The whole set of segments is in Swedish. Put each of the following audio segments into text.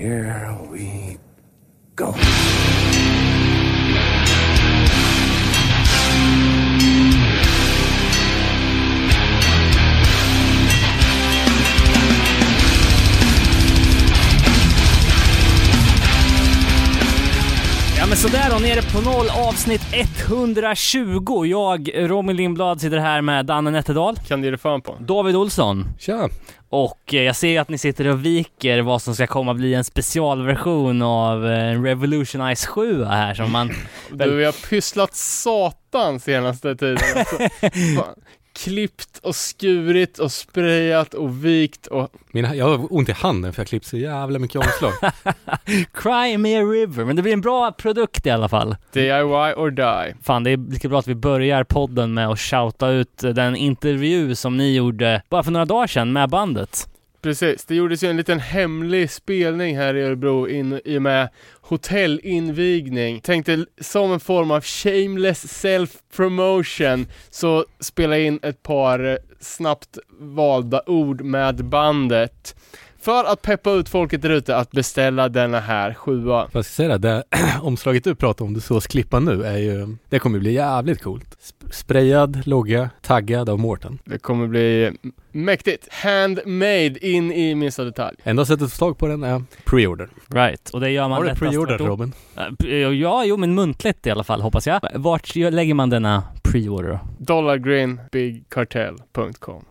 here we go. Ja, men sådär och nere på noll, avsnitt 120. Jag, Robin Lindblad, sitter här med Danne Nätterdal. Kan du ge det fan på? David Olsson. Tja. Och jag ser att ni sitter och viker vad som ska komma bli en specialversion av Revolution Ice 7 här som man... Vi har pysslat satan senaste tiden. Alltså, klippt och skurit och sprayat och vikt och... Jag har ont i handen för jag klippt så jävla mycket omslag. Cry me a river, men det blir en bra produkt i alla fall. DIY or die. Fan, det är lika bra att vi börjar podden med att shouta ut den intervju som ni gjorde bara för några dagar sedan med bandet. Precis, det gjordes ju en liten hemlig spelning här i Örebro i med hotellinvigning. Tänkte som en form av shameless self-promotion så spela in ett par snabbt valda ord med bandet. För att peppa ut folket där ute att beställa denna här 7. Vad ska jag säga det omslaget du pratar om, du sås klippa nu, är ju, det kommer bli jävligt coolt. Sprayad, logga, taggad av Mårten. Det kommer bli mäktigt. Handmade in i minsta detalj. Enda sättet att få tag på den är pre-order. Right, och det gör man. Har du pre-order, Robin? Ja, jo, men muntligt i alla fall, hoppas jag. Vart lägger man denna pre-order? dollargreenbigcartel.com.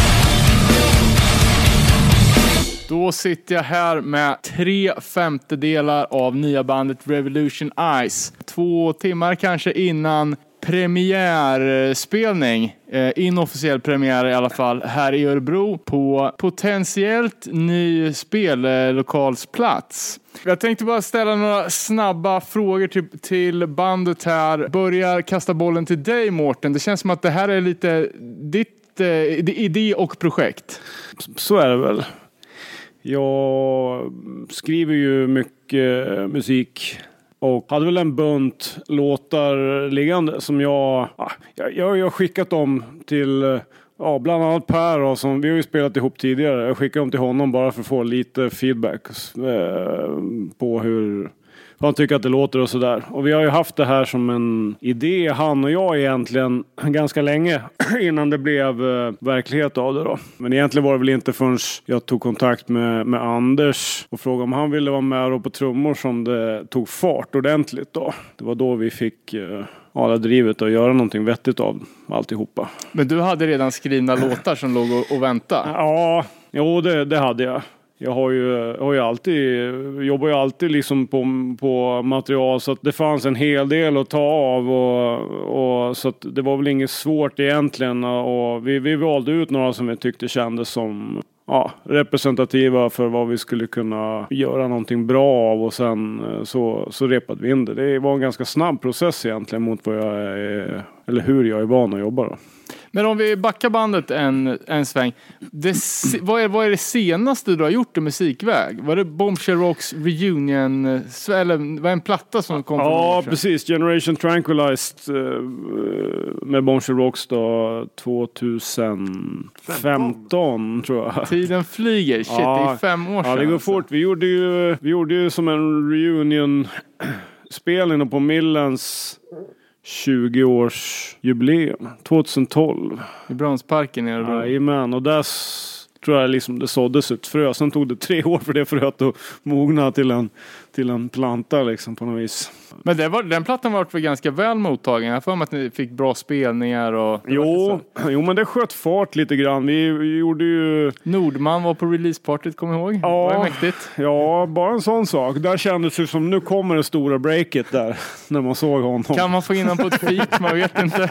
Då sitter jag här med 3/5 av nya bandet Revolution Ice. 2 timmar kanske innan premiärspelning, inofficiell premiär i alla fall, här i Örebro på potentiellt ny spellokalsplats. Jag tänkte bara ställa några snabba frågor till bandet här. Börjar kasta bollen till dig, Mårten. Det känns som att det här är lite ditt idé och projekt. Så är det väl. Jag skriver ju mycket musik och hade väl en bunt låtar liggande som jag har skickat dem till bland annat Per och som vi har ju spelat ihop tidigare. Jag skickade dem till honom bara för att få lite feedback på hur han tycker att det låter och sådär. Och vi har ju haft det här som en idé, han och jag egentligen, ganska länge innan det blev verklighet av det då. Men egentligen var det väl inte förrän jag tog kontakt med Anders och frågade om han ville vara med och på trummor som det tog fart ordentligt då. Det var då vi fick det drivet att göra någonting vettigt av alltihopa. Men du hade redan skrivna låtar som låg och väntade? Ja, jo det hade jag. Jag har ju alltid, jobbar ju alltid liksom på material så att det fanns en hel del att ta av och så att det var väl inget svårt egentligen och vi valde ut några som vi tyckte kändes som representativa för vad vi skulle kunna göra någonting bra av och sen så repade vi in det. Det var en ganska snabb process egentligen mot vad jag är, eller hur jag är van att jobba då. Men om vi backar bandet en sväng. Vad är det senaste du har gjort i musikväg? Var det Bombshell Rocks Reunion? Eller var det en platta som kom från Ja, precis. Generation Tranquilized med Bombshell Rocks då 2015 tror jag. Tiden flyger. Shit, det är 5 år sedan. Ja, det går fort. Vi gjorde ju som en reunion-spelning på Millens 20-årsjubileum 2012 i Bronsparken i Örebro. Jajamän, och där tror jag liksom det såddes ett frö. Sen tog det 3 år för det fröet att mogna till en planta liksom på något vis. Men den plattan var väl ganska väl mottagen. Jag får med att ni fick bra spelningar och... Jo, men det sköt fart lite grann. Vi gjorde ju... Nordman var på releasepartyt, kommer ihåg? Ja, var det mäktigt? Ja, bara en sån sak. Där kändes det som nu kommer det stora breaket där när man såg honom. Kan man få in honom på ett feat? Man vet inte.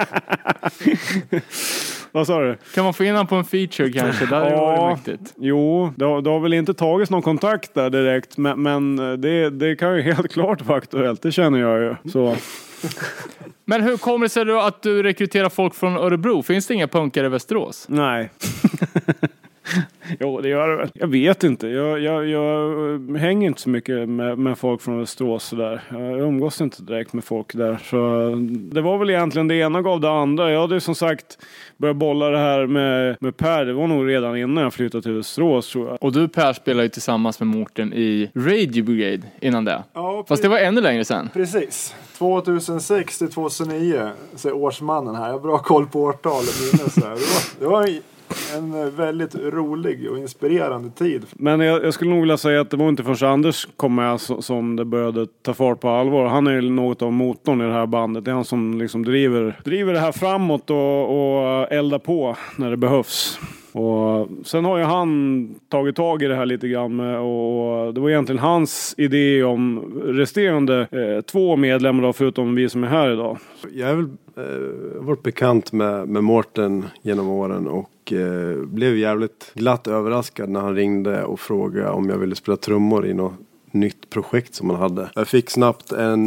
Vad sa du? Kan man få in honom på en feature kanske? Där var det mäktigt. Jo, det har väl inte tagits någon kontakt där direkt. Men det kan ju helt klart vara aktuellt. Det känner jag ju. Så. Men hur kommer det sig då att du rekryterar folk från Örebro? Finns det inga punkare i Västerås? Nej. Jo, det gör det väl. Jag vet inte. Jag hänger inte så mycket med folk från Västerås sådär. Jag umgås inte direkt med folk där. Så det var väl egentligen det ena gav det andra. Jag hade som sagt börjat bolla det här med Per. Det var nog redan innan jag flyttade till Västerås, tror jag. Och du Per spelar ju tillsammans med Mårten i Radio Brigade innan det. Ja, Fast det var ännu längre sen. Precis. 2006 till 2009, säger årsmannen här. Jag har bra koll på årtal och minnes här. Det var en väldigt rolig och inspirerande tid. Men jag skulle nog vilja säga att det var inte förrän Anders kom med som det började ta fart på allvar. Han är ju något av motorn i det här bandet. Det är han som liksom driver det här framåt och eldar på när det behövs. Och sen har ju han tagit tag i det här lite grann med, och det var egentligen hans idé om resterande 2 medlemmar då, förutom vi som är här idag. Jag har väl varit bekant med Mårten genom åren och blev jävligt glatt överraskad när han ringde och frågade om jag ville spela trummor i något nytt projekt som han hade. Jag fick snabbt en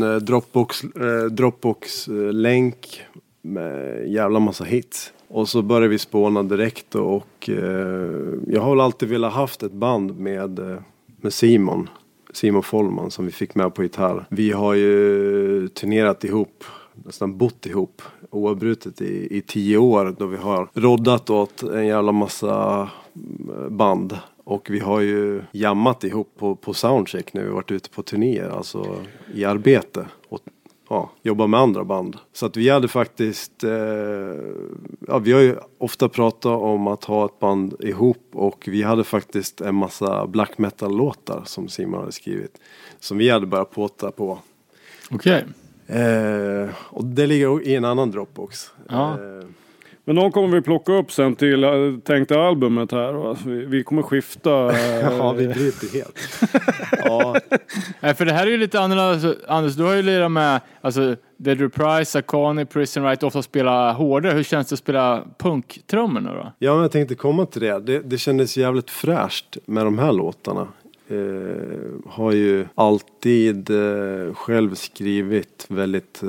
Dropbox-länk med jävla massa hits. Och så började vi spåna direkt och jag har väl alltid velat haft ett band med Simon Follman som vi fick med på gitarr. Vi har ju turnerat ihop, nästan bott ihop oavbrutet i 10 år då vi har roddat åt en jävla massa band. Och vi har ju jammat ihop på soundcheck när vi varit ute på turnéer, alltså i arbete och jobba med andra band. Så att vi hade faktiskt, vi har ju ofta pratat om att ha ett band ihop och vi hade faktiskt en massa black metal-låtar som Simon hade skrivit. Som vi hade börjat påta på. Okej. Och det ligger i en annan Dropbox. Ja. Men de kommer vi plocka upp sen till tänkta albumet här. Va? Vi kommer skifta. Ja, vi bryter helt. Ja. Nej, för det här är ju lite annorlunda. Så, Anders, du har ju lirat med Dead Reprise, Akani, Prison Right, ofta spela hårdare. Hur känns det att spela punktrummor nu då? Ja, men jag tänkte komma till det. Det kändes jävligt fräscht med de här låtarna. Har ju alltid själv skrivit väldigt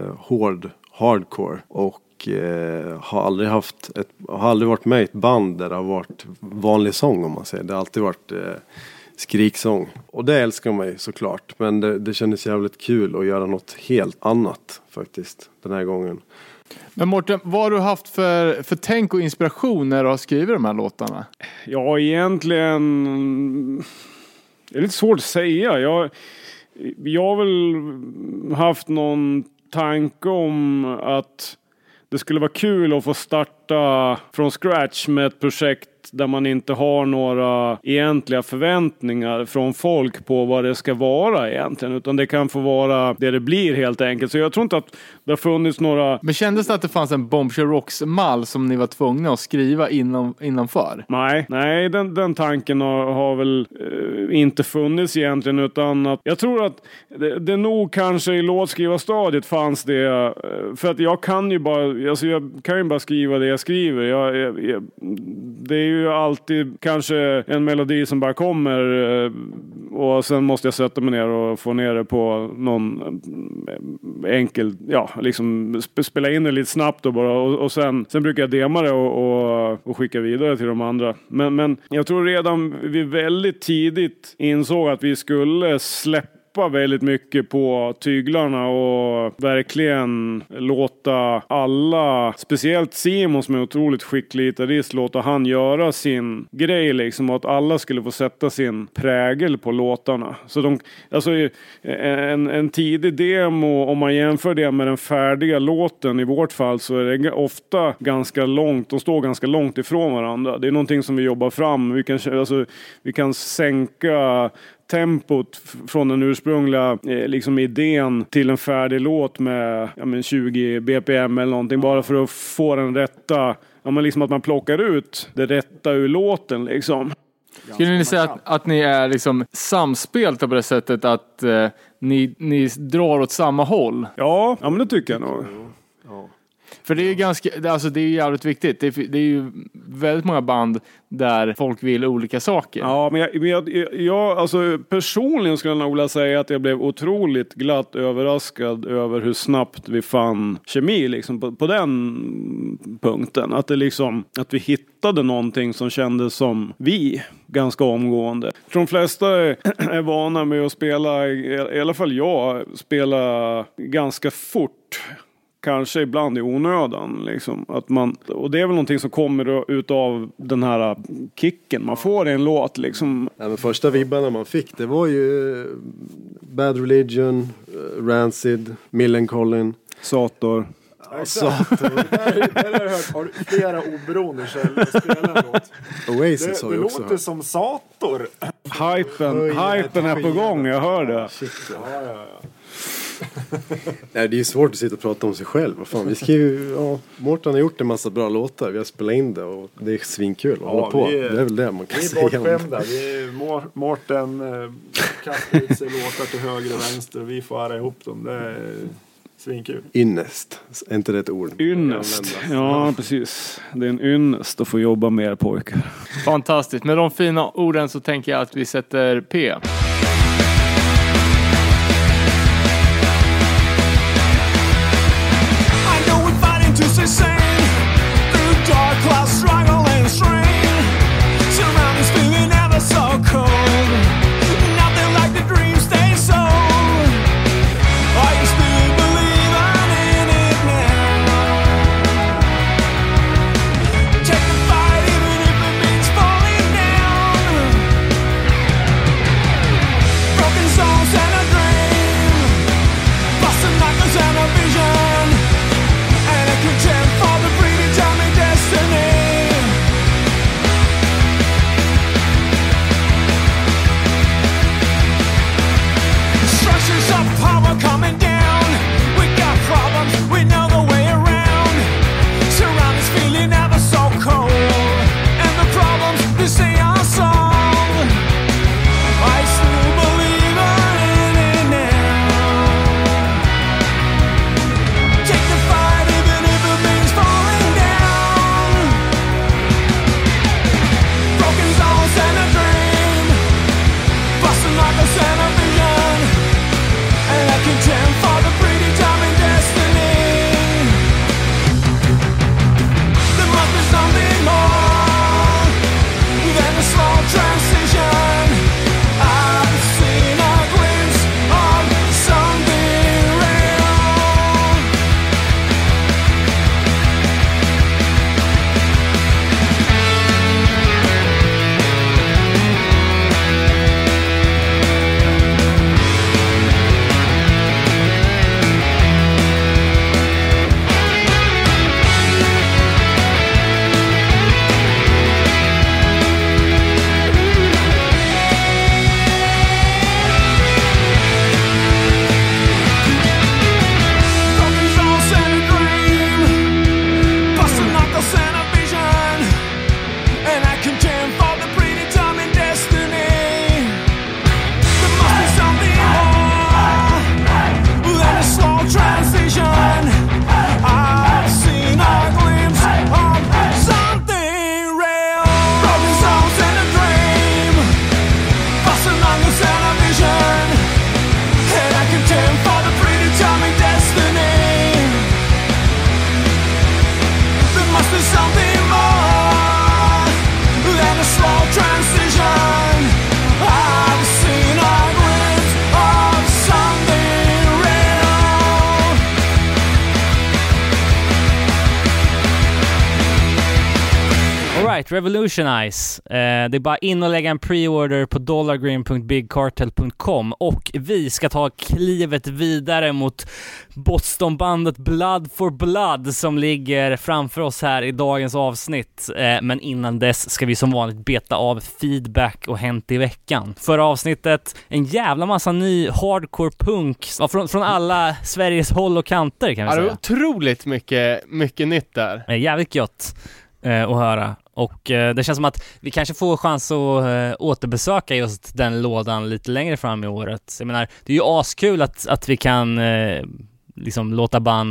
hardcore och har aldrig varit med i ett band där det har varit vanlig sång, om man säger. Det har alltid varit skriksång. Och det älskar man ju såklart. Men det kändes jävligt kul att göra något helt annat faktiskt den här gången. Men Mårten, vad har du haft för tänk och inspiration när du har skrivit de här låtarna? Ja, egentligen... Det är lite svårt att säga. Jag har väl haft någon tanke om att det skulle vara kul att få starta från scratch med ett projekt där man inte har några egentliga förväntningar från folk på vad det ska vara egentligen, utan det kan få vara det blir helt enkelt. Så jag tror inte att det har funnits några... Men kändes det att det fanns en Bombshell Rocks-mall som ni var tvungna att skriva innanför? Nej, den tanken har väl inte funnits egentligen, utan att jag tror att det nog kanske i låtskrivarstadiet fanns det, för att jag kan ju bara skriva det jag skriver. Det är ju alltid kanske en melodi som bara kommer och sen måste jag sätta mig ner och få ner det på någon enkel, liksom spela in det lite snabbt och bara, och sen brukar jag dema det och skicka vidare till de andra. Men jag tror redan vi väldigt tidigt insåg att vi skulle släppa väldigt mycket på tyglarna och verkligen låta alla, speciellt Simon som är otroligt skicklig gitarrist, låta han göra sin grej liksom, och att alla skulle få sätta sin prägel på låtarna. Så en tidig demo, om man jämför det med den färdiga låten i vårt fall, så är det ofta ganska långt, de står ganska långt ifrån varandra. Det är någonting som vi jobbar fram. Vi kan sänka tempot från den ursprungliga idén till en färdig låt med 20 bpm eller någonting, bara för att få den rätta, att man plockar ut det rätta ur låten liksom. Skulle ni säga att ni är liksom samspelta på det sättet att ni drar åt samma håll? Ja, men det tycker jag nog. Ja. För det är ju ganska, alltså det är ju jävligt viktigt. Det är ju väldigt många band där folk vill olika saker. Ja, men jag alltså personligen skulle jag nog vilja säga att jag blev otroligt glatt överraskad över hur snabbt vi fann kemi liksom på den punkten. Att det liksom, att vi hittade någonting som kändes som vi ganska omgående. De flesta är vana med att spela, i alla fall jag, spela ganska fort. Kanske ibland i onödan liksom. Att man, och det är väl någonting som kommer utav den här kicken man får i en låt liksom. Ja, men första vibbarna man fick, det var ju Bad Religion, Rancid, Millencolin, Sator. Sator. Har du flera oberoende källor att spela en låt? Oasis har Det ju också låter som Sator. Hypen är på gång, jag hör det. Shit, Nej, det är ju svårt att sitta och prata om sig själv. Vad fan, vi ska ju, Mårten har gjort en massa bra låtar. Vi har spelat in det och det är svinkul att hålla på. Det är väl det man kan säga. Vi är bortskämda. Mårten kastar ut sig låtar till höger och vänster och vi får ära ihop dem. Det är svinkul. Ynnest, är inte det ett ord? Ynnest, ja precis. Det är en ynnest att få jobba mer pojkar. Fantastiskt. Med de fina orden så tänker jag att vi sätter P. Revolutionize. Det är bara in och lägga en pre-order på dollargreen.bigcartel.com och vi ska ta klivet vidare mot Bostonbandet Blood for Blood som ligger framför oss här i dagens avsnitt. Men innan dess ska vi som vanligt beta av feedback och hänt i veckan. Förra avsnittet, en jävla massa ny hardcore punk från alla Sveriges håll och kanter kan vi säga. Det är otroligt mycket nytt där. Jävligt gött att höra. Och det känns som att vi kanske får chans att återbesöka just den lådan lite längre fram i året. Jag menar, det är ju askul att vi kan liksom låta band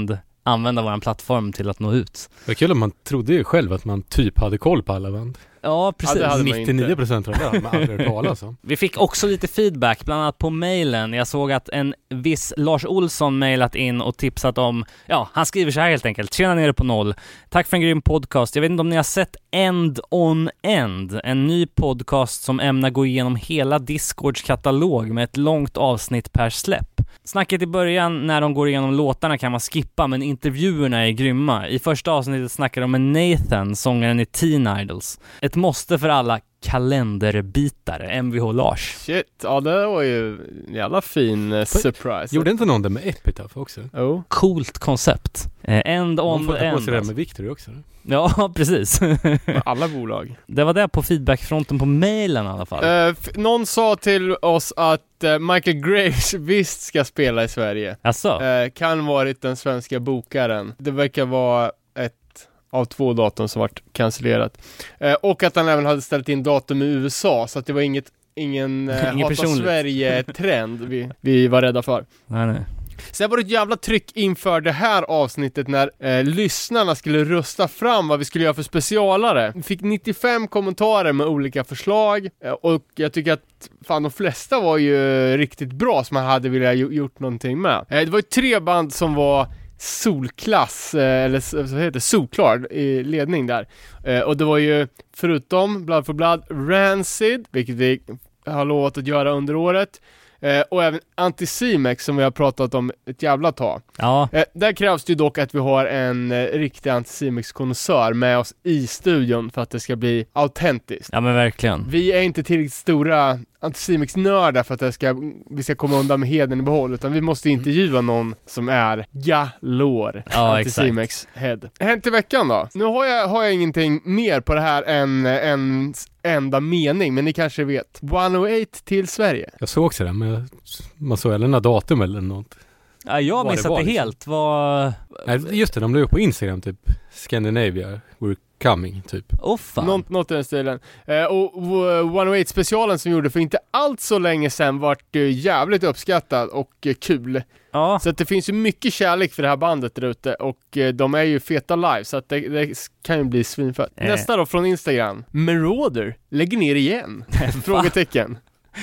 använda våran plattform till att nå ut. Det var kul om man trodde ju själv att man typ hade koll på alla band. Ja, precis. Ja, det hade man 99% av det hade man aldrig hört talas om. Vi fick också lite feedback, bland annat på mejlen. Jag såg att en viss Lars Olsson mejlat in och tipsat om, han skriver så här helt enkelt: tjena nere på noll. Tack för en grym podcast. Jag vet inte om ni har sett End on End, en ny podcast som ämnar gå igenom hela Discords katalog med ett långt avsnitt per släpp. Snacket i början när de går igenom låtarna kan man skippa, men intervjuerna är grymma. I första avsnittet snackar de med Nathan, sångaren i Teen Idols. Ett måste för alla kalenderbitare, Mvh Lars. Shit, ja det var ju en jävla fin surprise. Gjorde inte någon det med Epitaph också? Oh. Coolt koncept. End on Man får ta på end. sig det med Victor också. Ja, precis. Alla bolag. Det var det på feedbackfronten på mailen i alla fall. Någon sa till oss att Michael Graves visst ska spela i Sverige. Alltså? Kan varit den svenska bokaren. Det verkar vara ett av 2 datum som varit cancellerat. Och att han även hade ställt in datum i USA, så att det var ingen hata Sverige-trend vi var rädda för. Nej. Sen var det ett jävla tryck inför det här avsnittet när lyssnarna skulle rösta fram vad vi skulle göra för specialare. Vi fick 95 kommentarer med olika förslag och jag tycker att de flesta var ju riktigt bra som man hade velat gjort någonting med. Det var ju 3 band som var solklass, eller vad heter det, solklar i ledning där. Och det var ju förutom Blood for Blood, Rancid, vilket vi har lovat att göra under året. Och även Anticimex som vi har pratat om ett jävla tag. Ja. Där krävs det ju dock att vi har en riktig Anticimex-konnässör med oss i studion för att det ska bli autentiskt. Ja, men verkligen. Vi är inte tillräckligt stora Anticimex-nördar för att vi ska komma undan med heden i behåll, utan vi måste intervjua någon som är galore Anticimex-head. Hänt i veckan då? Nu har jag ingenting mer på det här än en enda mening, men ni kanske vet. 108 till Sverige. Jag såg också det, men man såg eller några datum eller något. Ja, jag Vad missade det liksom. helt. Vad... Nej, just det, de la upp på Instagram typ Scandinavia were coming typ. Fan. Något i den stilen. Och 108-specialen som gjorde för inte allt så länge sedan vart jävligt uppskattad och kul. Ja. Så att det finns ju mycket kärlek för det här bandet där ute och de är ju feta live så att det kan ju bli svinfett. Nästa då från Instagram. Marauder lägger ner igen. Frågetecken.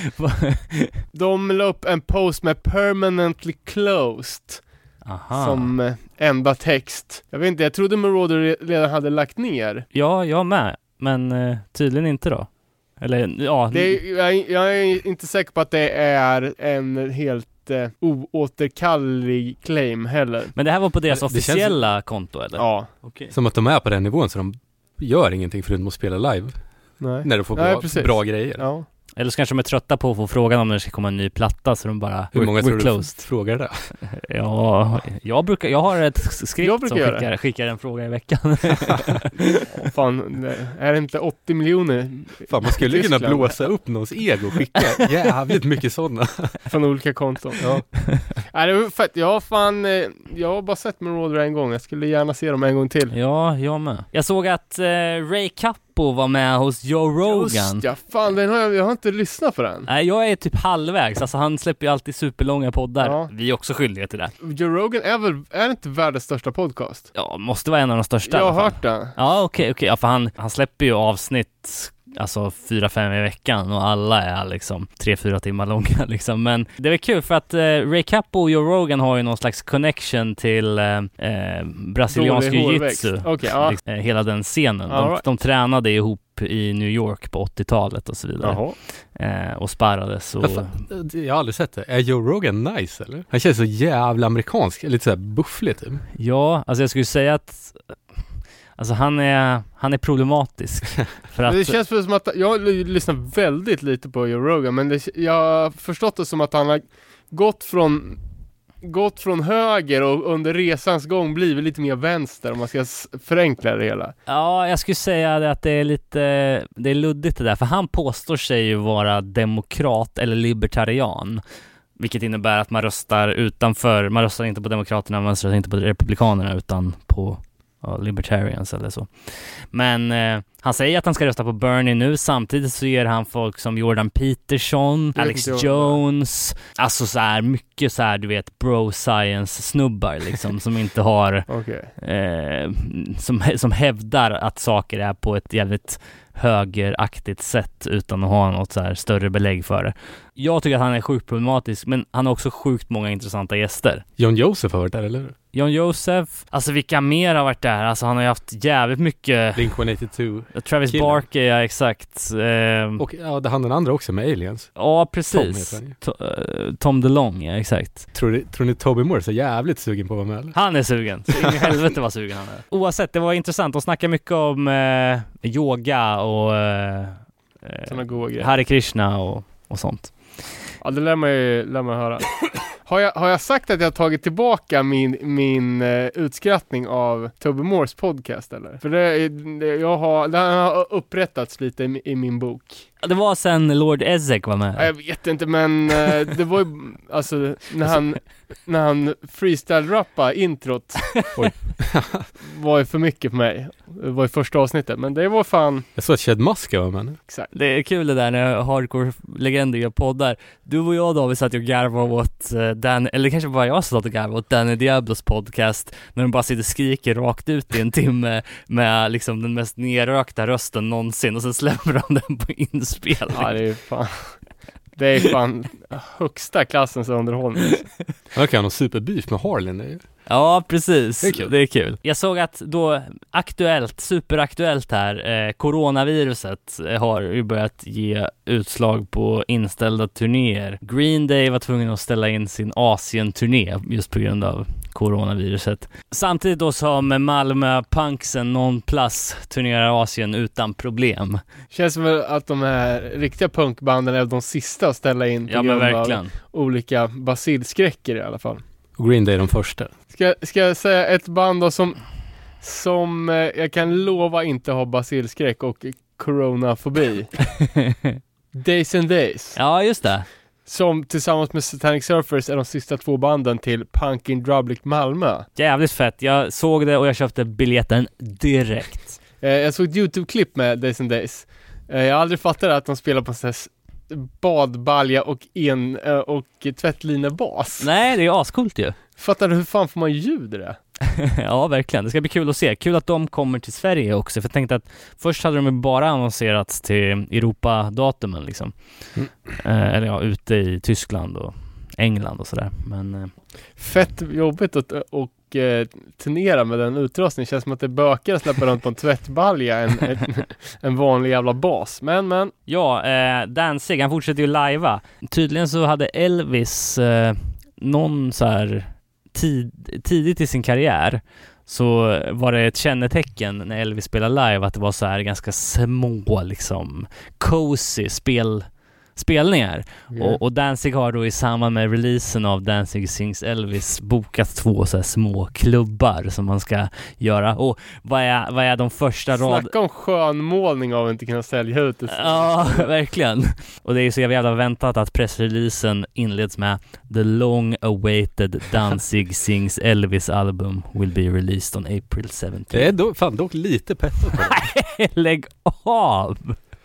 De la upp en post med permanently closed. Aha. Som enda text. Jag vet inte, jag trodde Marauder redan hade lagt ner. Ja, jag med. Men tydligen inte då. Eller, ja. Jag är inte säker på att det är en helt oåterkallelig claim heller. Men det här var på deras Det officiella konto, eller? Ja. Okay. Som att de är på den nivån så de gör ingenting förutom att spela live. Nej. När de får bra grejer. Ja. Eller så kanske de är trötta på att få frågan om när det ska komma en ny platta, så de bara... Hur många tror du frågar det? Ja, jag har ett skript som skickar en fråga i veckan. Fan, är det inte 80 miljoner? Fan, man skulle kunna blåsa upp någons ego och skicka jävligt mycket sådana. Från olika konton. Ja. Nej, det var fett. Jag har bara sett Marauder en gång. Jag skulle gärna se dem en gång till. Ja, jag med. Jag såg att Ray Cappo var med hos Joe Rogan. Just ja, fan, jag har inte lyssnat på den. Nej, jag är typ halvvägs. Alltså han släpper ju alltid superlånga poddar. Ja. Vi är också skyldiga till det. Joe Rogan är inte världens största podcast? Ja, måste vara en av de största. Jag har hört det. Ja, okej. Ja, för han släpper ju avsnitt, alltså 4-5 i veckan, och alla är liksom 3-4 timmar långa liksom. Men det är kul för att Ray Cappo och Joe Rogan har ju någon slags connection till brasiliansk jiu-jitsu. Okay, ja. Hela den scenen. De tränade ihop i New York på 80-talet och så vidare. Och sparrades. Och... Jag har aldrig sett det. Är Joe Rogan nice, eller? Han känns så jävla amerikansk, lite såhär bufflig typ. Ja, alltså jag skulle säga att alltså han är problematisk. För att... Det känns som att jag lyssnar väldigt lite på Joe Rogan, men jag har förstått det som att han har gått från höger och under resans gång blivit lite mer vänster, om man ska förenkla det hela. Ja, jag skulle säga att det är luddigt det där, för han påstår sig ju vara demokrat eller libertarian. Vilket innebär att man röstar inte på demokraterna, man röstar inte på republikanerna utan på libertarians eller så. Men Han säger att han ska rösta på Bernie nu, samtidigt så ger han folk som Jordan Peterson, Alex Jones, alltså så här mycket så här, du vet, bro science snubbar liksom som inte har som hävdar att saker är på ett jävligt högeraktigt sätt utan att ha något så här större belägg för det. Jag tycker att han är sjukt problematisk, men han har också sjukt många intressanta gäster. John Joseph har varit där, eller? John Joseph, alltså vilka mer har varit där? Alltså han har ju haft jävligt mycket... Blink-182. Travis Barker, ja exakt. Och ja, det hann den andra också med Aliens. Ja, precis. Tom DeLonge, ja exakt. Tror ni Toby Moore är så jävligt sugen på att vara med? Eller? Han är sugen. Så ingen helvete vad sugen han är. Oavsett, det var intressant att snacka mycket om yoga och såna goda grejer. Hare Krishna och sånt. Ja, det lär man höra. Har jag sagt att jag har tagit tillbaka min utskrattning av Toby Moores podcast, eller? För det har upprättats lite i min bok. Det var sen Lord Ezek var med. Ja, jag vet inte, men det var ju alltså när han freestyle-rappade introt var ju för mycket för mig. Det var ju första avsnittet, men det var fan... Jag såg att Chad Muska var med. Exakt. Det är kul det där när hardcore-legender gör poddar. Du och jag, David, satt och garvade åt eller kanske bara jag satt och garvade åt Danny Diablos podcast när de bara sitter och skriker rakt ut i en timme med liksom den mest nerrökta rösten någonsin och så släpper de den på inspelning. Ja, det är fan högsta klassens underhållning. Han kan ha superbeef med Harlan. Ja, precis. Det är kul. Jag såg att då superaktuellt här, coronaviruset har ju börjat ge utslag på inställda turnéer. Green Day var tvungen att ställa in sin Asien-turné just på grund av coronaviruset. Samtidigt då som Malmö Punksen Non-Plus turnerar Asien utan problem. Känns som att de här riktiga punkbanden är de sista att ställa in på grund av olika basilskräcker i alla fall. Och Green Day är de första. Ska jag säga ett band då som jag kan lova inte ha basilskräck och coronafobi. Days and Days. Ja, just det. Som tillsammans med Satanic Surfers är de sista 2 banden till Punk in Drublic Malmö. Jävligt fett. Jag såg det och jag köpte biljetten direkt. Jag såg ett YouTube-klipp med Days and Days. Jag har aldrig fattat att de spelar på sån här badbalja och tvättlinebas. Nej, det är ascoolt ju. Fattar du hur fan får man ljud i det? Ja, verkligen. Det ska bli kul att se. Kul att de kommer till Sverige också. För jag tänkte att först hade de bara annonserats till Europa-datumen liksom. Eller ja, ute i Tyskland och England och sådär. Men fett jobbigt att turnera med den utrustningen. Känns som att det bökar att släppa runt på en tvättbalja en vanlig jävla bas. Men. Ja, Danzig, han fortsätter ju lajva. Tydligen så hade Elvis någon så här tidigt i sin karriär så var det ett kännetecken när Elvis spelade live att det var så här ganska små liksom cozy spelningar. Och Danzig har då i samband med releasen av Danzig Sings Elvis bokat 2 så här små klubbar som man ska göra. Och vad är de första Snacka om skönmålning av att inte kunna sälja ut det. Ja, verkligen. Och det är så jävla väntat att pressreleasen inleds med The long awaited Danzig Sings Elvis album will be released on April 17. Det är dock lite pettat på det. Lägg av!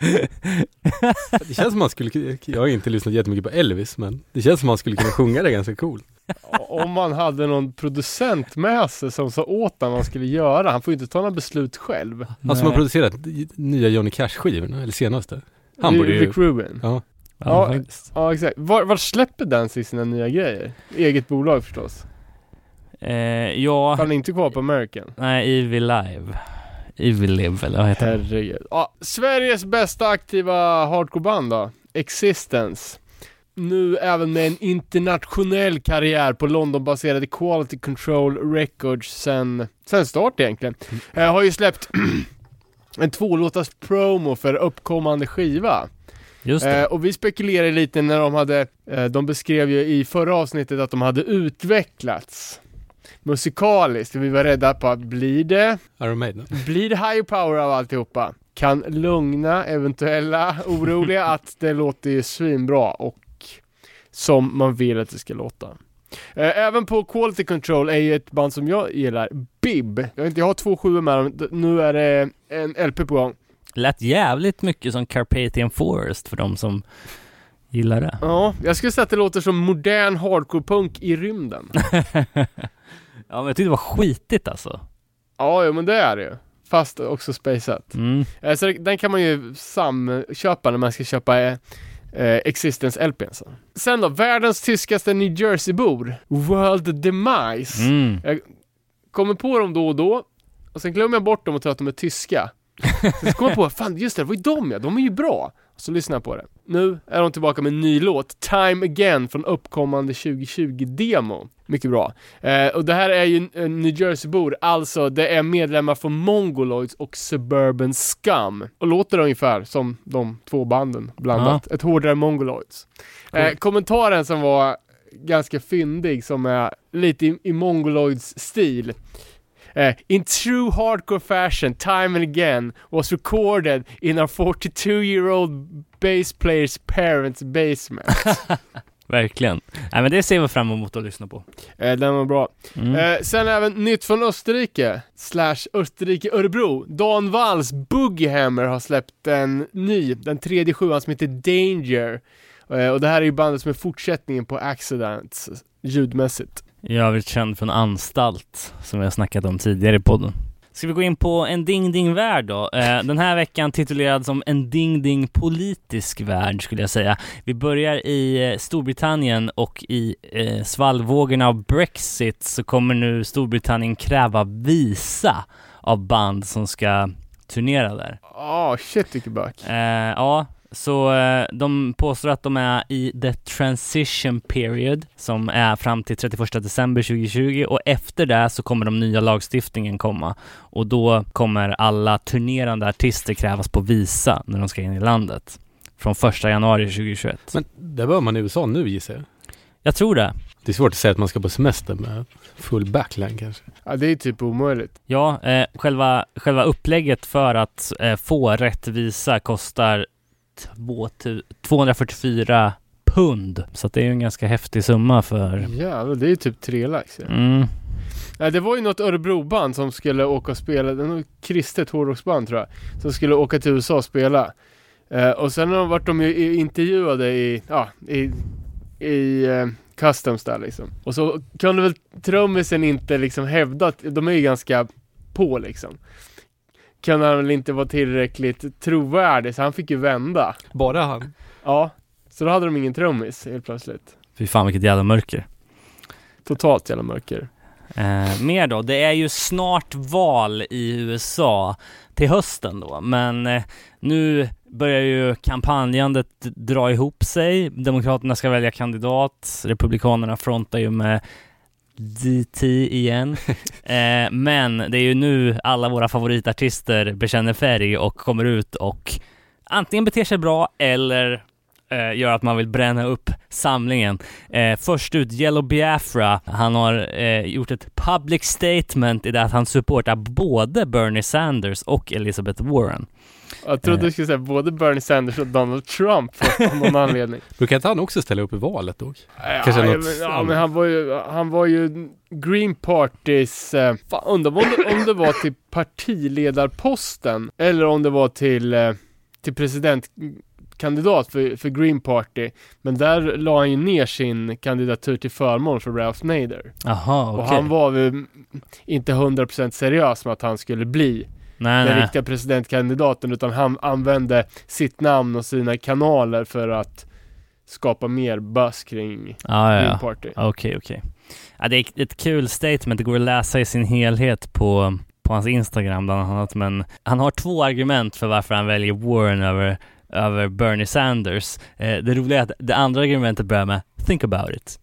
Det känns som man jag har inte lyssnat jättemycket på Elvis, men det känns som man skulle kunna sjunga det ganska cool. Om man hade någon producent med sig som sa åt vad man skulle göra. Han får ju inte ta några beslut själv. Han som har producerat nya Johnny Cash-skivorna, eller senaste. Han borde ju... Rick Rubin. Ja, exakt. Var släpper Danzig sina nya grejer? Eget bolag förstås. Ja. Han är inte kvar på American. Nej, Evil Live, eller vad heter det? Herregud. Ja, Sveriges bästa aktiva hardcoreband då. Existence. Nu även med en internationell karriär på London-baserade Quality Control Records sen start egentligen. Har ju släppt en 2-låtars promo för uppkommande skiva. Just det. Och vi spekulerade lite när de beskrev ju i förra avsnittet att de hade utvecklats musikaliskt. Vi var rädda på att blir det high power av alltihopa. Kan lugna eventuella oroliga att det låter ju svinbra och som man vill att det ska låta. Även på Quality Control är ju ett band som jag gillar, Bib. Jag har 2 7 med dem. Nu är det en LP på gång. Lät jävligt mycket som Carpathian Forest för de som gillar det. Ja, jag skulle säga att det låter som modern hardcore-punk i rymden. Ja, men jag tyckte det var skitigt alltså. Ja, men det är det ju. Fast också spaceat. Så den kan man ju samköpa när man ska köpa Existence LP:n. Sen då, världens tyskaste New Jersey-bor, World Demise. Jag kommer på dem då och då, och sen glömmer jag bort dem och tror att de är tyska. Så kommer jag på, fan just det var ju de, ja, de är ju bra. Så lyssnar jag på det. Nu är de tillbaka med en ny låt, Time Again, från uppkommande 2020-demo. Mycket bra. Och det här är ju New Jersey-bor, alltså det är medlemmar från Mongoloids och Suburban Scum. Och låter ungefär som de två banden blandat. Ett hårdare Mongoloids. Kommentaren som var ganska fyndig, som är lite i Mongoloids stil. In true hardcore fashion, Time and Again was recorded in our 42-year-old bass player's parents' basement. Verkligen. Nej, men det ser vi fram emot att lyssna på. Den var bra. Sen även nytt från Österrike / Österrike Örebro. Dan Walls Boogiehammer har släppt en ny, den 3:e sjuan, som heter Danger. Och det här är ju bandet som är fortsättningen på Accidents ljudmässigt. Jag är känd från Anstalt, som vi har snackat om tidigare i podden. Ska vi gå in på en ding-ding-värld då? Den här veckan titulerad som en ding-ding politisk värld, skulle jag säga. Vi börjar i Storbritannien, och i svallvågorna av Brexit så kommer nu Storbritannien kräva visa av band som ska turnera där. Shit, vilket back. Ja, så de påstår att de är i the transition period, som är fram till 31 december 2020, och efter det så kommer de nya lagstiftningen komma, och då kommer alla turnerande artister krävas på visa när de ska in i landet från 1 januari 2021. Men det bör man i USA nu, gissar jag. Jag tror det. Det är svårt att säga att man ska på semester med full backline kanske. Ja, det är typ omöjligt. Ja, själva upplägget för att få rätt visa kostar 244 pund. Så det är ju en ganska häftig summa för... Ja, det är ju typ 3 lax. Ja. Nej, det var ju något Örebroband som skulle åka och spela. Det var något kristet hårdrocksband, tror jag. Som skulle åka till USA och spela. Och sen har de ju intervjuade i customs där liksom. Och så kunde väl trummisen inte liksom hävda att de är ju ganska på liksom. Kan han väl inte vara tillräckligt trovärdig, så han fick ju vända. Bara han? Ja, så då hade de ingen trummis helt plötsligt. Fy fan, vilket jävla mörker. Totalt jävla mörker. Mer då, det är ju snart val i USA till hösten då, men nu börjar ju kampanjandet dra ihop sig. Demokraterna ska välja kandidat, Republikanerna frontar ju med DT igen. Men det är ju nu alla våra favoritartister bekänner färg och kommer ut och antingen beter sig bra eller gör att man vill bränna upp samlingen. Först ut Yellow Biafra. Han har gjort ett public statement i det att han supportar både Bernie Sanders och Elizabeth Warren. Jag trodde du skulle säga både Bernie Sanders och Donald Trump av någon anledning. Brukar inte han också ställa upp i valet då? Men han var ju Green Partys undrar om det var till partiledarposten eller om det var till presidentkandidat för Green Party, men där la han ju ner sin kandidatur till förmån för Ralph Nader. Aha, okay. Och han var väl inte 100% seriös med att han skulle bli den riktiga presidentkandidaten, utan han använde sitt namn och sina kanaler för att skapa mer buzz kring Green Party. Okej. Ja, det är ett kul statement. Det går att läsa i sin helhet på hans Instagram bland annat, men han har 2 argument för varför han väljer Warren över Bernie Sanders. Det roliga är att det andra argumentet börjar med think about it.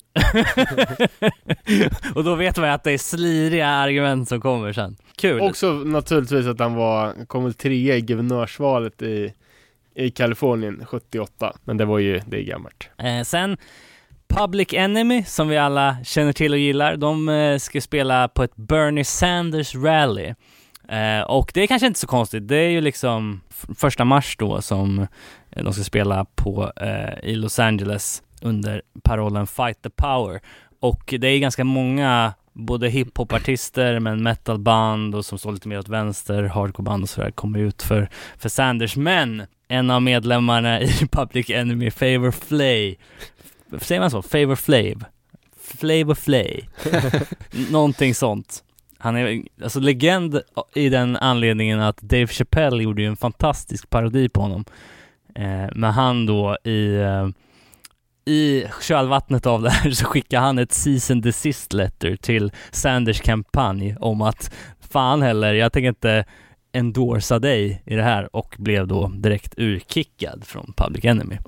Och då vet man att det är sliriga argument som kommer sen. Kul. Också naturligtvis att han kom 3 i guvernörsvalet i Kalifornien 78. Men det är gammalt. Sen Public Enemy, som vi alla känner till och gillar, de ska spela på ett Bernie Sanders rally. Och det är kanske inte så konstigt. Det är ju liksom 1 mars då som de ska spela på i Los Angeles under parollen Fight the Power. Och det är ganska många både hiphopartister men metalband och som står lite mer åt vänster, hardcoreband och sådär kommer ut för Sanders. Men en av medlemmarna i Public Enemy, Flavor Flav, säger man så? Flavor Flav någonting sånt. Han är alltså legend i den anledningen att Dave Chappelle gjorde ju en fantastisk parodi på honom. Men han då i kölvattnet av det här så skickade han ett cease and desist letter till Sanders kampanj om att fan heller, jag tänker inte endorsa dig i det här, och blev då direkt urkickad från Public Enemy.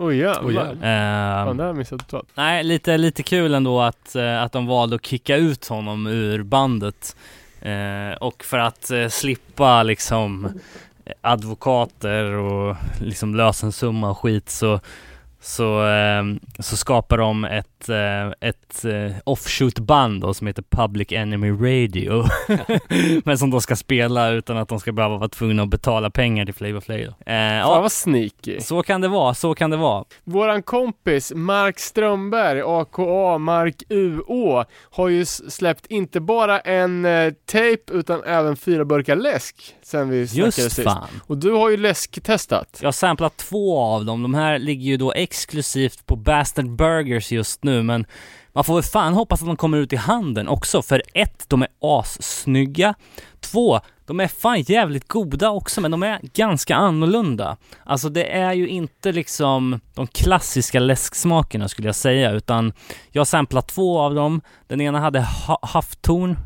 Nej, lite kul ändå att de valde att kicka ut honom ur bandet, och för att slippa liksom advokater och liksom lösensumma och skit så skapar de ett offshoot-band då, som heter Public Enemy Radio men som då ska spela utan att de ska behöva vara tvungna att betala pengar till Flavor Flav. Ja, vad sneaky. Så kan det vara. Våran kompis Mark Strömberg, aka Mark UÅ, har ju släppt inte bara en tape utan även 4 burkar läsk sen vi snackade sist. Fan. Och du har ju läsktestat. Jag har samplat 2 av dem. De här ligger ju då exklusivt på Bastard Burgers just nu, men man får väl fan hoppas att de kommer ut i handeln också, för 1, de är assnygga. 2, de är fan jävligt goda också, men de är ganska annorlunda. Alltså det är ju inte liksom de klassiska läsksmakerna skulle jag säga, utan jag har samplat 2 av dem. Den ena hade havtorn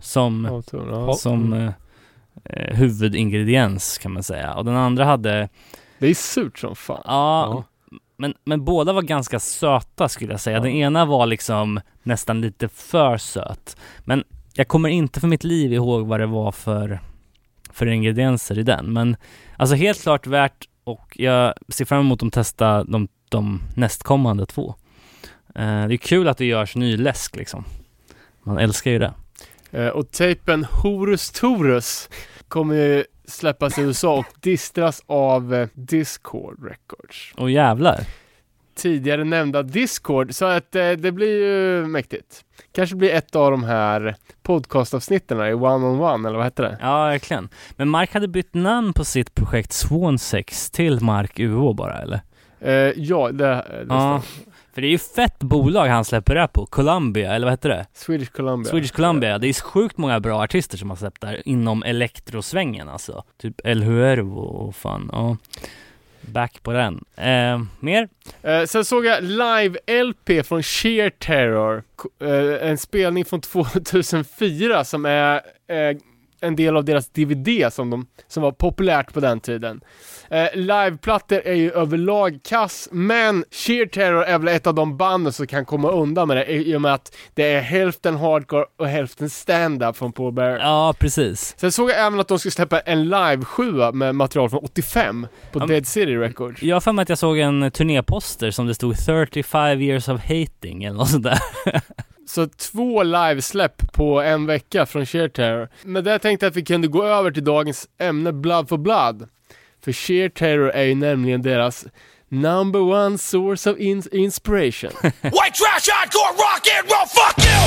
som huvudingrediens kan man säga, och den andra hade... Det är surt som fan. Ja. Men båda var ganska söta skulle jag säga. Den ena var liksom nästan lite för söt. Men jag kommer inte för mitt liv ihåg vad det var för ingredienser i den. Men alltså helt klart värt, och jag ser fram emot att testa de nästkommande 2. Det är kul att det görs ny läsk liksom. Man älskar ju det. Och tejpen Horus Taurus kommer ju släppas i USA och distras av Discord Records. Åh jävlar. Tidigare nämnda Discord, så att det blir ju mäktigt. Kanske blir ett av de här podcastavsnitten i One-on-One, eller vad heter det? Ja, verkligen. Men Mark hade bytt namn på sitt projekt Swansex till Mark UO bara, eller? Ja, det för det är ju fett bolag han släpper det på. Columbia, eller vad heter det? Swedish Columbia. Det är sjukt många bra artister som har släppt där inom elektrosvängen alltså. Typ El Huervo och fan, ja. Back på den. Mer? Sen såg jag live-LP från Sheer Terror. En spelning från 2004 som är en del av deras DVD som var populärt på den tiden. Liveplattor är ju överlag kass, men Sheer Terror är väl ett av de banden som kan komma undan med det, i och med att det är hälften hardcore och hälften stand-up från Paul Bearer. Ja, precis. Sen såg jag även att de skulle släppa en live-7 med material från 85 på Dead City Records. Jag har för mig att jag såg en turnéposter som det stod 35 years of hating eller något sånt där. Så 2 livesläpp på en vecka från Sheer Terror. Men där tänkte jag att vi kunde gå över till dagens ämne, Blood for Blood. För Sheer Terror är ju nämligen deras number 1 source of inspiration. White trash, hardcore, rock and roll, fuck you!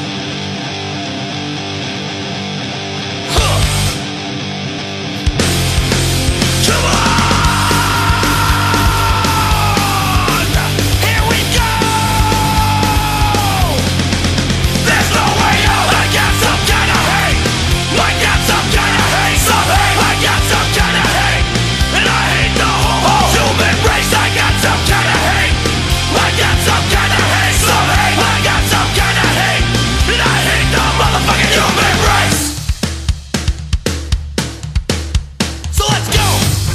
Come on! Here we go! There's no way out! I got some kind of hate! I got some kind of hate! Some hate! I got some kind of hate! And I hate the whole human race! I got some kind of hate! I got some kind of hate! Some hate! I got some kind of hate! And I hate the motherfucking human race! So let's go!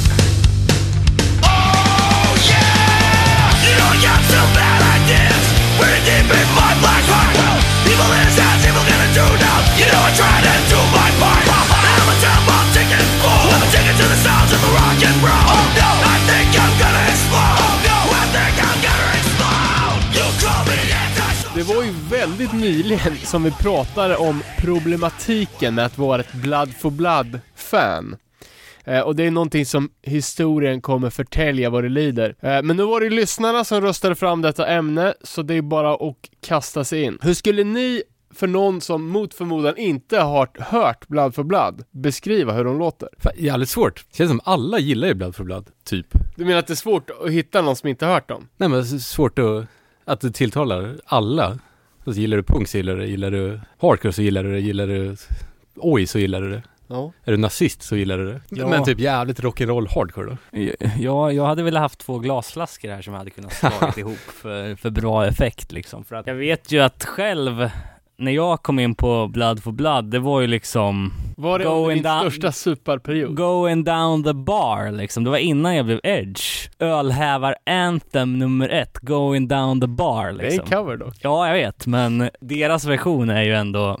Oh yeah! You know I got some bad ideas! Pretty deep in my black heart! Well, evil is as evil gonna do now! You know I try to do my part! I'm a time bomb ticking full! I'm ticking to the sounds of the rock and roll! Oh no! I think I'm gonna explode! Oh no! I think I'm gonna explode! You call me anti-social! Det var ju väldigt nyligen som vi pratade om problematiken med att vara ett Blood for Blood-fan. Och det är någonting som historien kommer förtälja vad det lider. Men nu var det lyssnarna som röstade fram detta ämne, så det är bara att kasta sig in. Hur skulle ni för någon som mot förmodan inte har hört Blood for Blood beskriva hur de låter? Fan, jävligt svårt. Känns som alla gillar ju Blood for Blood, typ. Du menar att det är svårt att hitta någon som inte har hört dem? Nej, men det är svårt att det tilltalar alla. Så gillar du punk så gillar du hardcore så gillar du oj så gillar du det. Ja. Är du nazist så gillar du det. Ja. Men typ jävligt rock'n'roll hardcore då. Ja, jag hade velat haft 2 glasflaskor här som jag hade kunnat slagit ihop för bra effekt liksom. För att jag vet ju att själv, när jag kom in på Blood for Blood, det var ju liksom... Var det Going din down- största superperiod? Going down the bar liksom. Det var innan jag blev Edge. Ölhävar anthem nummer 1, Going down the bar liksom. Det är en cover dock. Ja, jag vet, men deras version är ju ändå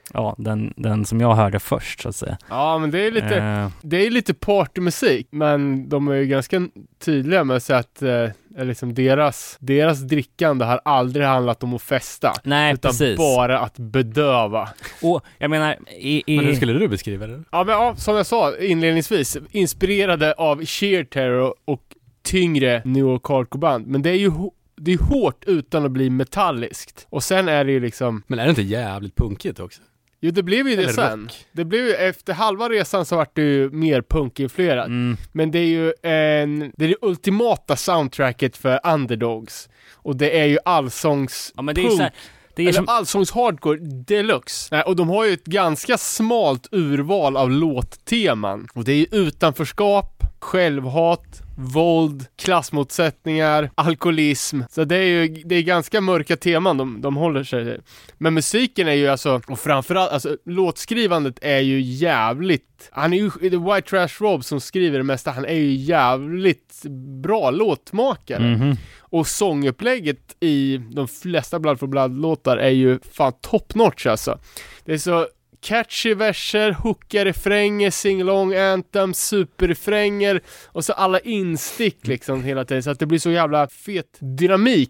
den som jag hörde först så att säga. Ja, men det är lite partymusik, men de är ju ganska tydliga med att säga att liksom deras drickande har aldrig handlat om att festa. Nej, utan precis. bara att bedöva. Och jag menar Men hur skulle du beskriva det? Ja, men som jag sa inledningsvis, inspirerade av Sheer Terror och tyngre New York hardcore-band. Men det är ju det är hårt utan att bli metalliskt. Och sen är det ju liksom... Men är det inte jävligt punkigt också? Jo, det blev ju det Eller sen. rock. Det blev ju, efter halva resan så var det ju mer punkinfluerat. Men det är ju det ultimata soundtracket för underdogs. Och det är ju allsångs men det är ju så här, det är eller som... allsångs hardcore deluxe. Nej, och de har ju ett ganska smalt urval av låtteman. Och det är ju utanförskap, självhat, våld, klassmotsättningar, alkoholism. Så det är ganska mörka teman de håller sig till. Men musiken är ju alltså, och framförallt alltså, låtskrivandet är ju jävligt. Han är ju The White Trash Rob som skriver det mesta. Han är ju jävligt bra låtmakare. Och sångupplägget i de flesta Blood for Blood-låtar är ju fan top notch alltså. Det är så catchy verser, hookar, refränger, sing-along, anthem, superrefränger och så alla instick liksom hela tiden, så att det blir så jävla fet dynamik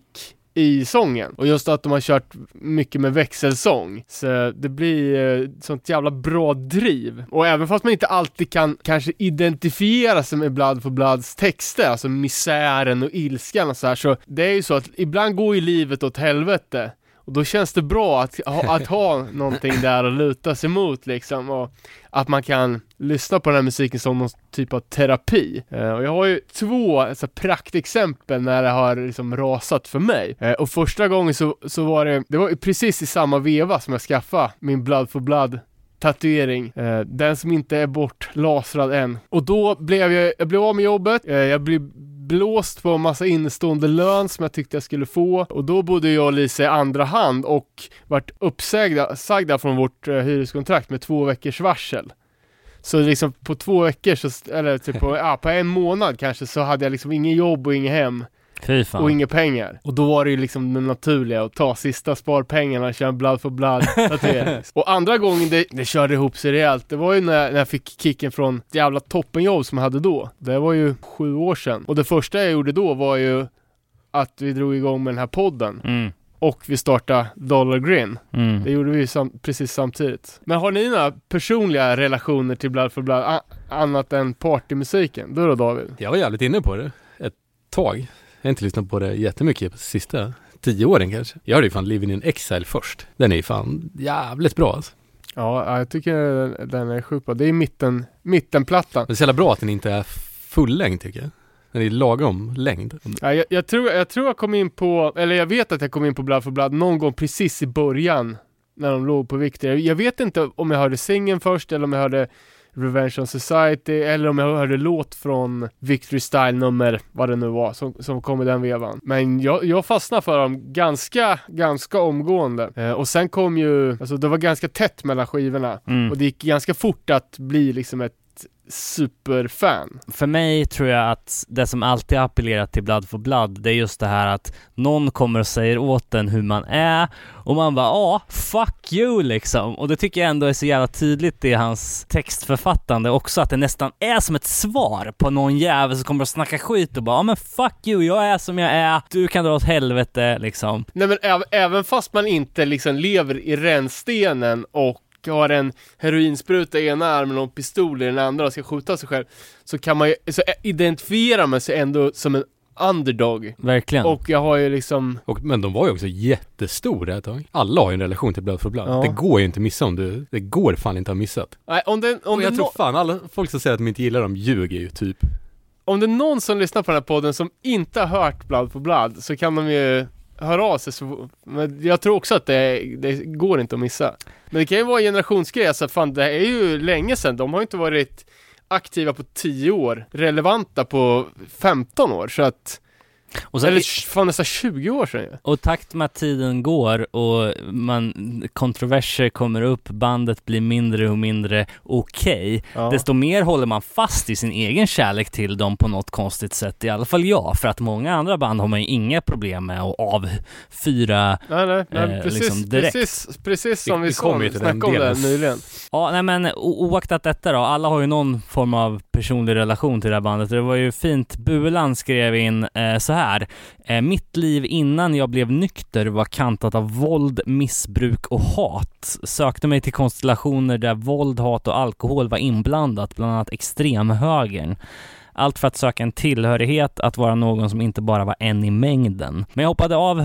i sången. Och just att de har kört mycket med växelsång, så det blir sånt jävla bra driv. Och även fast man inte alltid kan kanske identifiera sig med Blood for Bloods texter, alltså misären och ilskan och så här, så det är ju så att ibland går ju livet åt helvete. Och då känns det bra att ha någonting där att luta sig mot liksom, och att man kan lyssna på den här musiken som någon typ av terapi. Och jag har ju 2 praktexempel när det har liksom rasat för mig. Och första gången så var det var precis i samma veva som jag skaffade min Blood for Blood tatuering. Den som inte är bortlasrad än. Och då blev jag blev av med jobbet. Jag blev blåst på en massa innestående lön som jag tyckte jag skulle få. Och då bodde jag och Lisa i andra hand och vart uppsagda från vårt hyreskontrakt med 2 veckors varsel. Så liksom på 2 veckor eller typ på en månad kanske, så hade jag liksom ingen jobb och ingen hem. Fy fan. Och inga pengar. Och då var det ju liksom det naturliga att ta sista sparpengarna och köra Blood for Blood tatuering. Och andra gången det körde ihop sig rejält, det var ju när jag fick kicken från ett jävla toppenjobb som jag hade då. Det var ju 7 år sedan. Och det första jag gjorde då var ju att vi drog igång med den här podden. Och vi startade Dollar Grin. Det gjorde vi precis samtidigt. Men har ni några personliga relationer till Blood for Blood annat än partymusiken? Då David? Jag var jävligt inne på det ett tag. Jag har inte lyssnat på det jättemycket på sista 10 åren kanske. Jag hörde ju fan Living in Exile först. Den är ju fan jävligt bra alltså. Ja, jag tycker den är sjukt bra. Det är mittenplattan. Det är så jävla bra att den inte är fullängd tycker jag. Den är lagom längd. Ja, jag tror jag kom in på, eller jag vet att jag kom in på Blood for Blood någon gång precis i början när de låg på Victor. Jag vet inte om jag hörde singeln först eller om jag hörde Revenge on Society eller om jag hörde låt från Victory Style nummer, vad det nu var, som kom i den vevan. Men jag fastnade för dem ganska omgående. Och sen kom ju, alltså det var ganska tätt mellan skivorna. Och det gick ganska fort att bli liksom ett superfan. För mig tror jag att det som alltid har appellerat till Blood for Blood, det är just det här att någon kommer och säger åt en hur man är och man bara, fuck you liksom. Och det tycker jag ändå är så jävla tydligt i hans textförfattande också, att det nästan är som ett svar på någon jävel som kommer och snacka skit och bara, men fuck you, jag är som jag är, du kan dra åt helvete liksom. Nej, men även fast man inte liksom lever i rännstenen och har en heroinspruta i ena armen och en pistol i den andra och ska skjuta sig själv, så kan man ju, så identifiera man sig ändå som en underdog. Verkligen. Och jag har ju liksom... Men de var ju också jättestora ett tag. Alla har ju en relation till Blood for Blood. Ja. Det går ju inte att missa det går fan inte att ha missat. Nej, Och jag tror fan alla folk som säger att de inte gillar dem ljuger ju typ. Om det är någon som lyssnar på den här podden som inte har hört Blood for Blood, så kan de ju höra av sig. Men jag tror också att det går inte att missa. Men det kan ju vara en generationsgrej. Alltså, fan, det är ju länge sedan. De har inte varit aktiva på 10 år. Relevanta på 15 år. Så att... Och sen, eller fan nästan 20 år sedan. Ja. och takt med att tiden går och kontroverser kommer upp, bandet blir mindre och mindre okej. Ja. Desto mer håller man fast i sin egen kärlek till dem på något konstigt sätt. I alla fall jag, för att många andra band har man ju inga problem med att avfyra Nej, precis, liksom direkt. precis som vi kommer ju till snackade om det nyligen. Ja, nej men oaktat detta då, alla har ju någon form av personlig relation till det här bandet. Det var ju fint, Bulan skrev in så här. Mitt liv innan jag blev nykter var kantat av våld, missbruk och hat. Sökte mig till konstellationer där våld, hat och alkohol var inblandat, bland annat extremhögern. Allt för att söka en tillhörighet, att vara någon som inte bara var en i mängden. Men jag hoppade av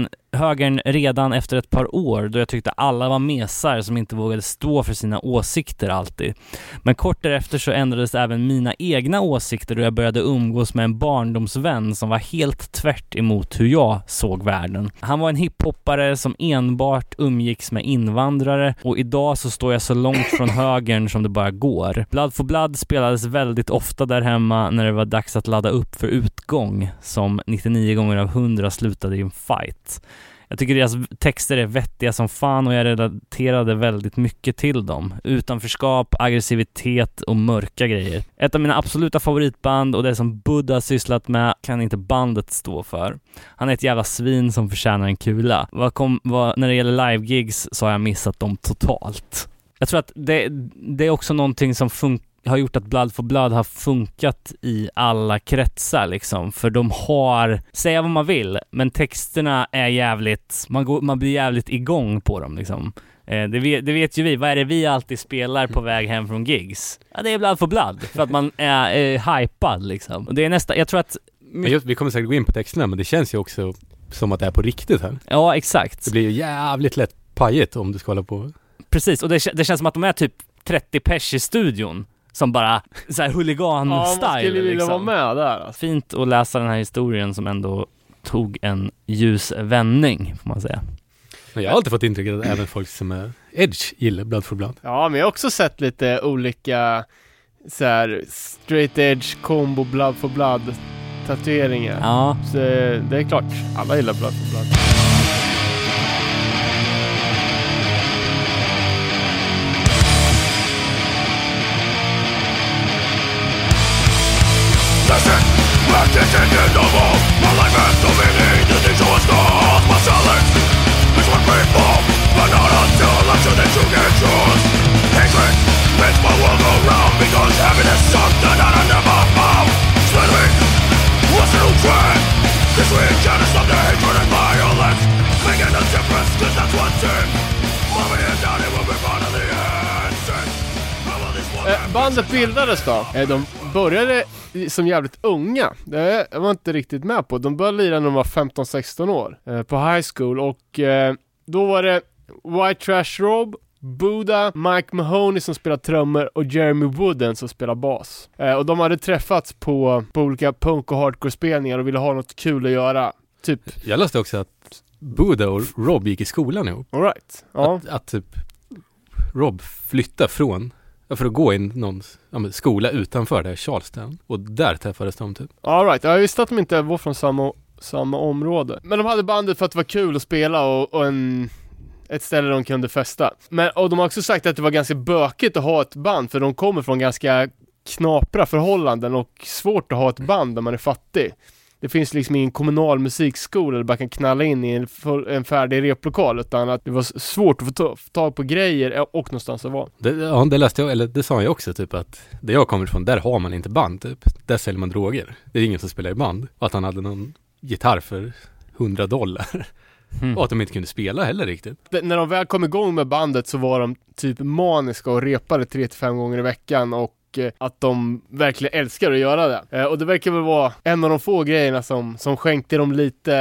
högern redan efter ett par år, då jag tyckte alla var mesar som inte vågade stå för sina åsikter alltid. Men kort därefter så ändrades även mina egna åsikter, då jag började umgås med en barndomsvän som var helt tvärt emot hur jag såg världen. Han var en hiphoppare som enbart umgicks med invandrare, och idag så står jag så långt från högern som det bara går. Blood for Blood spelades väldigt ofta där hemma när det var dags att ladda upp för utgång, som 99 gånger av 100 slutade i en fight. Jag tycker deras texter är vettiga som fan, och jag relaterade väldigt mycket till dem. Utanförskap, aggressivitet och mörka grejer. Ett av mina absoluta favoritband, och det som Buddha sysslat med kan inte bandet stå för. Han är ett jävla svin som förtjänar en kula. När det gäller live-gigs så har jag missat dem totalt. Jag tror att det är också någonting som har gjort att Blood for Blood har funkat i alla kretsar liksom, för de har, säga vad man vill, men texterna är jävligt, man blir jävligt igång på dem liksom. Det vet ju vi, vad är det vi alltid spelar på väg hem från gigs? Ja, det är Blood for Blood, för att man är hypad liksom. Och det är nästa, jag tror att vi kommer säkert gå in på texterna, men det känns ju också som att det är på riktigt här. Ja, exakt. Det blir ju jävligt lätt pajigt om du ska hålla på. Precis, och det känns som att de är typ 30 pers i studion som bara så här huligan-style. Ja, man skulle vilja liksom vara med där. Alltså. Fint att läsa den här historien som ändå tog en ljus vändning, får man säga. Men jag har alltid fått intrycket att även folk som är Edge gillar Blood for Blood. Ja, men jag har också sett lite olika så här straight edge, combo, Blood for Blood tatueringar. Ja. Så det är klart, alla gillar Blood for Blood. Listen, we're taking the wall. My life has no meaning. The things always cause my silence is what people, but not until after that you get yours. Hatred makes my world go round, because happiness is something that I never found. Slitting, what's a new trend? This we can't stop the hatred and violence, making a difference, cause that's one thing. Mommy and daddy will be part of the answer. Bandet bildades då. De började som jävligt unga. Det var inte riktigt med på. De började lira när de var 15-16 år på high school, och då var det White Trash Rob, Buddha, Mike Mahoney som spelar trummor och Jeremy Wooden som spelar bas. Och de hade träffats på olika punk- och hardcore-spelningar och ville ha något kul att göra. Typ. Jag läste också att Buddha och Rob gick i skolan ihop. All right. Ja. Att typ Rob flyttade för att gå i någon skola utanför där Charleston, och där träffades de typ. All right. Jag visste att de inte var från samma område. Men de hade bandet för att det var kul att spela och ett ställe de kunde festa. Och de har också sagt att det var ganska bökigt att ha ett band, för de kommer från ganska knapra förhållanden och svårt att ha ett band när man är fattig. Det finns liksom ingen kommunal musikskola där du bara kan knalla in i en färdig replokal, utan att det var svårt att få tag på grejer och någonstans att vara. Det läste jag, eller det sa jag också typ, att där jag kommer ifrån, där har man inte band typ. Där säljer man droger. Det är ingen som spelar i band. Och att han hade någon gitarr för $100. Och att de inte kunde spela heller riktigt. När de väl kom igång med bandet så var de typ maniska och repade 3-5 gånger i veckan, och och att de verkligen älskar att göra det. Och det verkar väl vara en av de få grejerna som skänkte dem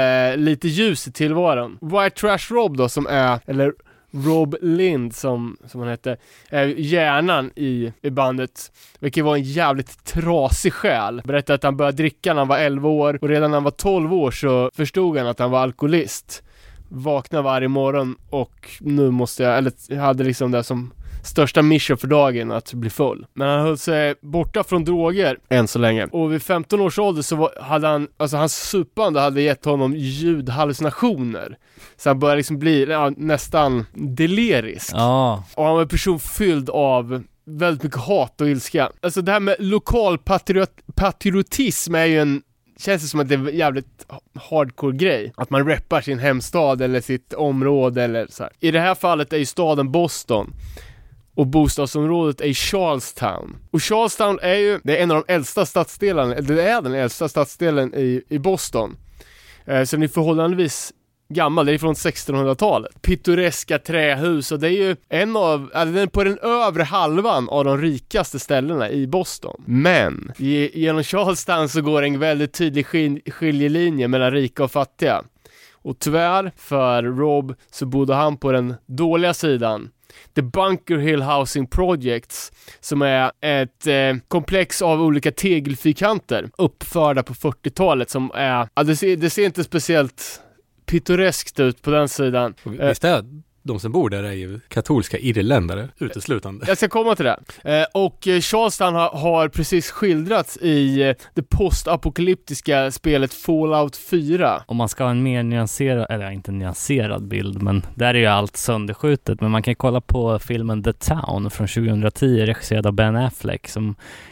lite ljus i tillvaron. White Trash Rob då, som är, eller Rob Lind som han heter, är hjärnan i bandet, vilket var en jävligt trasig själ. Berättade att han började dricka när han var 11 år och redan när han var 12 år så förstod han att han var alkoholist. Vaknade varje morgon och nu hade liksom det som största mission för dagen att bli full. Men han höll sig borta från droger än så länge. Och vid 15 års ålder så hade han, alltså hans supande hade gett honom ljudhallucinationer. Så han började liksom bli nästan delirisk. Och han var en person fylld av väldigt mycket hat och ilska. Alltså det här med lokal patriotism är ju känns det som att det är en jävligt hardcore grej. Att man rappar sin hemstad eller sitt område eller så här. I det här fallet är ju staden Boston. Och bostadsområdet är Charlestown. Och Charlestown det är en av de äldsta stadsdelarna. Det är den äldsta stadsdelen i Boston. Så den är förhållandevis gammal. Det är från 1600-talet. Pittoreska trähus. Och det är ju den är på den övre halvan av de rikaste ställena i Boston. Men genom Charlestown så går en väldigt tydlig skiljelinje mellan rika och fattiga. Och tyvärr för Rob så bodde han på den dåliga sidan. The Bunker Hill Housing Projects, som är ett komplex av olika tegelfyrkanter uppförda på 40-talet som är, det ser inte speciellt pittoreskt ut på den sidan. Visst är de som bor där är ju katolska irländare uteslutande. Jag ska komma till det. Och Charlestown har precis skildrats i det postapokalyptiska spelet Fallout 4. Om man ska ha en mer nyanserad, eller inte nyanserad bild, men där är ju allt sönderskjutet. Men man kan kolla på filmen The Town från 2010, regisserad av Ben Affleck, som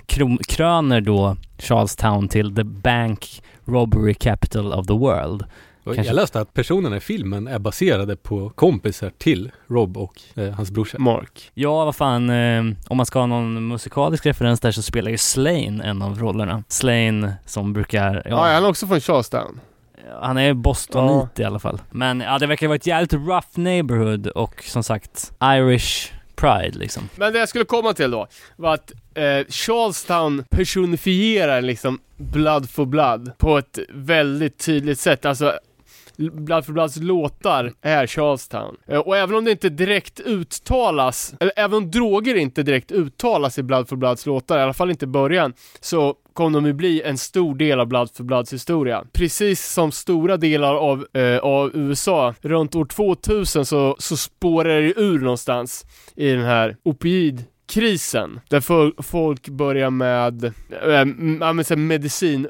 kröner då Charlestown till the bank robbery capital of the world. Jag läste att personerna i filmen är baserade på kompisar till Rob och hans brorsa Mark. Ja, vad fan, om man ska ha någon musikalisk referens där så spelar ju Slaine en av rollerna. Slaine som brukar... Ja, han är också från Charlestown. Han är bostonit i alla fall. Men ja, det verkar vara ett jävligt rough neighborhood och som sagt Irish pride liksom. Men det jag skulle komma till då var att Charlestown personifierar liksom Blood for Blood på ett väldigt tydligt sätt. Alltså Blood for Bloods låtar är Charlestown. Och även om det inte direkt uttalas, eller även om droger inte direkt uttalas i Blood for Bloods låtar, i alla fall inte i början, så kommer de ju bli en stor del av Blood for Bloods historia. Precis som stora delar av USA. Runt år 2000 så spårar det ur någonstans i den här opioidkrisen. Där folk börjar med medicin,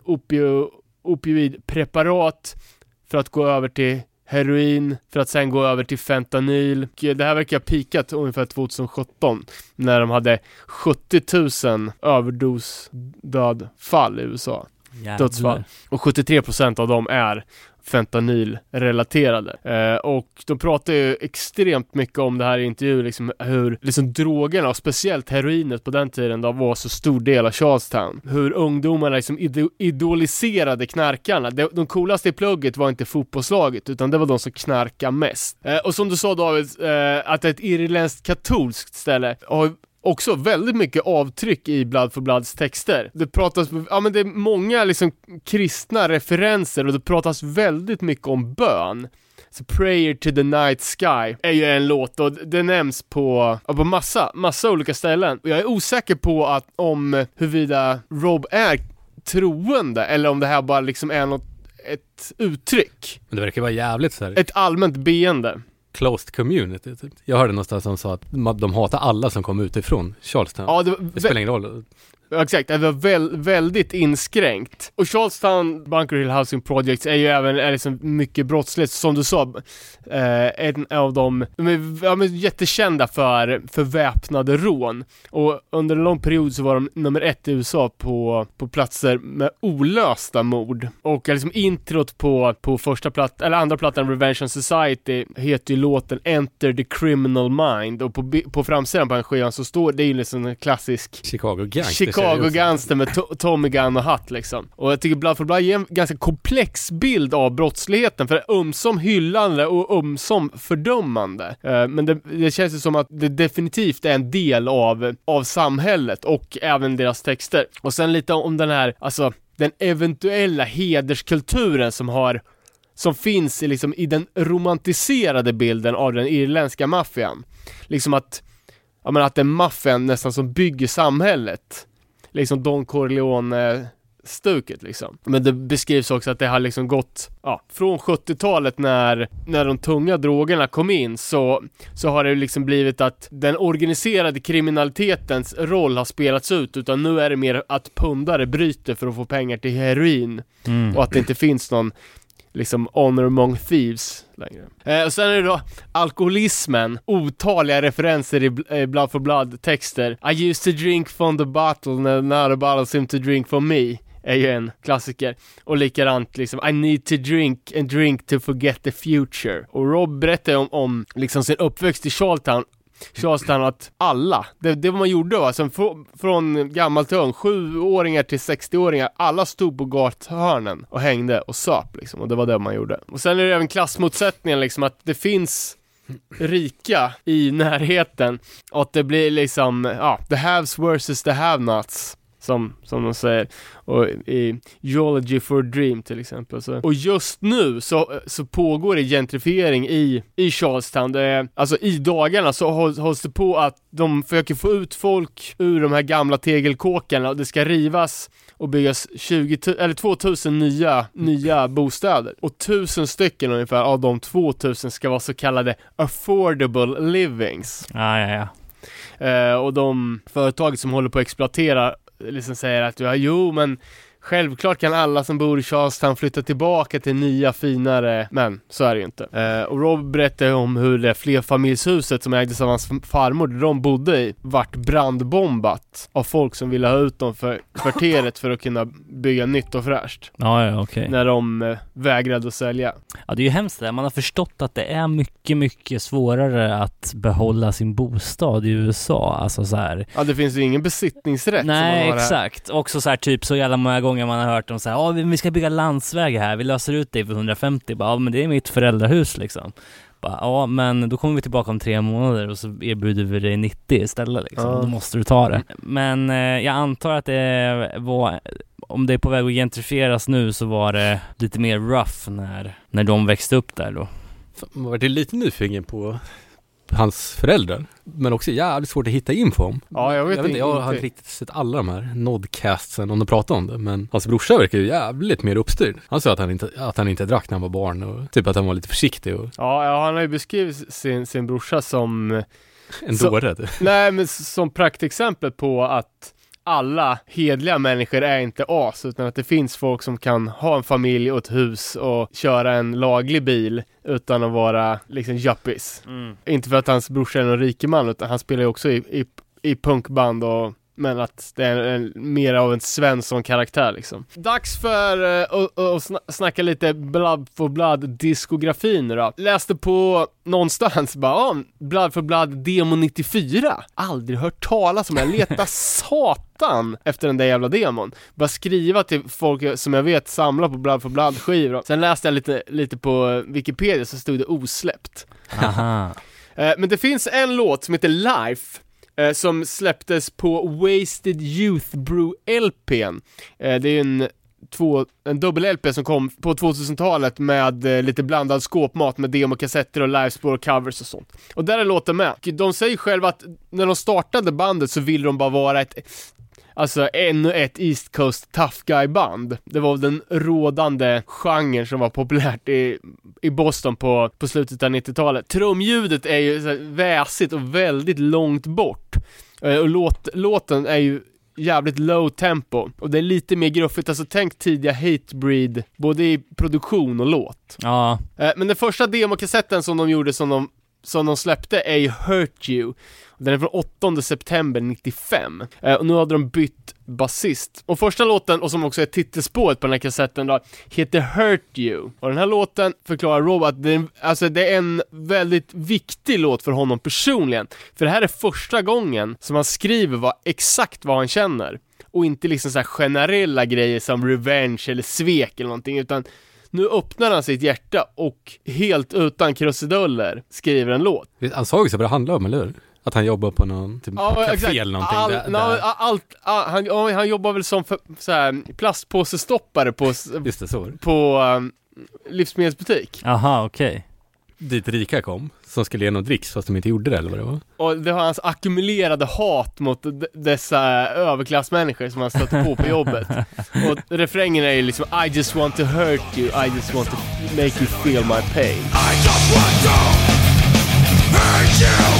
opioidpreparat för att gå över till heroin, för att sen gå över till fentanyl. Det här verkar ha pikat ungefär 2017 när de hade 70 000 överdosdödfall i USA. Dödsfall. Och 73% av dem är fentanyl-relaterade. Och de pratar ju extremt mycket om det här i intervjuer, liksom hur liksom drogerna och speciellt heroinet på den tiden då var så stor del av Charlestown. Hur ungdomarna liksom idoliserade knarkarna. De coolaste i plugget var inte fotbollslaget utan det var de som knarkade mest. Och som du sa David, att ett irländskt katolskt ställe har också väldigt mycket avtryck i Blood for Bloods texter. Det pratas, det är många liksom kristna referenser och det pratas väldigt mycket om bön. Så Prayer to the Night Sky är ju en låt och det nämns på massa olika ställen. Och jag är osäker på om huruvida Rob är troende eller om det här bara liksom är ett uttryck. Men det verkar vara jävligt så här. Ett allmänt beende. Closed community typ. Jag hörde någonstans som sa att de hatar alla som kom utifrån Charlestown. Ja, det spelar ingen roll. Exakt, det var väldigt inskränkt. Och Charlestown Bunker Hill Housing Projects är ju även liksom mycket brottsligt. Som du sa, en av dem, de är jättekända för väpnade rån. Och under en lång period så var de nummer 1 i USA på platser med olösta mord. Och liksom introt på första plattan, eller andra plattan, Revenge on Society, heter ju låten Enter the Criminal Mind. Och på framsidan på en skivan så står det ju liksom en klassisk Chicago jag och Gangster med Tommy Gun och hatt liksom. Och jag tycker Blood for Blood ger en ganska komplex bild av brottsligheten, för det är ömsom hyllande och ömsom fördömande. Men det känns ju som att det definitivt är en del av samhället och även deras texter. Och sen lite om den här, alltså den eventuella hederskulturen som finns liksom i den romantiserade bilden av den irländska maffian. Liksom att det är maffian nästan som bygger samhället. Liksom Don Corleone-stuket liksom. Men det beskrivs också att det har liksom gått från 70-talet när de tunga drogerna kom in, så har det liksom blivit att den organiserade kriminalitetens roll har spelats ut, utan nu är det mer att pundare bryter för att få pengar till heroin. Och att det inte finns någon liksom honor among thieves längre. Och sen är det då alkoholismen, otaliga referenser i Blood for Blood texter. I used to drink from the bottle, now the bottle seemed to drink from me, är ju en klassiker. Och likadant liksom, I need to drink and drink to forget the future. Och Rob berättar om liksom sin uppväxt i Charlestown, att alla, det var man gjorde va, alltså från gammal till ung, 7-åringar till 60-åringar, alla stod på gathörnen och hängde och söp liksom, och det var det man gjorde. Och sen är det även klassmotsättningen liksom, att det finns rika i närheten och att det blir liksom, the haves versus the have-nots, som de säger, och i Geology for a Dream till exempel. Så. Och just nu så pågår det gentrifiering i Charlestown. Alltså i dagarna så hålls det på att de försöker få ut folk ur de här gamla tegelkåkarna, och det ska rivas och byggas 2000 nya bostäder. Och 1000 stycken ungefär av de 2000 ska vara så kallade affordable livings. Ja. Och de företag som håller på att exploatera liksom säger att men självklart kan alla som bor i Charlestown flytta tillbaka till nya finare, men så är det ju inte. Och Rob berättade om hur det flerfamiljshuset som ägdes av hans farmor de bodde i vart brandbombat av folk som ville ha ut dem för kvarteret för att kunna bygga nytt och fräscht. Ja, okej. När de vägrade att sälja. Ja, det är ju hemskt det. Man har förstått att det är mycket, mycket svårare att behålla sin bostad i USA. Alltså så här. Ja, det finns ju ingen besittningsrätt. Nej, exakt. Också så här typ så jävla många gånger man har hört om så här, vi ska bygga landsväg här, vi löser ut det för 150, men det är mitt föräldrahus liksom. Men då kommer vi tillbaka om 3 månader och så erbjuder vi dig 90 istället liksom. Då måste du ta det. Men jag antar att det var, om det är på väg att gentrifieras nu, så var det lite mer rough när de växte upp där då. Man var lite nyfiken på hans föräldrar, men också jävligt svårt att hitta info om. Ja, jag vet inte. Jag har inte riktigt sett alla de här nodcastsen om de pratar om det, men hans brorsa verkar ju jävligt mer uppstyrd. Han sa att han inte drack när han var barn och typ att han var lite försiktig. Och... Ja, han har ju beskrivit sin brorsa som en dåre. Nej, men som praktexempel på att alla hedliga människor är inte as, utan att det finns folk som kan ha en familj och ett hus och köra en laglig bil utan att vara liksom yuppies. Inte för att hans brorsa är någon rikeman, utan han spelar ju också i punkband, men att det är mer av en Svensson-karaktär liksom. Dags för att snacka lite Blood for Blood-diskografin då. Läste på någonstans Blood for Blood Demo 94. Aldrig hört talas om. Jag letar satan efter den där jävla demon. Bara skriva till folk som jag vet samlar på Blood for Blood-skivor. Sen läste jag lite på Wikipedia, så stod det osläppt. Aha. Men det finns en låt som heter Life, som släpptes på Wasted Youth Brew LP:n. Det är en dubbel-LP som kom på 2000-talet med lite blandad skåpmat med demokassetter och livespår och covers och sånt. Och där är låten med. De säger själva att när de startade bandet så ville de bara vara ännu ett East Coast tough guy band. Det var den rådande genren som var populärt i Boston på slutet av 90-talet. Trumljudet är ju så här väsigt och väldigt långt bort. Och låten är ju jävligt low tempo. Och det är lite mer gruffigt. Alltså tänk tidiga Hatebreed, både i produktion och låt. Ja. Men den första demokassetten som de gjorde, som de släppte, är ju Hurt You. Den är från 8 september 95. Och nu hade de bytt basist. Och första låten, och som också är titelspåret på den här kassetten då, heter Hurt You. Och den här låten förklarar Rob att det är en väldigt viktig låt för honom personligen. För det här är första gången som han skriver exakt vad han känner. och inte liksom så här generella grejer som revenge eller svek eller någonting, utan nu öppnar han sitt hjärta och helt utan krusiduller skriver en låt. Han sa också vad det handlar om, eller hur? Att han jobbar på någon typ café eller någonting. Han jobbar väl som så här plastpåsestoppare på Just det, så. På livsmedelsbutik. Aha, okej. Dit rika kom, som skulle ge någon dricks fast de inte gjorde det, eller vad det var. Och det var hans ackumulerade hat mot dessa överklassmänniskor som han stötte på jobbet. Och refrängen är ju liksom I just want to hurt you, I just want to make you feel my pain. I just want to hurt you.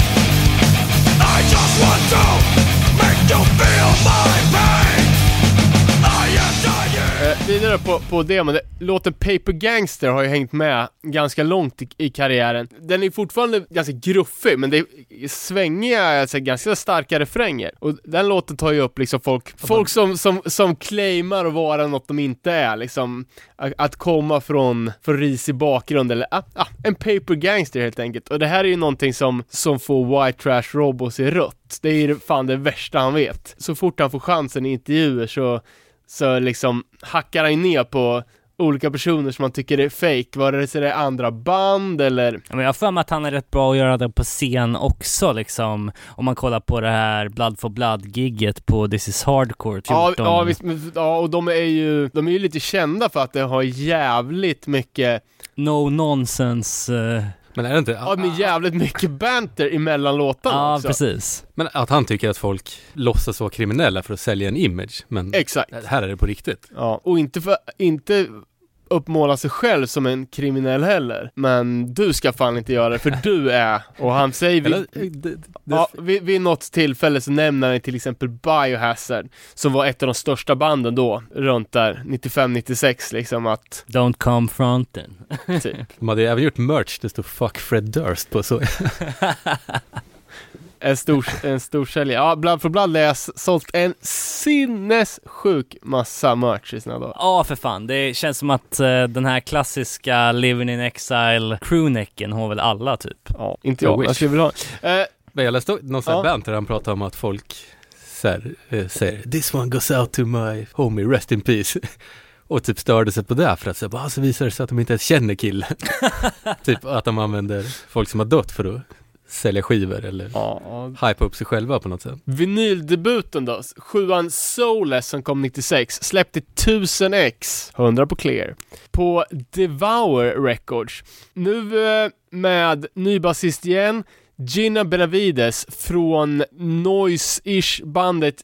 I just want to make you feel my pain. I am dying. Vidare på demon, låten Paper Gangster har ju hängt med ganska långt i karriären. Den är fortfarande ganska gruffig, men det är svängiga, alltså ganska starka refränger. Och den låten tar ju upp liksom folk som claimar att vara något de inte är, liksom att komma från risig bakgrund eller en Paper Gangster helt enkelt. Och det här är ju någonting som får White Trash Robots i rött. Det är fan det värsta han vet. Så fort han får chansen i intervjuer så liksom hackar han ner på olika personer som man tycker är fake. Var det så det är andra band eller? Men jag har för mig att han är rätt bra att göra det på scen också liksom. Om man kollar på det här Blood for Blood-gigget på This is Hardcore 14. Ja, visst, och de är ju lite kända för att det har jävligt mycket no nonsense. Men är det inte? Ja, men jävligt mycket banter emellan låtarna. Ja, också. precis. Men att han tycker att folk låtsas vara kriminella för att sälja en image. Men exakt. Här är det på riktigt. Ja, och inte uppmåla sig själv som en kriminell heller. Men du ska fan inte göra det, för du är, och han säger vid något tillfälle så nämner han till exempel Biohazard, som var ett av de största banden då, runt där 95-96 liksom, att don't come fronten. Typ. De hade även gjort merch, det stod Fuck Fred Durst på så. En stor säljare. Ja, Blood for Blood har jag sålt en sinnessjuk massa merch i sina dagar. Ja, för fan. Det känns som att den här klassiska Living in Exile crewnecken har väl alla typ. Ja, inte jag skulle vilja ha. Men jag läste någon sån här band där han pratar om att folk säger this one goes out to my homie, rest in peace. Och typ störde sig på det för att så visar det sig att de inte ens känner killen. Typ att de använder folk som har dött för att sälja skivor eller hypa upp sig själva på något sätt. Vinyldebuten då, 7an Soulless som kom 96, släppte 1000x, 100 på clear, på Devour Records. Nu med ny basist igen, Gina Benavides från noise-ish bandet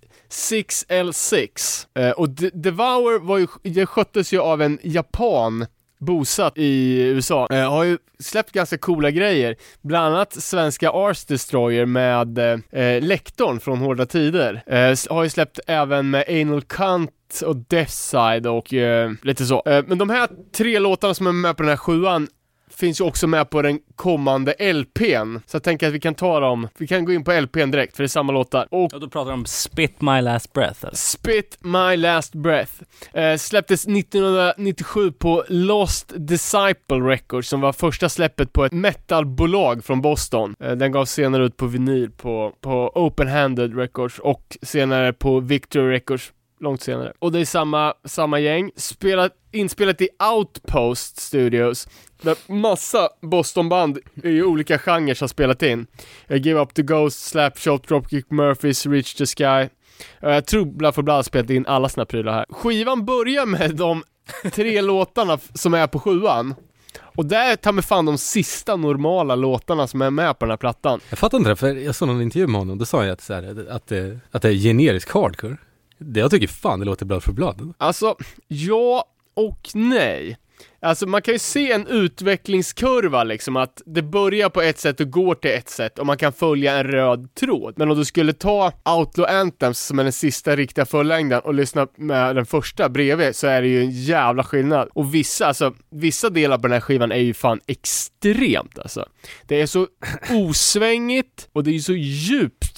6L6. Och Devour det sköttes ju av en japan bosatt i USA. Har ju släppt ganska coola grejer. Bland annat svenska Ars Destroyer med Lektorn från Hårda Tider. Har ju släppt även med Anal Cunt och Deathside och lite så. Men de här 3 låtarna som är med på den här 7an finns ju också med på den kommande LPn. Så jag tänker att vi kan ta dem. Vi kan gå in på LPn direkt, för det är samma låtar. Och då pratar de om Spit My Last Breath. Eller? Spit My Last Breath. Släpptes 1997 på Lost Disciple Records, som var första släppet på ett metalbolag från Boston. Den gav senare ut på vinyl på Open Handed Records och senare på Victory Records långt senare. Och det är samma gäng. Inspelat i Outpost Studios. Där massa Boston-band i olika genrer har spelat in. Give Up the Ghost, Slapshot, Dropkick Murphys, Reach the Sky. Jag tror Blood for Blood har spelat in alla sina prylar här. Skivan börjar med de 3 låtarna som är på 7an. Och där tar med fan de sista normala låtarna som är med på den här plattan. Jag fattar inte det, för jag såg någon intervju med honom. Då sa jag att det är generisk hardcore. Jag tycker fan det låter Blood for Blood. Alltså, ja och nej. Alltså man kan ju se en utvecklingskurva liksom, att det börjar på ett sätt och går till ett sätt och man kan följa en röd tråd. Men om du skulle ta Outlaw Anthems som är den sista riktiga fullängden och lyssna med den första bredvid, så är det ju en jävla skillnad. Och vissa delar på den här skivan är ju fan extremt alltså. Det är så osvängigt och det är ju så djupt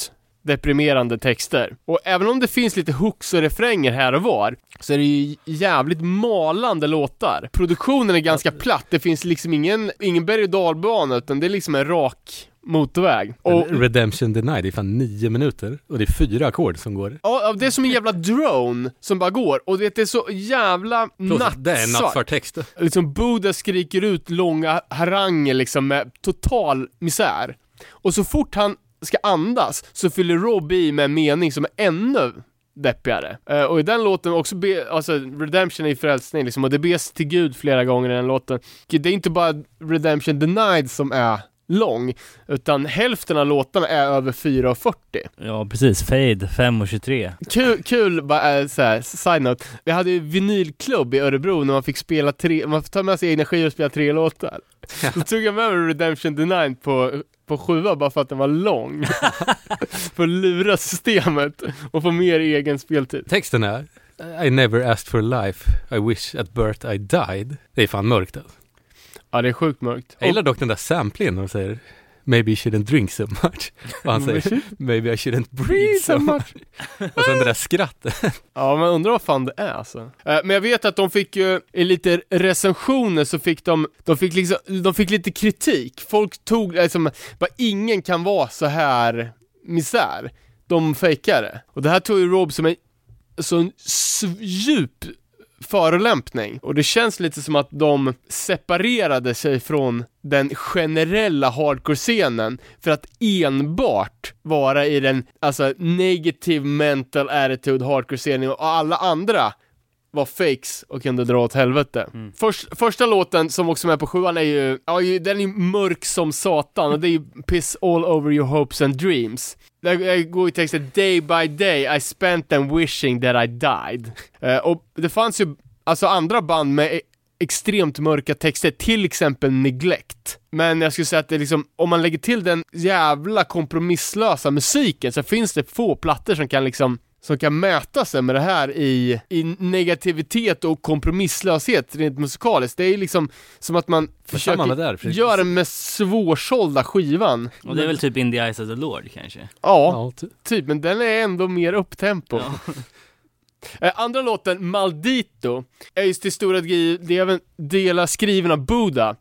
deprimerande texter. Och även om det finns lite hooks och refränger här och var, så är det ju jävligt malande låtar. Produktionen är ganska platt. Det finns liksom ingen berg- och dalbana, utan det är liksom en rak motorväg. Och Redemption Denied, det är fan 9 minuter och det är 4 ackord som går. ja, det är som en jävla drone som bara går. Och det är så jävla Det är nattfartext. liksom Buddha skriker ut långa haranger liksom med total misär. Och så fort han ska andas så fyller Rob i med en mening som är ännu deppigare. Och i den låten också alltså Redemption är frälsning liksom, och det bes till Gud flera gånger i den låten. Det är inte bara Redemption Denied som är lång, utan hälften av låtarna är över 4:40. Ja, precis. Fade 5:23. Kul bara så här, side note. Vi hade ju vinylklubb i Örebro när man fick spela man får ta med sig egna skivor och spela 3 låtar. Då tog jag med mig Redemption Denied på 7 bara för att den var lång. För att lura systemet och få mer egen speltid. Texten är I never asked for life, I wish at birth I died. Det är fan mörkt alltså. Ja, det är sjukt mörkt. Jag gillar dock den där samplingen när de säger maybe you shouldn't drink so much. Och han säger maybe I shouldn't breathe so much. Och sen det där skrattet. Ja, man undrar vad fan det är alltså. Men jag vet att de fick ju i lite recensioner så fick de fick lite kritik. Folk tog liksom, bara ingen kan vara så här misär. De fejkade. Och det här tog ju Rob som en så djup förolämpning. Och det känns lite som att de separerade sig från den generella hardcore-scenen för att enbart vara i den negative mental attitude hardcore-scenen, och alla andra var fakes och kunde dra åt helvete. Första låten som också är på 7:an är ju, den är mörk som satan, och det är ju Piss all over your hopes and dreams. Där går i texten day by day I spent them wishing that I died. Och det fanns ju andra band med extremt mörka texter, till exempel Neglect. Men jag skulle säga att det liksom, om man lägger till den jävla kompromisslösa musiken, så finns det få plattor som kan mäta sig med det här i negativitet och kompromisslöshet rent musikaliskt. Det är liksom som att man försöker göra den med svårsålda skivan. Och det är väl typ In the Eyes of the Lord kanske? Ja, typ, men den är ändå mer upptempo. Ja. Andra låten, Maldito, är just till stora delar skriven av Buddha.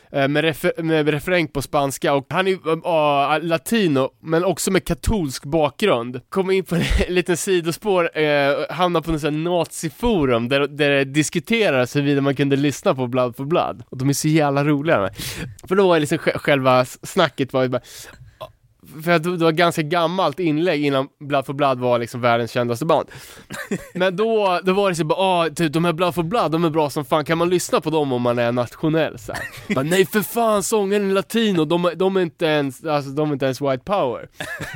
Med refräng på spanska, och han är latino men också med katolsk bakgrund. Kom in på en liten sidospår, hamnade på en sån naziforum där det diskuterades huruvida man kunde lyssna på Blood for Blood, och de är så jävla roliga. För då var liksom själva snacket var ju bara, för det var ganska gammalt inlägg innan Blood for Blood var liksom världens kändaste band. Men då var det så bara, typ, de här Blood for Blood, de är bra som fan, kan man lyssna på dem om man är nationell så här? Bara, nej för fan, sången är latino, de är inte ens white power.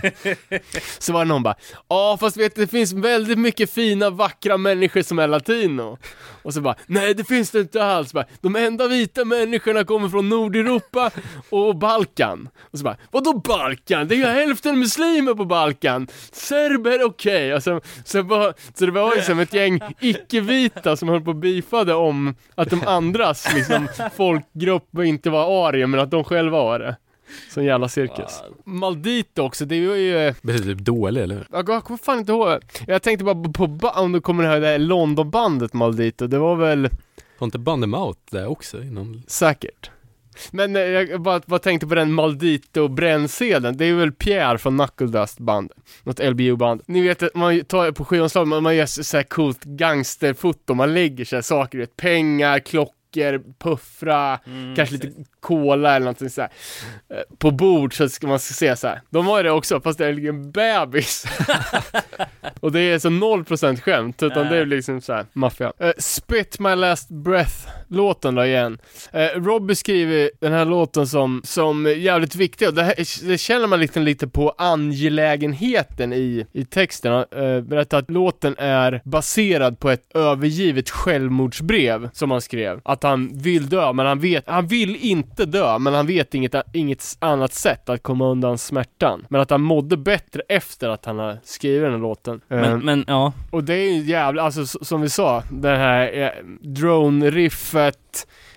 Så var det någon bara, fast vet du, det finns väldigt mycket fina, vackra människor som är latino. Och så bara, nej det finns det inte alls. Bara, de enda vita människorna kommer från Nordeuropa och Balkan. Och så bara, vadå Balkan? Det är ju hälften muslimer på Balkan. Serber, okej. Och så det var liksom ett gäng icke-vita som höll på och bifade om att de andras liksom, folkgrupp inte var arier, men att de själva var det. Sån jävla cirkus. Maldito också, det är ju... Det är typ dålig, eller hur? Jag kommer fan inte ihåg. Jag tänkte bara på om du kommer ihåg det här London-bandet Maldito. Det var väl... Har inte Band Them Out där också? Innan... Säkert. Men jag bara tänkte på den Maldito-brännsedeln. Det är väl Pierre från Knuckle Dust band. Något LBU-band. Ni vet att man tar på skivomslag, man gör så här coolt gangsterfoto. Man lägger så här saker, pengar, klockor, puffra, kanske lite cola eller någonting så här. På bord så ska man se så här. De har det också, fast det är en bebis. Och det är så 0% skämt, utan det är liksom så här maffia. Spit My Last Breath-låten då igen. Rob beskriver den här låten som jävligt viktig, och det känner man lite på angelägenheten i texten. Berättar att låten är baserad på ett övergivet självmordsbrev som han skrev. Att han vill dö, men han vill inte dö, men han vet inget annat sätt att komma undan smärtan. Men att han mådde bättre efter att han har skrivit den här låten. Men ja. Och det är ju jävla, alltså som vi sa, det här drone-riffet,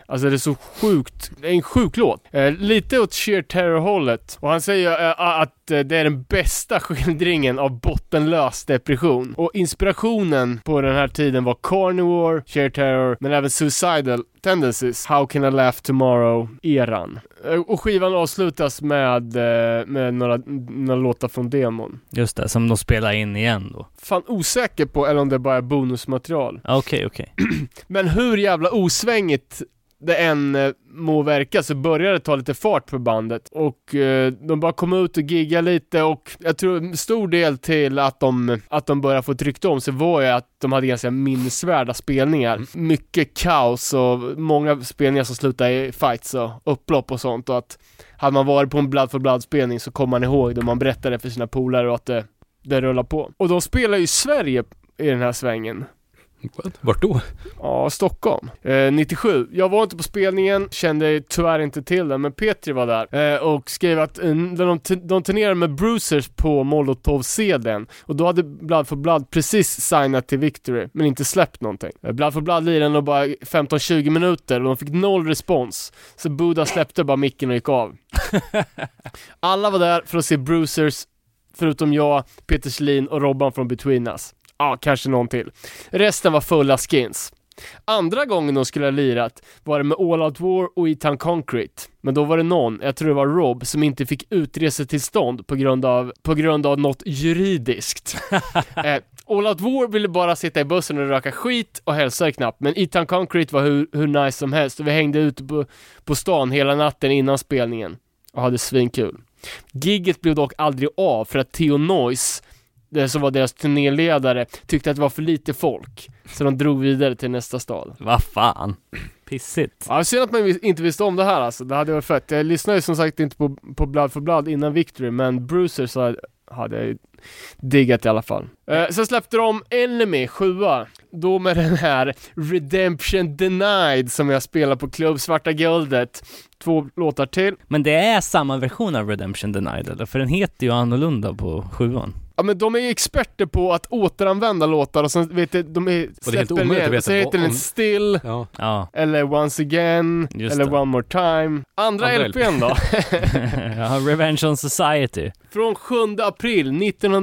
Alltså det är så sjukt, det är en sjuk låt. Lite åt sheer terror-hållet. Och han säger att det är den bästa skildringen av bottenlös depression. Och inspirationen på den här tiden var Carnivore, sheer terror, men även Suicidal Tendencies, How Can I Laugh Tomorrow-eran. Och skivan avslutas med några låtar från demon. Just det, som de spelar in igen då. Fan osäker på, eller om det bara är bonusmaterial. Okej. Men hur jävla osvängigt det än må verka, så började det ta lite fart på bandet. Och de bara kom ut och gigga lite. Och jag tror stor del till att de började få ett rykte om sig var ju att de hade ganska minnesvärda spelningar. Mycket kaos och många spelningar som slutade i fights och upplopp och sånt. Och att hade man varit på en Blood for Blood-spelning så kom man ihåg då man berättade för sina polare och att det rullar på. Och de spelar ju i Sverige i den här svängen. Vart då? Ja, Stockholm. 97. Jag var inte på spelningen, kände tyvärr inte till den, men Petri var där och skrev att de turnerade med Bruisers på Molotov-CD:n. Och då hade Blood for Blood precis signat till Victory, men inte släppt någonting. Blood for Blood lirade nog bara 15-20 minuter och de fick 0 respons. Så Buddha släppte bara micken och gick av. Alla var där för att se Bruisers, förutom jag, Peter Selin och Robban från Between Us. Ja, kanske någon till. Resten var fulla skins. Andra gången de skulle ha lirat var det med All Out War och Eton Concrete. Men då var det någon, jag tror det var Rob, som inte fick utresetillstånd på grund av något juridiskt. All Out War ville bara sitta i bussen och röka skit och hälsa knappt. Men Eton Concrete var hur nice som helst. Och vi hängde ute på stan hela natten innan spelningen och hade svinkul. Gigget blev dock aldrig av för att Theo Noise, det som var deras turnéledare, tyckte att det var för lite folk. Så de drog vidare till nästa stad. Vad fan? Pissigt. Ja, synd att man inte visste om det här alltså. Det hade varit fett. Jag lyssnade ju som sagt inte på Blood for Blood innan Victory, men Bruiser så hade jag diggat i alla fall. Sen släppte de Enemy 7. Då med den här Redemption Denied som jag spelar på Klubb Svarta Guldet. 2 låtar till. Men det är samma version av Redemption Denied, eller? För den heter ju annorlunda på 7. Ja, men de är ju experter på att återanvända låtar och sen vet jag, de är släpper ner, så heter den Still, eller Once Again, just eller det. One More Time. Andra LPn då? Ja, Revenge on Society. Från 7 april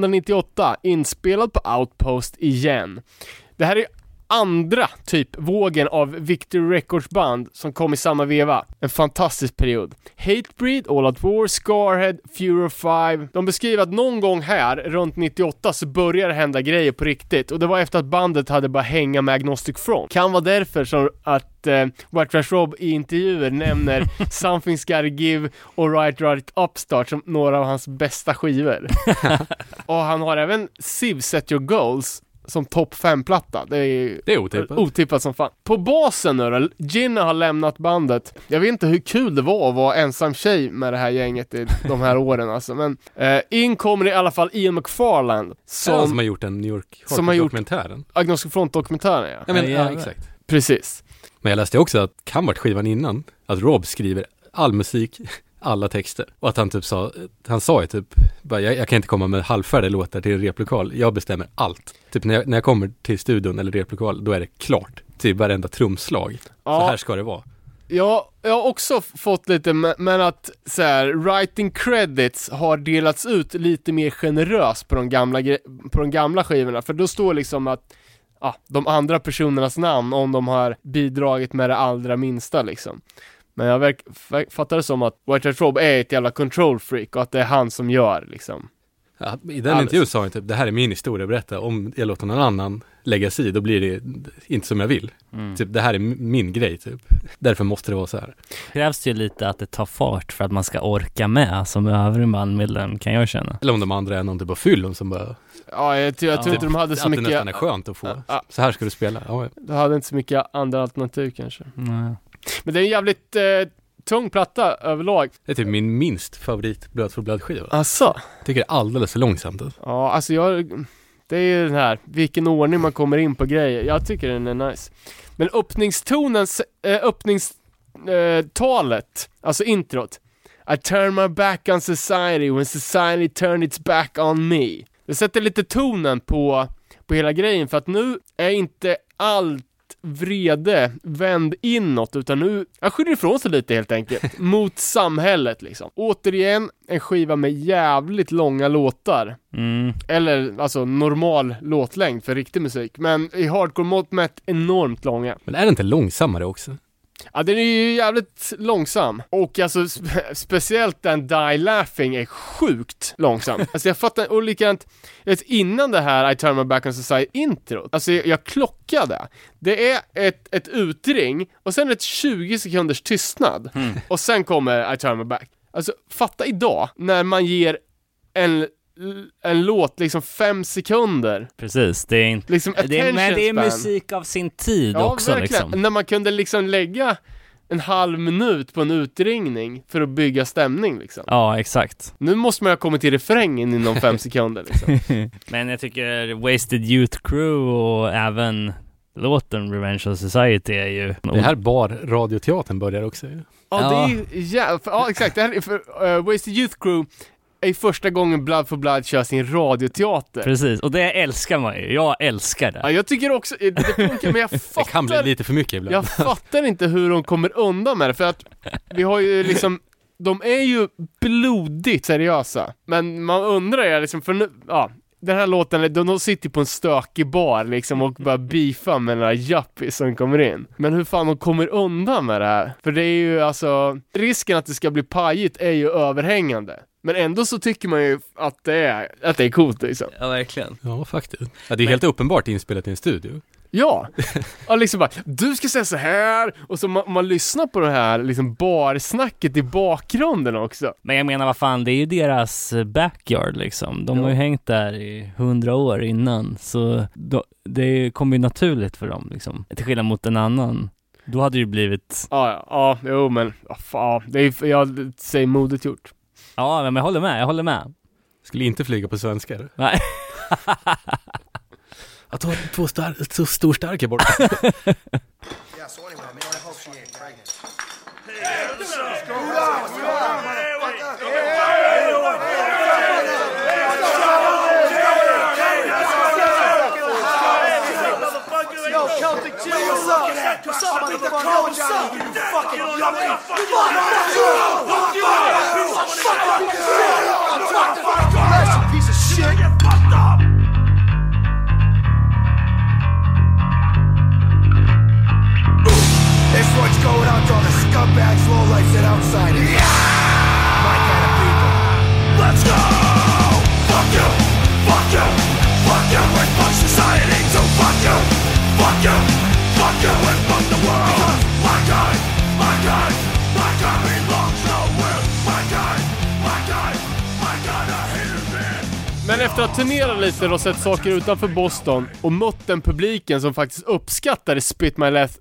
1998, inspelad på Outpost igen. Det här är andra typ vågen av Victory Records band som kom i samma veva. En fantastisk period. Hatebreed, All Out War, Scarhead, Furor 5. De beskriver att någon gång här, runt 98, så började hända grejer på riktigt. Och det var efter att bandet hade bara hänga med Agnostic Front. Kan vara därför som att White Trash Rob i intervjuer nämner Something's Gotta Give och Right Upstart som några av hans bästa skivor. Och han har även Civ Set Your Goals som topp 5-platta. Det är otippat som fan. På basen nu då, Gina har lämnat bandet. Jag vet inte hur kul det var att vara ensam tjej med det här gänget i de här åren alltså. Men in kommer i alla fall Ian McFarland som har gjort en New York-dokumentären. Agnostic Front-dokumentären, ja, exakt. Precis. Men jag läste också att kan varit skivan innan att Rob skriver all musik, alla texter. Och att han typ han sa ju typ jag kan inte komma med halvfärdiga låtar till en replokal. Jag bestämmer allt. Typ när jag kommer till studion eller replokal, då är det klart. Typ varenda trumslag. Ja. Så här ska det vara. Ja, jag har också fått lite, men att så här, writing credits har delats ut lite mer generöst på de gamla skivorna. För då står liksom att de andra personernas namn om de har bidragit med det allra minsta liksom. Men jag fattar det som att White Trash Rob är ett jävla control freak och att det är han som gör liksom. Ja, i den intervjun sa jag typ, det här är min historia, berätta. Om jag låter någon annan lägga sig i, då blir det inte som jag vill. Typ, det här är min grej typ. Därför måste det vara så här. Krävs ju lite att det tar fart för att man ska orka med som övrig bandmedlem, kan jag känna. Eller om de andra är någon typ av fyllon som bara... Ja, jag tror inte de hade så mycket... Att det nästan är skönt att få. Så här ska du spela. Ja. Du hade inte så mycket andra alternativ kanske. Nej. Men det är en jävligt tung platta överlag. Det är typ min minst favorit Blood for Blood-skiva. Asså? Tycker det är alldeles för långsamt. Ja, alltså det är ju den här, vilken ordning man kommer in på grejer. Jag tycker den är nice. Men öppningstalet, alltså introt. I turn my back on society when society turned its back on me. Det sätter lite tonen på hela grejen, för att nu är inte allt vrede vänd inåt, utan nu han skyller ifrån sig lite helt enkelt mot samhället liksom. Återigen en skiva med jävligt långa låtar. Eller alltså normal låtlängd för riktig musik, men i hardcore-mått mätt enormt långa. Men är det inte långsammare också? Ja, den är ju jävligt långsam. Och alltså speciellt den Die Laughing är sjukt långsam. Alltså jag fattar, och likadant innan det här I Turn My Back on Society intro, alltså jag klockade. Det är ett utring och sen ett 20 sekunders tystnad. Och sen kommer I Turn My Back. Alltså fatta idag när man ger en låt liksom 5 sekunder. Precis, det är inte liksom men det är musik av sin tid också verkligen. liksom. När man kunde liksom lägga en halv minut på en utringning för att bygga stämning liksom. Ja, exakt. Nu måste man ha kommit till refrängen inom 5 sekunder liksom. Men jag tycker Wasted Youth Crew och även låten Revenge of Society är ju... Det här radioteatern börjar också ju. Ja, det är ja, exakt. Det här är för Wasted Youth Crew är första gången Blood for Blood kör sin radioteater. Precis, och det älskar man ju. Jag älskar det. Ja, jag tycker också, det funkar, men jag fattar... Det kan bli lite för mycket ibland. Jag fattar inte hur de kommer undan med det, för att vi har ju liksom... De är ju blodigt seriösa. Men man undrar ju liksom, för nu... Ja, den här låten, de sitter på en stökig bar liksom och bara beefa med den här yuppie som kommer in. Men hur fan de kommer undan med det här? För det är ju alltså... Risken att det ska bli pajigt är ju överhängande. Men ändå så tycker man ju att det är coolt liksom. Ja, verkligen. Ja, faktiskt. Ja, det är helt uppenbart inspelat i en studio. Ja, och liksom bara, du ska säga så här. Och så man lyssnar på det här liksom barsnacket i bakgrunden också. Men jag menar, vad fan, det är ju deras backyard liksom. De har ju hängt där i 100 år innan. Så det kommer ju naturligt för dem liksom. Till skillnad mot en annan. Då hade det ju blivit... Jo men, det är, jag säger modigt gjort. Ja, men jag håller med. Skulle inte flyga på svenska. Nej. Jag tar två stor starka bort. This one's going out to all the scumbags, lowlifes, and outsiders. My kind of people. Let's go! Fuck you! Fuck you! Fuck you! And fuck society, so fuck you! Fuck you! Fuck you! And fuck the world! My kind belongs nowhere. My kind I hate it. Men efter att turnera lite och sett saker utanför Boston och mött den publiken som faktiskt uppskattade Spit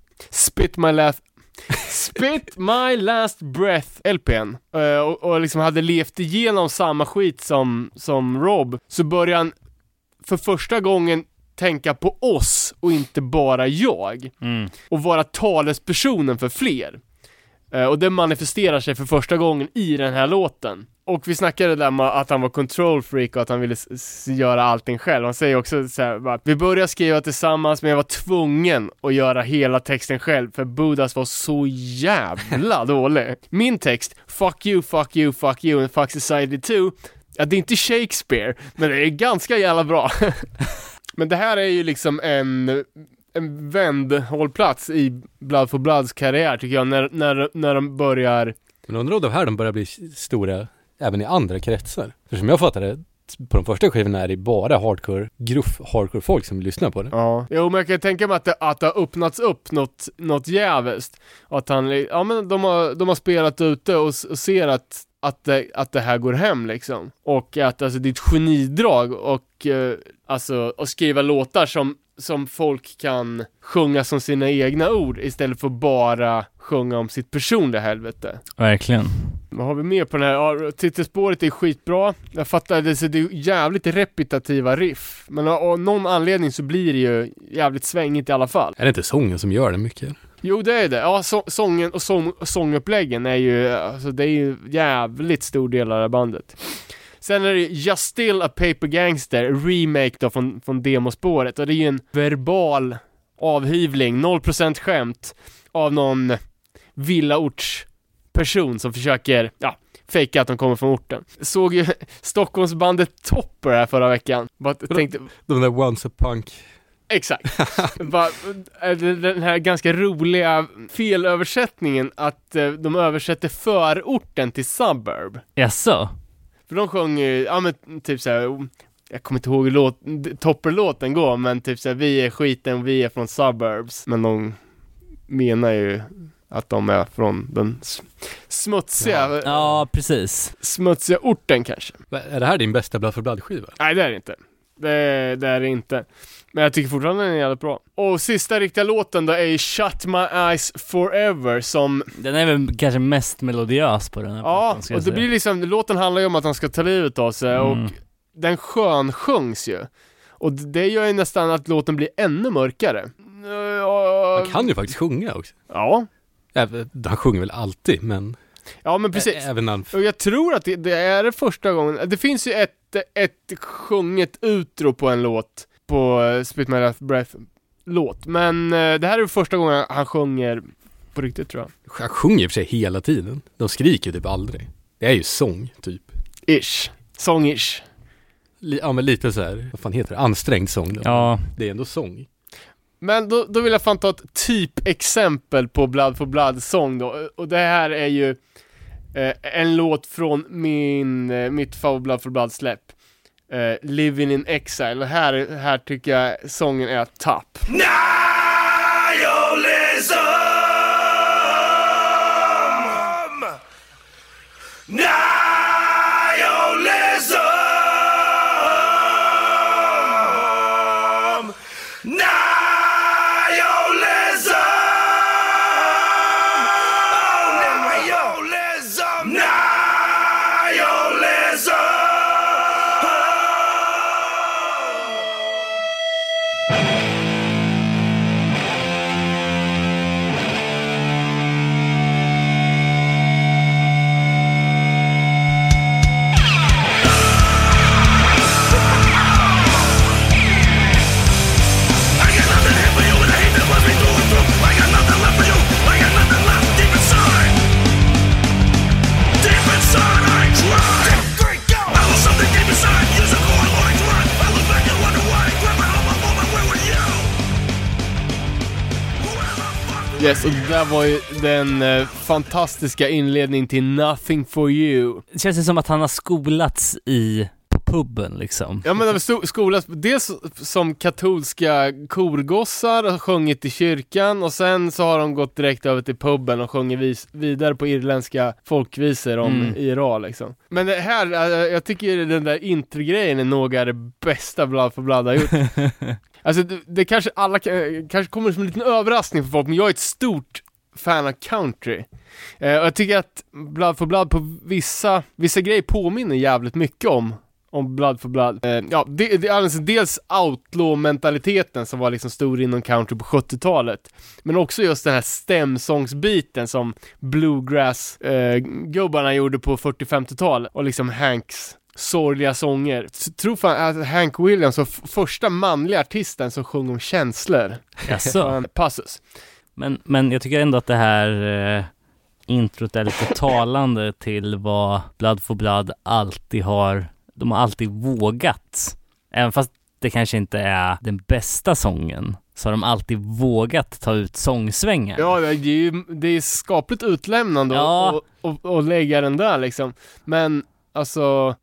My Last Breath LPn och liksom hade levt igenom samma skit som Rob, så började han för första gången tänka på oss och inte bara jag och vara talespersonen för fler. Och det manifesterar sig för första gången i den här låten. Och vi snackade där med att han var control freak och att han ville göra allting själv. Han säger också så här, vi började skriva tillsammans, men jag var tvungen att göra hela texten själv för Buddhas var så jävla dålig. Min text, fuck you, fuck you, fuck you and fuck society too. Ja, det är inte Shakespeare, men det är ganska jävla bra. Men det här är ju liksom en vändhållplats i Blood for Bloods karriär, tycker jag, när de börjar... Men undrar om det här de börjar bli stora även i andra kretsar. För som jag fattade, på de första skivorna är det bara hardcore folk som lyssnar på det. Ja. Jo, men jag kan tänka mig att det har öppnats upp något jävligt. Att men de har spelat ute och ser att det här går hem liksom. Och att alltså ditt genidrag och alltså att skriva låtar som folk kan sjunga som sina egna ord istället för bara sjunga om sitt personliga helvete. Verkligen. Vad har vi mer på den här? Ja, titelspåret är skitbra. Jag fattar, det är jävligt repetitiva riff. Men av någon anledning så blir det ju jävligt svängigt i alla fall. Är det inte sången som gör det mycket? Jo, det är det. Ja, sången och sånguppläggen är ju, alltså det är ju jävligt stor del av det bandet. Sen är det Just Still a Paper Gangster, remake då från demospåret. Och det är ju en verbal avhyvling, 0% skämt av någon villaortsperson som försöker, fejka att de kommer från orten. Såg ju Stockholmsbandet Topper här förra veckan. Tänkte, de där Once a Punk. Exakt. Den här ganska roliga felöversättningen att de översätter förorten till suburb. Jaså? För de sjunger ju, typ såhär, jag kommer inte ihåg hur Topper-låten går, men typ såhär, vi är skiten, vi är från suburbs. Men de menar ju att de är från den smutsiga... Ja, precis. Smutsiga orten kanske. Är det här din bästa Blood for Blood-skiva? Nej, det är det inte. Det är det inte. Men jag tycker fortfarande den är jävligt bra. Och sista riktiga låten då är ju Shut My Eyes Forever som... Den är väl kanske mest melodiös på den här plattan, och det blir liksom... Låten handlar ju om att han ska ta livet av sig och den sjungs ju. Och det gör ju nästan att låten blir ännu mörkare. Han kan ju faktiskt sjunga också. Ja. Han sjunger väl alltid, men... Ja, men precis. Även han... Och jag tror att det är det första gången. Det finns ju ett sjunget utro på en låt. På Spit My Last Breath-låt. Men det här är första gången han sjunger på riktigt, tror jag. Han sjunger för sig hela tiden. De skriker typ aldrig. Det är ju sång, typ. Ish. Sång-ish. Ja, men lite så här, vad fan heter det? Ansträngd sång då. Ja. Det är ändå sång. Men då vill jag fan ta ett typexempel på Blood for Blood-sång då. Och det här är ju en låt från mitt favorit Blood for Blood-släpp. Living in Exile. Och här tycker jag sången är topp. Yes, och det där var ju den fantastiska inledning till Nothing for you. Det känns som att han har skolats på puben liksom. Ja, men det var skolats dels som katolska korgossar och sjungit i kyrkan, och sen så har de gått direkt över till puben och sjungit vidare på irländska folkvisor om IRA liksom. Men det här, jag tycker den där introgrejen är nog det bästa Blood for Blood har gjort. Alltså det kanske kanske kommer som en liten överraskning för folk, men jag är ett stort fan av country. Och jag tycker att Blood for Blood på vissa grejer påminner jävligt mycket om Blood for Blood. Det är alltså dels outlaw-mentaliteten som var liksom stor inom country på 70-talet. Men också just den här stämsångsbiten som bluegrass-gubbarna gjorde på 40-50-talet. Och liksom Hanks sorgliga sånger. Så tror fan att Hank Williams var första manliga artisten som sjöng om känslor. Jaså? Passus. Men jag tycker ändå att det här introt är lite talande till vad Blood for Blood alltid har. De har alltid vågat. Även fast det kanske inte är den bästa sången, så har de alltid vågat ta ut sångsvängar. Ja, det är skapligt utlämnande och lägga den där liksom. Men alltså,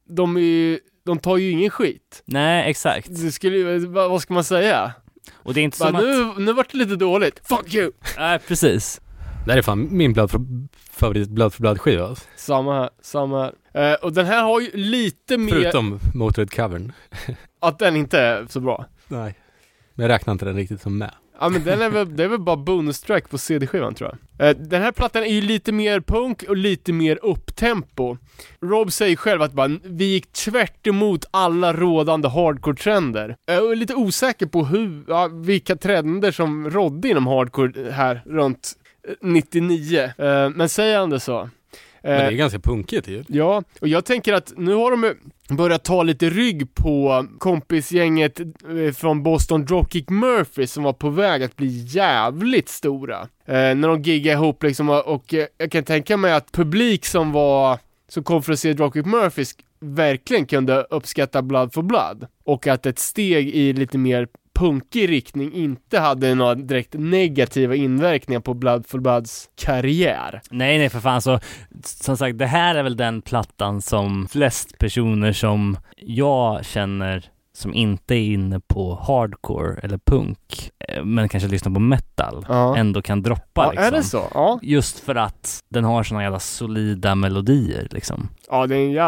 de tar ju ingen skit. Nej, exakt. Vad ska man säga? Och det är inte som nu vart det lite dåligt. Fuck you! Nej, precis. Det här är fan min favorit Blood for Blood-skiva. Samma här. Och den här har ju lite mer... Förutom Motörhead-covern. Att den inte är så bra. Nej. Men jag räknar inte den riktigt som med. Ja, men det är väl bara bonus track på CD-skivan, tror jag. Den här plattan är ju lite mer punk och lite mer upptempo. Rob säger själv att vi gick tvärt emot alla rådande hardcore-trender. Jag är lite osäker på vilka trender som rådde inom hardcore här runt 99. Men säger han det så. Men det är ganska punkigt ju. Ja, och jag tänker att nu har de börjat ta lite rygg på kompisgänget från Boston Dropkick Murphys som var på väg att bli jävligt stora. När de giggade ihop liksom, och jag kan tänka mig att publik som kom för att se Dropkick Murphys verkligen kunde uppskatta Blood for Blood. Och att ett steg i lite mer punkig riktning inte hade några direkt negativa inverkningar på Blood for Bloods karriär. Nej, för fan. Så, som sagt, det här är väl den plattan som flest personer som jag känner som inte är inne på hardcore eller punk, men kanske lyssnar på metal, ändå kan droppa. Ja, liksom. Är det så? Ja. Just för att den har såna jävla solida melodier liksom. Ja, det är en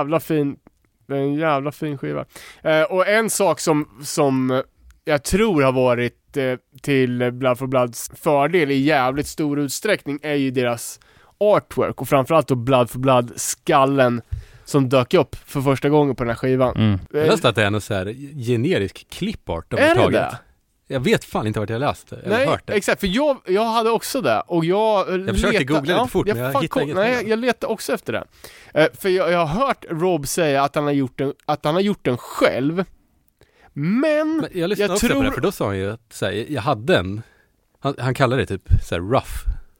jävla fin skiva. Och en sak som jag tror har varit till Blood for Bloods fördel i jävligt stor utsträckning är ju deras artwork, och framförallt då Blood for Blood skallen som dök upp för första gången på den här skivan. Jag läste att det är en så här generisk clipart de har tagit. Är det? Jag vet fan inte vart jag läste eller hört det. Exakt, för jag hade också det, och jag försökte googla lite fort, men jag hittade inget. Nej, jag letade också efter det. För jag har hört Rob säga att han har gjort den själv. Men jag lyssnade också på det, för då sa han ju att så här, jag hade en, han kallade det typ så här rough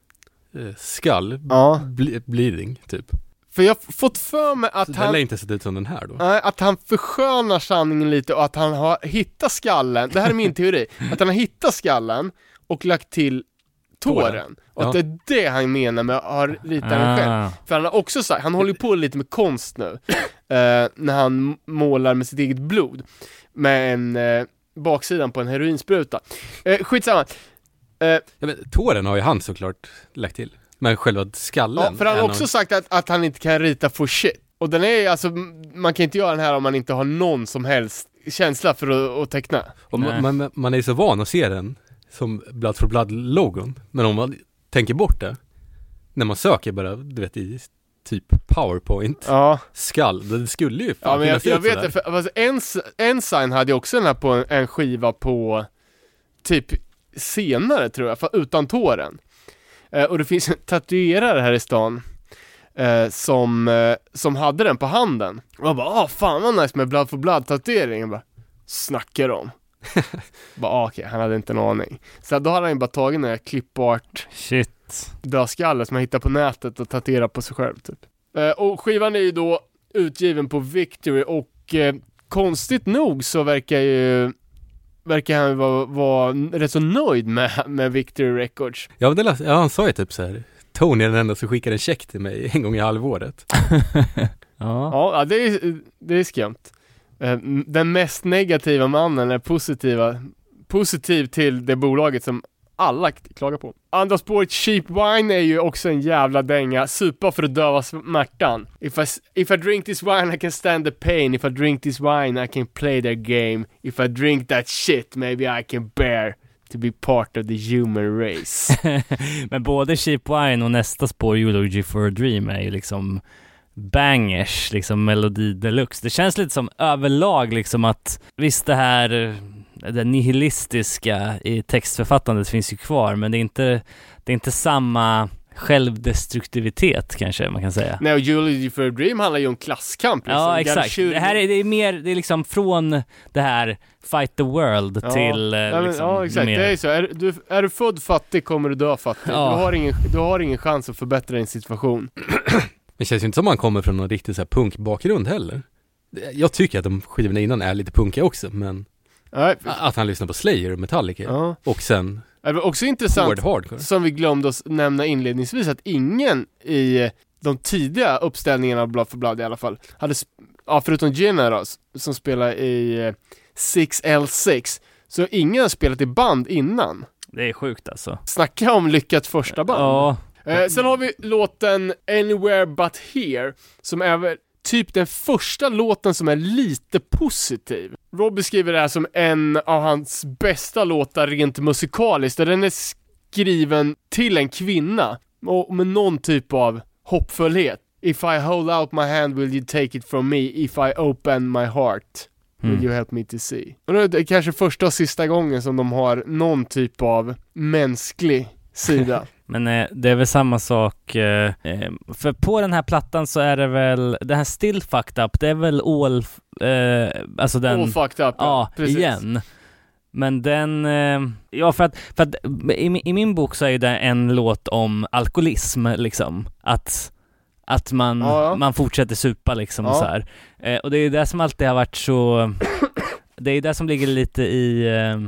skull bleeding typ. För jag har fått för mig att han inte sett ut som den här då. Att han förskönar sanningen lite, och att han har hittat skallen. Det här är min teori. Att han har hittat skallen och lagt till tåren. Och att det är det han menar med att ha ritat den själv. För han har också sagt, han håller på lite med konst nu. När han målar med sitt eget blod. Med en baksidan på en heroinspruta. Skitsamma. Men tåren har ju han såklart lagt till. Men själva skallen. Ja, för han har också sagt att han inte kan rita for shit. Och den är alltså, man kan inte göra den här om man inte har någon som helst känsla för att teckna. Och man är ju så van att se den som Blood for Blood-logon. Men om man tänker bort det, när man söker bara, du vet, i typ PowerPoint skall, det skulle ju fan men jag vet det, för Ensign hade ju också den här på en skiva på typ senare tror jag, för utan tåren. Och det finns en tatuerare här i stan som hade den på handen. Och jag bara, fan vad nice med Blood for Blood tatuering. Jag bara, snackar om. Bara, okej, han hade inte en aning. Så då hade han bara tagit den här clipart dödskalle som han hittade på nätet och tatuerat på sig själv typ. Och skivan är ju då utgiven på Victory, och konstigt nog så verkar han vara rätt så nöjd med Victory Records. Ja, han sa ju typ så här: Tony är den enda som skickar en check till mig en gång i halvåret. Ja, det är skumt. Den mest negativa mannen är positiv till det bolaget som alla klagar på. Andra spåret, Cheap Wine, är ju också en jävla dänga. Supa för att döva smärtan. If I drink this wine I can stand the pain. If I drink this wine I can play their game. If I drink that shit maybe I can bear to be part of the human race. Men både Cheap Wine och nästa spår, Eulogy for a Dream, är ju liksom bangers, liksom melodi deluxe. Det känns lite som överlag liksom att visst, det nihilistiska i textförfattandet finns ju kvar, men det är inte samma självdestruktivitet kanske man kan säga. Nej, och Eulogy for a Dream handlar ju om klasskamp liksom. Ja, exakt. Det här är mer, det är liksom från det här Fight the World till liksom, ja, exakt. Mer... Det är så. Är du född fattig kommer du dö fattig. Ja. Du har ingen chans att förbättra din situation. Det känns ju inte som man kommer från någon riktigt så här punkbakgrund heller. Jag tycker att de skivorna innan är lite punkiga också, men att han lyssnar på Slayer och Metallica och sen det var också intressant som vi glömde att nämna inledningsvis, att ingen i de tidiga uppställningarna av Blood for Blood i alla fall hade, förutom Generous som spelar i 6L6, så ingen har spelat i band innan. Det är sjukt alltså. Snacka om lyckat första band. Ja. Sen har vi låten Anywhere But Here, som är typ den första låten som är lite positiv. Rob beskriver det här som en av hans bästa låtar rent musikaliskt. Den är skriven till en kvinna och med någon typ av hoppfullhet. If I hold out my hand will you take it from me? If I open my heart will you help me to see? Och det är kanske första och sista gången som de har någon typ av mänsklig sida. Men det är väl samma sak, för på den här plattan så är det väl, det här Still Fucked Up, det är väl alltså den... All fucked up, ja, precis. igen. Men den, ja för att i min bok så är det en låt om alkoholism liksom, att man fortsätter supa liksom och så här. Och det är det som alltid har varit så, det är det som ligger lite i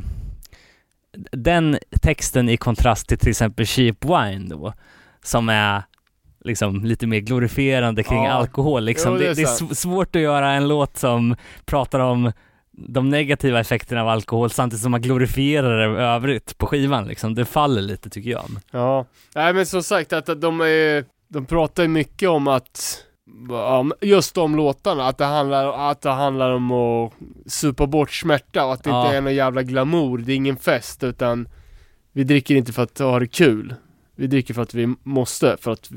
den texten i kontrast till exempel Cheap Wine då, som är liksom lite mer glorifierande kring alkohol liksom. Jo, det är svårt att göra en låt som pratar om de negativa effekterna av alkohol samtidigt som man glorifierar det övrigt på skivan liksom. Det faller lite tycker jag. Ja, nej men som sagt att de pratar mycket om att just de låtarna, att det handlar om att supa bort smärta och att det inte är någon jävla glamour, det är ingen fest, utan vi dricker inte för att ha det kul. Vi dricker för att vi måste, för att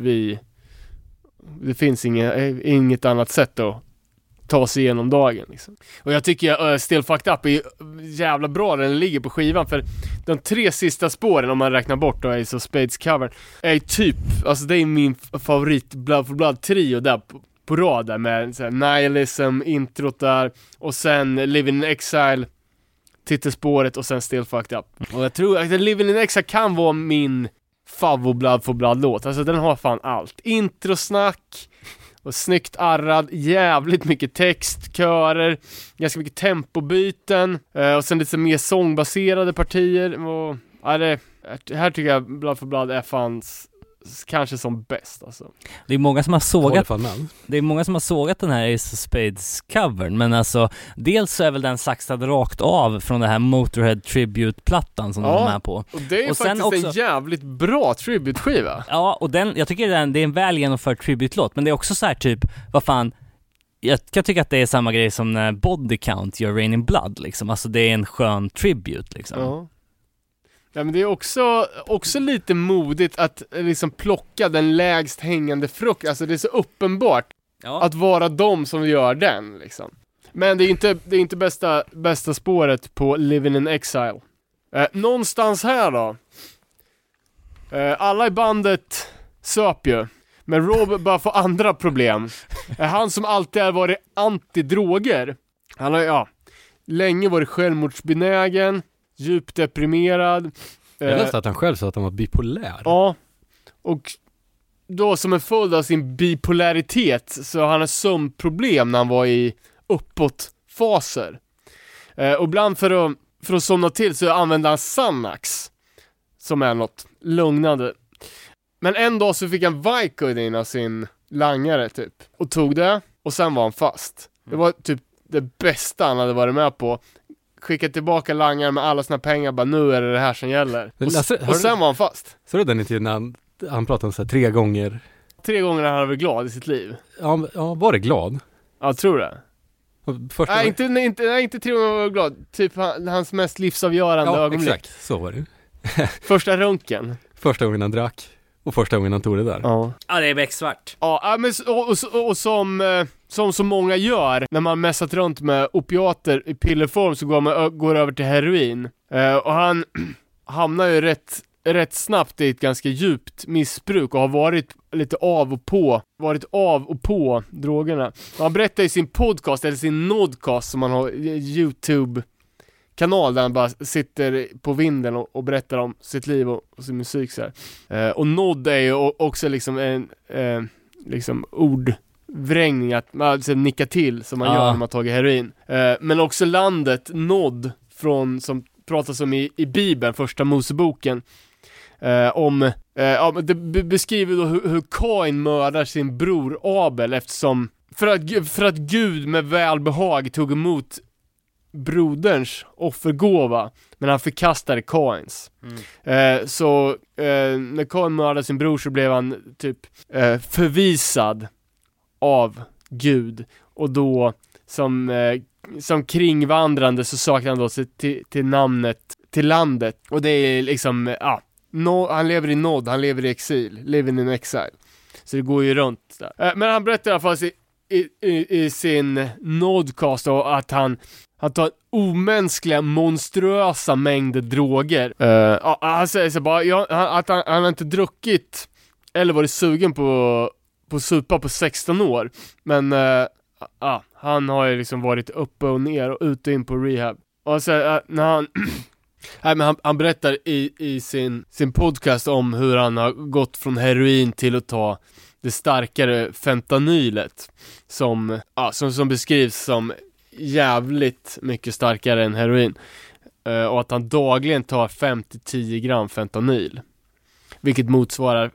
det finns inget annat sätt att ta sig igenom dagen liksom. Och jag tycker Still Fucked Up är jävla bra när den ligger på skivan, för de 3 sista spåren, om man räknar bort då Ace of Spades cover, är typ, alltså det är min favorit Blood for Blood trio där på rad där, med så här, Nihilism, introt där, och sen Living in Exile, titelspåret, och sen Still Fucked Up. Och jag tror att Living in Exile kan vara min favorit Blood for Blood-låt. Alltså den har fan allt. Introsnack och snyggt arrad, jävligt mycket text, körer, ganska mycket tempobyten, och sen lite mer sångbaserade partier. Och det här tycker jag Blood for Blood är fan kanske som bäst alltså. Det är många som har sågat den här Ace of Spades covern, men alltså dels så är väl den saxad rakt av från det här Motorhead Tribute-plattan som de är med på. Och det är och faktiskt också en jävligt bra tribute-skiva. Ja, och jag tycker det är en väl genomförd tribute-låt, men det är också så här typ, vad fan, jag kan tycka att det är samma grej som när Body Count gör Rain in Blood liksom. Alltså det är en skön tribute liksom. Ja. Ja, men det är också lite modigt att liksom plocka den lägst hängande frukt. Alltså det är så uppenbart att vara de som gör den liksom. Men det är inte bästa spåret på Living in Exile. Någonstans här då. Alla i bandet söp ju. Men Rob bara får andra problem. Han som alltid har varit antidroger. Han har länge varit självmordsbenägen, djupt deprimerad. Jag läste att han själv sa att han var bipolär. Ja, och då som en följd av sin bipolaritet så han har sömnproblem när han var i uppåtfaser. Och ibland för att somna till så använde han Xanax, som är något lugnande. Men en dag så fick han Vicodin av sin langare typ, och tog det, och sen var han fast. Det var typ det bästa han hade varit med på. Skicka tillbaka langaren med alla sina pengar, bara nu är det här som gäller. Och sen var han fast. Så är det den inte när han pratade om så här 3 gånger. 3 gånger han hade varit glad i sitt liv. Ja, var det glad? Ja, tror det. Nej, inte 3 gånger var glad. Typ hans mest livsavgörande ögonblick. Exakt, så var det. Första runken. Första gången han drack. Och första gången han tog det där. Ja, det är becksvart. Ja, men och som så många gör när man messat runt med opiater i pillerform, så går över till heroin. Och han hamnar ju rätt snabbt i ett ganska djupt missbruk och har varit lite av och på drogerna. Och han berättar i sin podcast, eller sin nodcast som han har, YouTube-kanal, där han bara sitter på vinden och berättar om sitt liv och sin musik så här. Och nod är ju också liksom en liksom ordvrängning, att man nickar till som man gör när man tagit heroin. Men också landet nod, som pratas om i Bibeln, första Moseboken. Det beskriver då hur Kain mördar sin bror Abel, eftersom för att Gud med välbehag tog emot broderns offergåva, men han förkastade Kains. Så när Kain mördade sin bror så blev han typ förvisad av Gud, och då som kringvandrande så saknade han då sig till namnet till landet, och det är liksom han lever i nod, han lever i exil, living in exile. Så det går ju runt där. Men han berättar i alla fall i sin nodcast och att han tar omänskliga, monstruösa mängder droger. Han säger så bara att han har inte druckit eller varit sugen på supa på 16 år. Men han har ju liksom varit uppe och ner och ute in på rehab. Och så när han berättar i sin podcast om hur han har gått från heroin till att ta det starkare fentanylet som beskrivs som jävligt mycket starkare än heroin, och att han dagligen tar 5-10 gram fentanyl, vilket motsvarar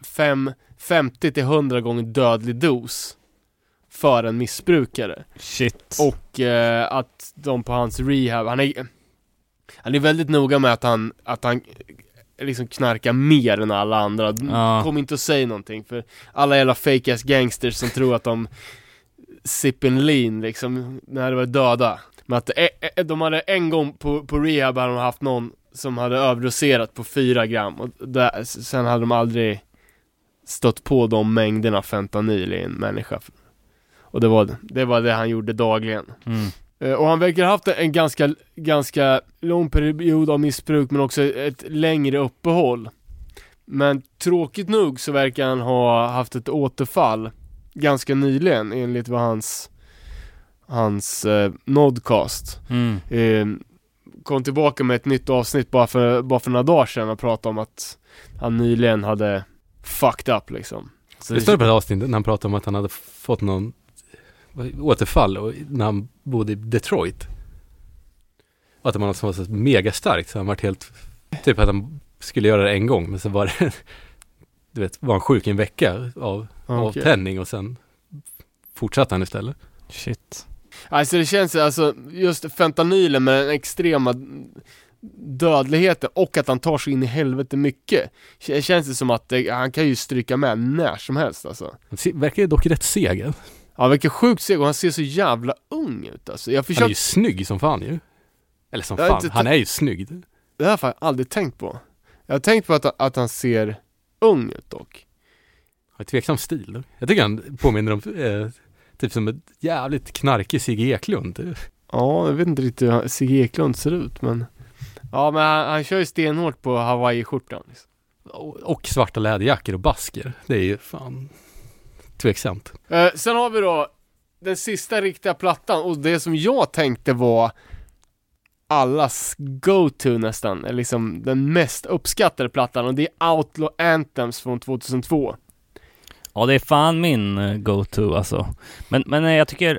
50-100 gånger dödlig dos för en missbrukare. Shit. Och att de på hans rehab, han är väldigt noga med att han liksom knarkar mer än alla andra. Kom inte att säga någonting, för alla jävla fake ass gangsters som tror att de sippin lean liksom när de var döda. Men att de hade en gång på rehab hade de haft någon som hade överdoserat på 4 gram, och sen hade de aldrig stött på de mängderna fentanyl i en människa. Och det var det han gjorde dagligen. Och han verkar ha haft en ganska lång period av missbruk, men också ett längre uppehåll. Men tråkigt nog så verkar han ha haft ett återfall ganska nyligen, enligt vad hans nodcast kom tillbaka med ett nytt avsnitt bara för några dagar sedan och pratade om att han nyligen hade fucked up liksom. Så det står på ett avsnitt när han pratade om att han hade fått någon återfall när han bodde i Detroit. Och att det var något som var så mega starkt, så han var helt typ att han skulle göra det en gång, men så var det var han sjuk i en vecka av tändning, och sen fortsatte han istället. Shit. Alltså det känns just fentanylen med den extrema dödligheten och att han tar sig in i helvete mycket. Känns det som att han kan ju stryka med när som helst alltså. Han verkar dock rätt seg. Ja, han verkar sjukt seg och han ser så jävla ung ut alltså. Han är ju snygg som fan ju. Eller som fan, han är ju snygg. Det har jag aldrig tänkt på. Jag har tänkt på att han ser ung ut dock. Har tveksam stil då. Jag tycker han påminner om typ som ett jävligt knarkig Sigge Eklund. Ja, jag vet inte riktigt hur Sigge Eklund ser ut, men ja, men han kör ju stenhårt på Hawaii-skjortan liksom. Och svarta läderjackor och basker. Det är ju fan tveksamt. Sen har vi då den sista riktiga plattan, och det som jag tänkte var allas go-to nästan, eller liksom den mest uppskattade plattan, och det är Outlaw Anthems från 2002. Ja, det är fan min go-to alltså. Men jag tycker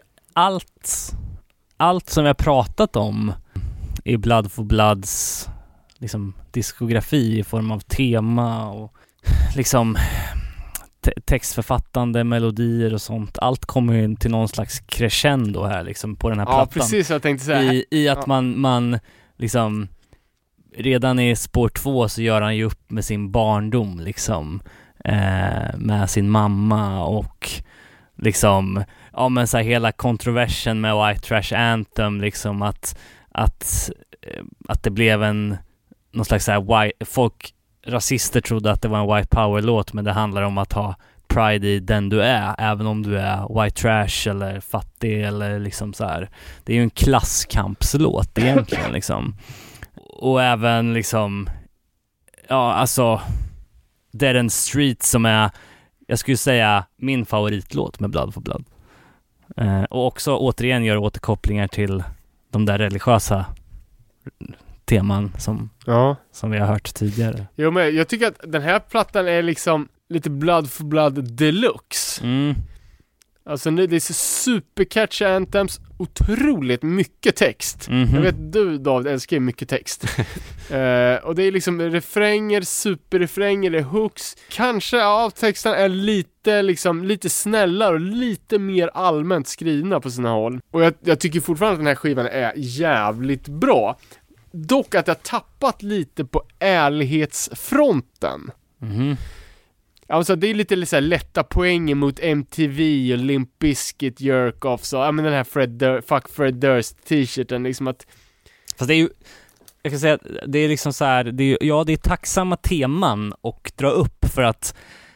allt som jag pratat om i Blood for Bloods liksom diskografi i form av tema och liksom textförfattande, melodier och sånt, allt kommer ju till någon slags crescendo här liksom på den här plattan. Ja, precis, jag tänkte säga. I att man liksom redan i spår 2 så gör han ju upp med sin barndom liksom, med sin mamma, och liksom ja, men så här, hela kontroversen med White Trash Anthem liksom, att det blev någon slags så här rasister trodde att det var en white power-låt, men det handlar om att ha pride i den du är, även om du är white trash eller fattig eller liksom så här. Det är ju en klasskampslåt egentligen liksom. Och även liksom ja, alltså Dead End Street som är, jag skulle säga, min favoritlåt med Blood for Blood. Och också återigen gör återkopplingar till de där religiösa teman som vi har hört tidigare. Jo, men jag tycker att den här plattan är liksom lite Blood for Blood deluxe. Alltså det är så supercatchy anthems, otroligt mycket text. Jag vet du, David, älskar mycket text. Och det är liksom refränger, superrefränger, det är hooks. Kanske av texten är lite snällare och lite mer allmänt skrivna på sina håll. Och jag tycker fortfarande att den här skivan är jävligt bra. Dock att jag tappat lite på ärlighetsfronten. Alltså det är lite så här lätta poänger mot MTV och Limp Bizkit, Jerk-Off, så ja, men den här Fuck Fred Durst t-shirten liksom att... Fast det är ju, jag kan säga att det är liksom så här, det är tacksamma teman och dra upp, för att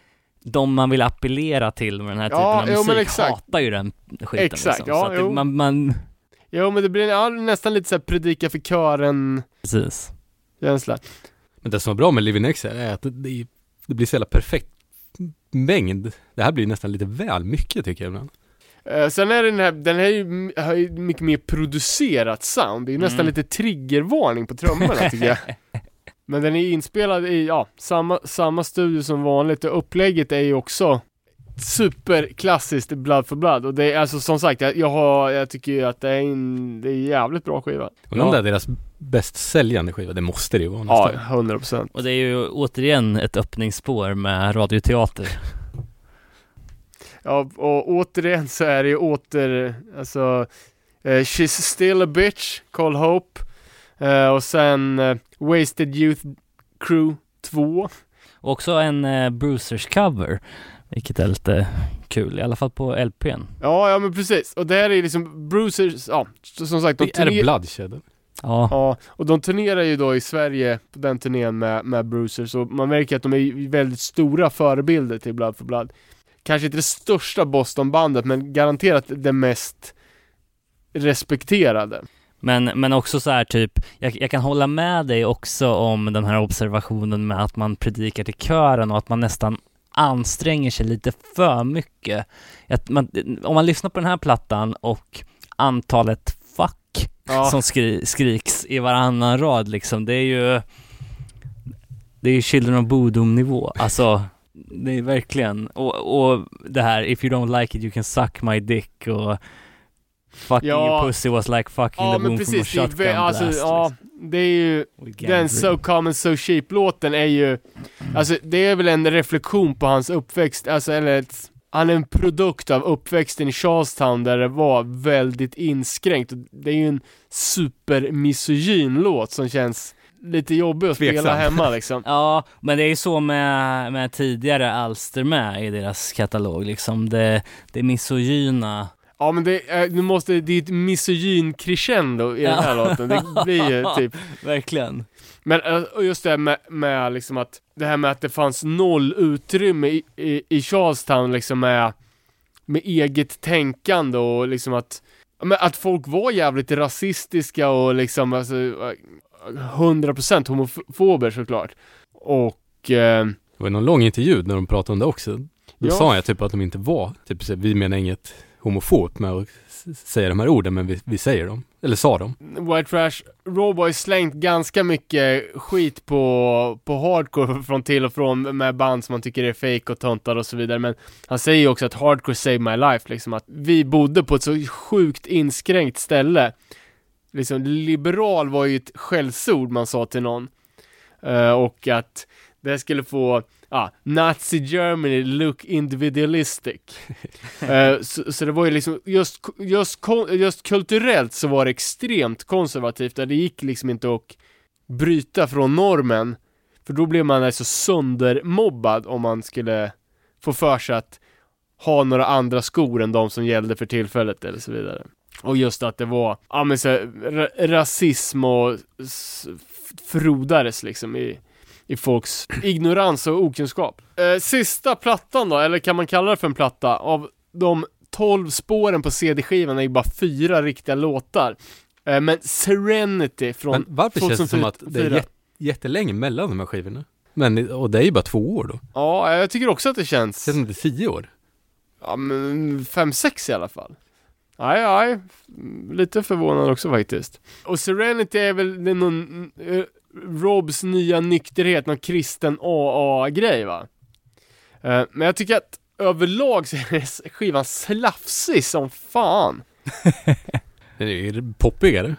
de man vill appellera till med den här typen av musik hatar ju den skiten. Exakt, liksom. Så att man... Jo, men det blir nästan lite så här predika för kören. Precis. Känsla. Men det som är bra med Living Next är att det blir så jävla perfekt mängd. Det här blir nästan lite väl mycket tycker jag ibland. Sen är den här har ju mycket mer producerat sound. Det är ju nästan lite triggervarning på trummorna tycker jag. Men den är inspelad i samma studio som vanligt, och upplägget är ju också superklassiskt Blood for Blood, och det är alltså som sagt jag tycker ju att det är jävligt bra skiva. Och om det är deras bäst säljande skiva, det måste det ju vara nästan. Ja, 100%. Och det är ju återigen ett öppningsspår med radioteater. Ja, och återigen så är det ju alltså She's Still a Bitch, Call Hope, och sen Wasted Youth Crew 2. Och också en Bruisers cover, vilket är lite kul, i alla fall på LPn. Ja, men precis. Och det här är liksom Bruisers, som sagt. Är det Bloodshed? Ja, och de turnerar ju då i Sverige på den turnén med Bruisers, och man märker att de är väldigt stora förebilder till Blood for Blood. Kanske inte det största Boston-bandet, men garanterat det mest respekterade. Men också så här typ, jag kan hålla med dig också om den här observationen med att man predikar till kören och att man nästan anstränger sig lite för mycket. Om man lyssnar på den här plattan och antalet fuck som skriks i varannan rad liksom, det är ju Children of Bodom-nivå. Alltså, det är verkligen, och det här If you don't like it you can suck my dick, och fucking your pussy was like fucking the moon from a shotgun blast. Alltså, det är ju den So Common So Cheap-låten är ju, alltså det är väl en reflektion på hans uppväxt, alltså han är en produkt av uppväxten i Charlestown där det var väldigt inskränkt. Det är ju en supermisogyn låt som känns lite jobbig att spela hemma liksom. Ja, men det är ju så med tidigare alster med i deras katalog liksom. Det är misogyna. Ja, men det är ett misogyn crescendo i den här låten. Det blir ju typ verkligen. Men just det med liksom att det här med att det fanns noll utrymme i Charlestown liksom med eget tänkande, och liksom att folk var jävligt rasistiska och liksom alltså 100% homofober såklart. Och det var någon lång intervju när de pratade om det också. Då sa jag typ att de inte var typ så, vi menar inget homofobt med att säga de här orden, men vi säger dem. Eller sa dem. White Trash, Rawboy slängt ganska mycket skit på hardcore från till och från med band som man tycker är fake och töntar och så vidare. Men han säger ju också att hardcore saved my life. Liksom att vi bodde på ett så sjukt inskränkt ställe. Liksom, liberal var ju ett skällsord man sa till någon. Och att det skulle få Nazi Germany look individualistic. Så det var ju liksom just kulturellt så var det extremt konservativt. Det gick liksom inte att bryta från normen, för då blev man alltså söndermobbad om man skulle få för sig att ha några andra skor än de som gällde för tillfället eller så vidare. Och just att det var rasism och frodades liksom i folks ignorans och okunskap. Sista plattan då, eller kan man kalla det för en platta? Av de 12 spåren på CD-skivan är ju bara 4 riktiga låtar. Men Serenity från... Men varför 2004, känns det som att det är jättelänge mellan de här skivorna? Och det är ju bara 2 år då. Ja, jag tycker också att det känns... Känns som det är 10 år. Ja, men 5-6 i alla fall. Nej, lite förvånad också faktiskt. Och Serenity är väl någon... Robs nya nykterhet, någon kristen AA-grej va? Men jag tycker att överlag så är skivan slafsig som fan. Den är ju poppigare.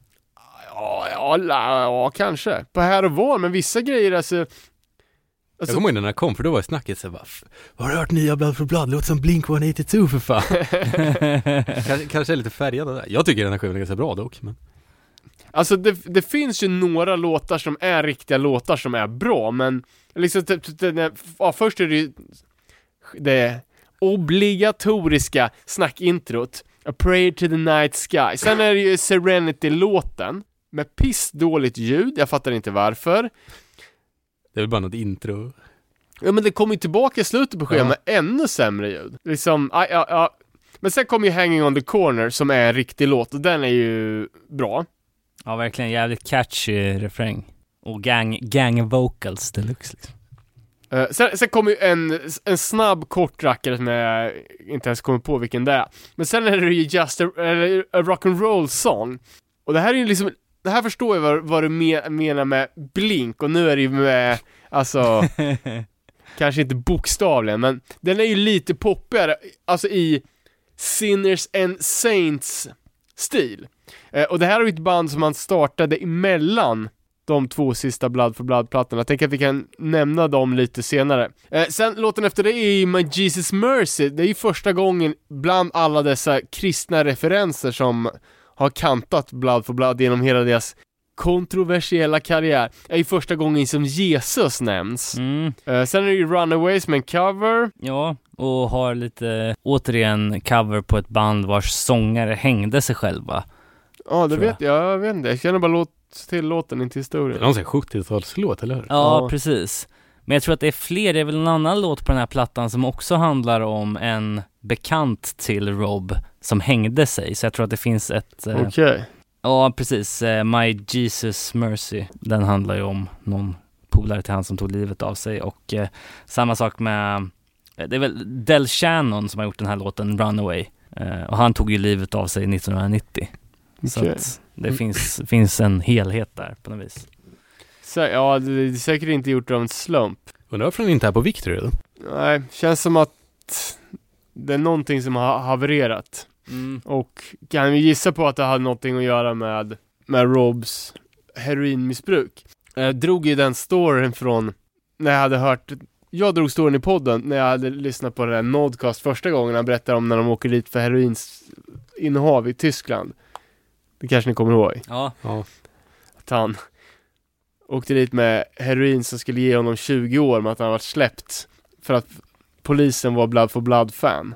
Ja, kanske. På här och var, men vissa grejer alltså... Jag kommer ihåg när den kom, för då var snacket så bara, har du hört nya Blood for Blood? Låter som Blink-182 för fan. Kanske är lite färgad där. Jag tycker den här skivan är ganska bra dock, men... Alltså det finns ju några låtar som är riktiga låtar som är bra, men liksom först är det ju det obligatoriska snackintrot, A Prayer to the Night Sky. Sen är det ju Serenity-låten med pissdåligt ljud, jag fattar inte varför. Det är väl bara något intro. Ja, men det kommer ju tillbaka i slutet på skivan med ännu sämre ljud. Liksom, ja. Men sen kommer ju Hanging on the Corner som är en riktig låt och den är ju bra. Ja, verkligen jävligt catchy refräng. Och gang vocals deluxe liksom. Sen kommer ju en snabb kort rackare som jag inte ens kommer på vilken det är. Men sen är det ju just a rock'n'roll song. Och det här är ju liksom, det här förstår jag vad du menar med Blink. Och nu är det ju med, alltså kanske inte bokstavligen, men den är ju lite poppigare, alltså i Sinners and Saints stil. Och det här är ju ett band som man startade emellan de 2 sista Blood for Blood-plattorna. Jag tänker att vi kan nämna dem lite senare. Sen låten efter det är My Jesus Mercy. Det är ju första gången bland alla dessa kristna referenser som har kantat Blood for Blood genom hela deras kontroversiella karriär. Det är ju första gången som Jesus nämns. Sen är det ju Runaways med en cover. Ja, och har lite återigen cover på ett band vars sångare hängde sig själva. Ja, det vet jag vet inte. Jag känner bara till låten, inte historien. Det är någon sån 70-talslåt, eller hur? Ja, precis. Men jag tror att det är fler, det är väl en annan låt på den här plattan som också handlar om en bekant till Rob som hängde sig. Så jag tror att det finns ett... Okej. Ja, precis. My Jesus Mercy. Den handlar ju om någon polare till han som tog livet av sig. Och samma sak med... Det är väl Del Shannon som har gjort den här låten Runaway. Och han tog ju livet av sig 1990. Så att det finns en helhet där på något vis. Så, ja, det är säkert inte gjort av en slump. Undrar varför den inte är på Victory då? Nej, känns som att det är någonting som har havererat. Och kan vi gissa på att det hade någonting att göra med Robs heroinmissbruk. Jag drog ju den storyn från när jag hade hört... Jag drog storyn i podden när jag hade lyssnat på den här Nodcast första gången. Han berättade om när de åker dit för heroinsinnehav i Tyskland. Det kanske ni kommer ihåg. Ja. Att han åkte dit med heroin som skulle ge honom 20 år med att han varit släppt för att polisen var Blood for Blood-fan.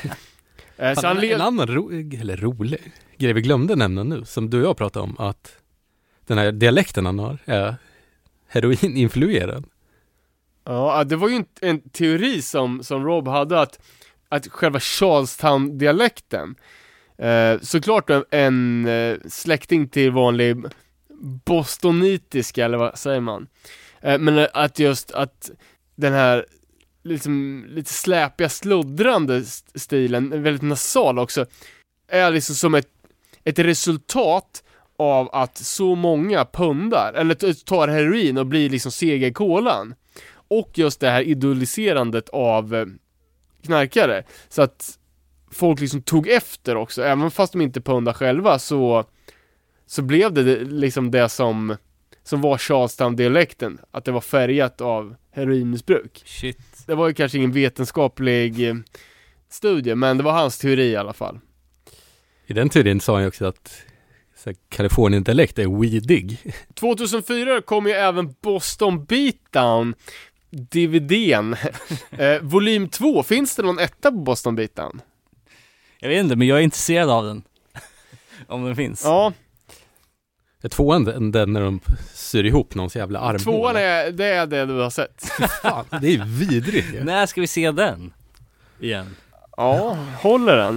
Så en annan rolig grej vi glömde nämna nu, som du och jag pratade om, att den här dialekten han har är heroin-influerad. Ja, det var ju en teori som Rob hade att själva Charlestown-dialekten såklart en släkting till vanlig bostonitiska, eller vad säger man? Men att just att den här liksom lite släpiga, sluddrande stilen, väldigt nasal också, är liksom som ett resultat av att så många pundar eller tar heroin och blir liksom sega i kolan. Och just det här idoliserandet av knarkare. Så att folk liksom tog efter också. Även fast de inte pundar själva så blev det liksom det som var Charlestown-dialekten. Att det var färgat av heroinmissbruk. Shit. Det var ju kanske ingen vetenskaplig studie, men det var hans teori i alla fall. I den teorin sa han ju också att Kalifornien-dialekt är weedig. 2004 kom ju även Boston Beatdown DVD:n. Volym 2, finns det någon etta på Boston Beatdown? Jag vet inte, men jag är intresserad av den. Om den finns. Ja. Det är tvåan den när de syr ihop någons jävla arm. Tvåan är det du har sett. Fan, det är vidrigt. Ja. När ska vi se den? Igen. Ja, håller den.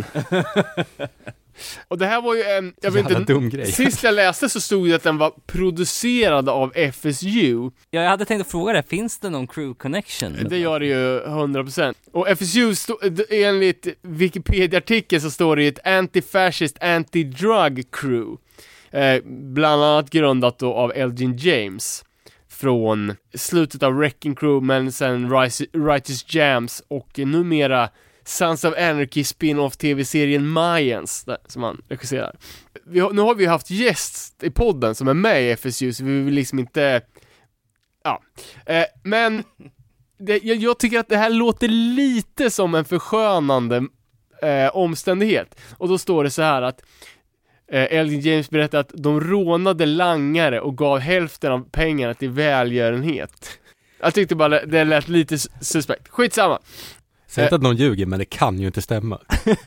Och det här var ju jag vet inte, dum grej. Sist jag läste så stod det att den var producerad av FSU. Ja, jag hade tänkt att fråga det. Finns det någon crew connection? Det gör det ju 100%. Och FSU, enligt Wikipedia-artikeln så står det ett anti-fascist, anti-drug crew. Bland annat grundat då av Elgin James. Från slutet av Wrecking Crew, men sen Righteous Jams och numera Sons of Anarchy spin-off tv-serien Mayans som han regisserar. Nu har vi haft gäst i podden som är med i FSU, så vi vill liksom inte... Ja. Men jag tycker att det här låter lite som en förskönande omständighet. Och då står det så här att Elgin James berättade att de rånade langare och gav hälften av pengarna till välgörenhet. Jag tyckte bara det lät lite suspekt. Skitsamma. Säg inte att någon ljuger, men det kan ju inte stämma.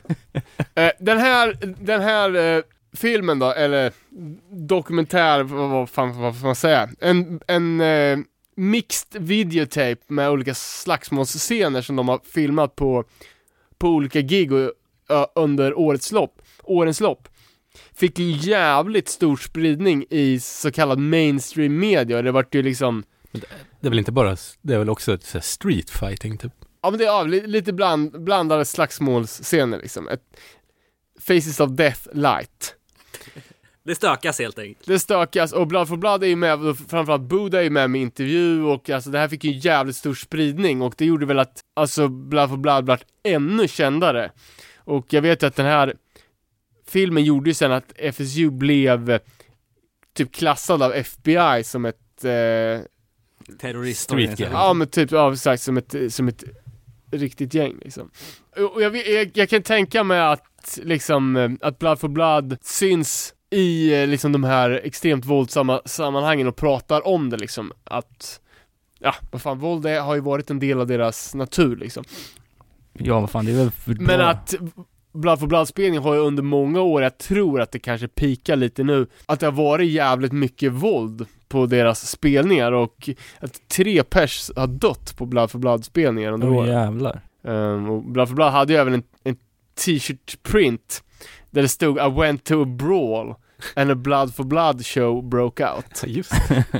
Den här filmen då, eller dokumentär, vad får man säga? En mixed videotape med olika slagsmålsscener som de har filmat på olika gig och, under årens lopp. Fick ju jävligt stor spridning i så kallad mainstream media. Det vart ju liksom... Det är väl inte bara, det är väl också ett så här street fighting typ. Ja, men det är lite blandade slagsmålsscener liksom. Faces of Death light. Det stökas helt enkelt. Det stökas, och Blood for Blood är ju med, framförallt Buddha är ju med intervju, och alltså det här fick ju jävligt stor spridning, och det gjorde väl att alltså Blood for Blood blev ännu kändare. Och jag vet att den här filmen gjorde ju sen att FSU blev typ klassad av FBI som ett terrorist. Ja, men typ sagt som ett riktigt gäng liksom. Och jag kan tänka mig att liksom att Blood for Blood syns i liksom de här extremt våldsamma sammanhangen och pratar om det liksom, att vad fan, våld har ju varit en del av deras natur liksom. Ja, vad fan, det är väl för bra. Men att Blood for Blood-spelningen har ju under många år, jag tror att det kanske pikar lite nu, att det har varit jävligt mycket våld på deras spelningar, och att 3 pers har dött på Blood for Blood-spelningar under året. Jävlar. Och Blood for Blood hade ju även en t-shirt print där det stod I went to a brawl and a Blood for Blood show broke out. Just.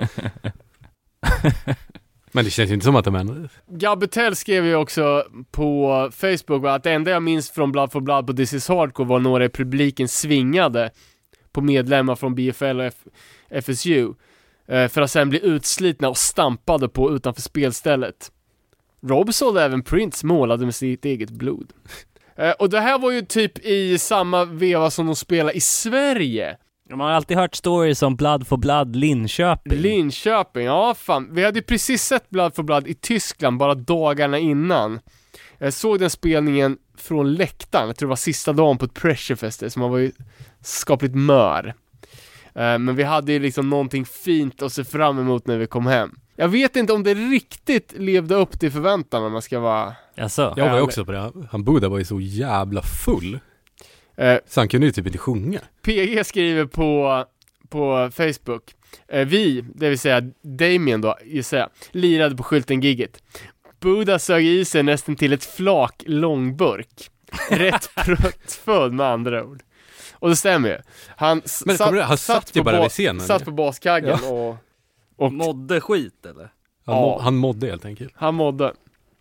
Men det känns ju inte som att de är... Gabetel skrev ju också på Facebook att det enda jag minns från Blood for Blood på This is Hardcore var några i publiken svingade på medlemmar från BFL och FSU för att sen bli utslitna och stampade på utanför spelstället. Rob sålde även prints målade med sitt eget blod. Och det här var ju typ i samma veva som de spelade i Sverige. Man har alltid hört stories om Blood for Blood Linköping, ja fan. Vi hade ju precis sett Blood for Blood i Tyskland bara dagarna innan. Jag såg den spelningen från läktaren. Jag tror det var sista dagen på ett Pressure Fest, så man var ju skapligt mör. Men vi hade ju liksom någonting fint att se fram emot när vi kom hem. Jag vet inte om det riktigt levde upp till förväntan, om man ska vara... Jag var ju också på det. Han Buddha var ju så jävla full. Så han kunde ju typ inte sjunga. PG skriver på Facebook. Vi, det vill säga Damien då, lirade på skylten-gigget. Buddha sög i sig nästan till ett flak långburk. Rätt pruttfödd med andra ord. Och det stämmer ju. Han satt ju bara vid scenen. Satt på baskaggen och modde skit, eller? Han modde helt enkelt. Han modde.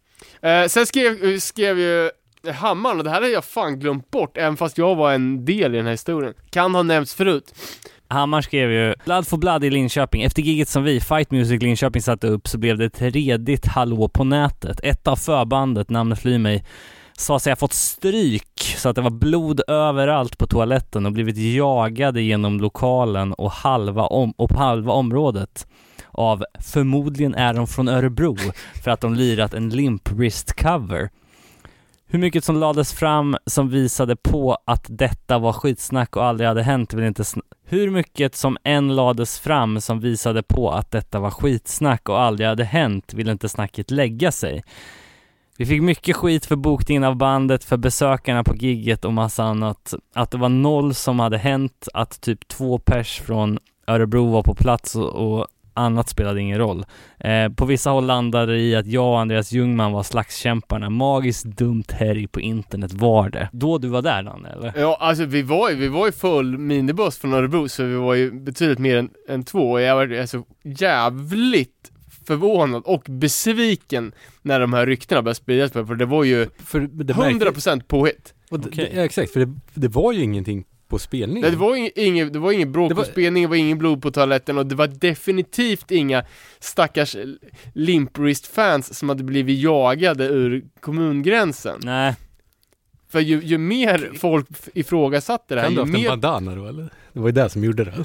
Sen skrev ju Hammaren, och det här har jag fan glömt bort, även fast jag var en del i den här historien. Kan ha nämnts förut. Hammar skrev ju Blood for Blood i Linköping. Efter giget som vi, Fight Music Linköping, satte upp, så blev det ett redigt hallå på nätet. Ett av förbandet, namnet flyr mig, sa sig ha fått stryk så att det var blod överallt på toaletten och blivit jagade genom lokalen och på halva området av, förmodligen är de från Örebro, för att de lirat en Limp Wrist cover. Hur mycket som lades fram som visade på att detta var skitsnack och aldrig hade hänt vill inte Hur mycket som än lades fram som visade på att detta var skitsnack och aldrig hade hänt vill inte snacket lägga sig. Vi fick mycket skit för bokningen av bandet, för besökarna på gigget och massa annat. Att det var 0 som hade hänt, att typ 2 pers från Örebro var på plats och annat spelade ingen roll. På vissa håll landade det i att jag och Andreas Ljungman var slagskämparna. Magiskt dumt härj på internet var det. Då du var där, Danne, eller? Ja, alltså vi var ju full minibuss från Örebro, så vi var ju betydligt mer än 2. Och jag var alltså jävligt förvånad och besviken när de här ryktena började spridas, för det var ju 100% påhitt. Exakt, för det var ju ingenting på spelningen. Nej, det var ingen bråk på spelningen, det var ingen blod på toaletten, och det var definitivt inga stackars Limp Wrist-fans som hade blivit jagade ur kommungränsen. Nej. För ju mer folk ifrågasatte det här, kan du ju haft mer... en bandana då, eller? Det var ju det som gjorde det.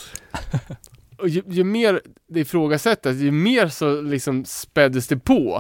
Och ju mer det ifrågasattes, ju mer så liksom späddes det på.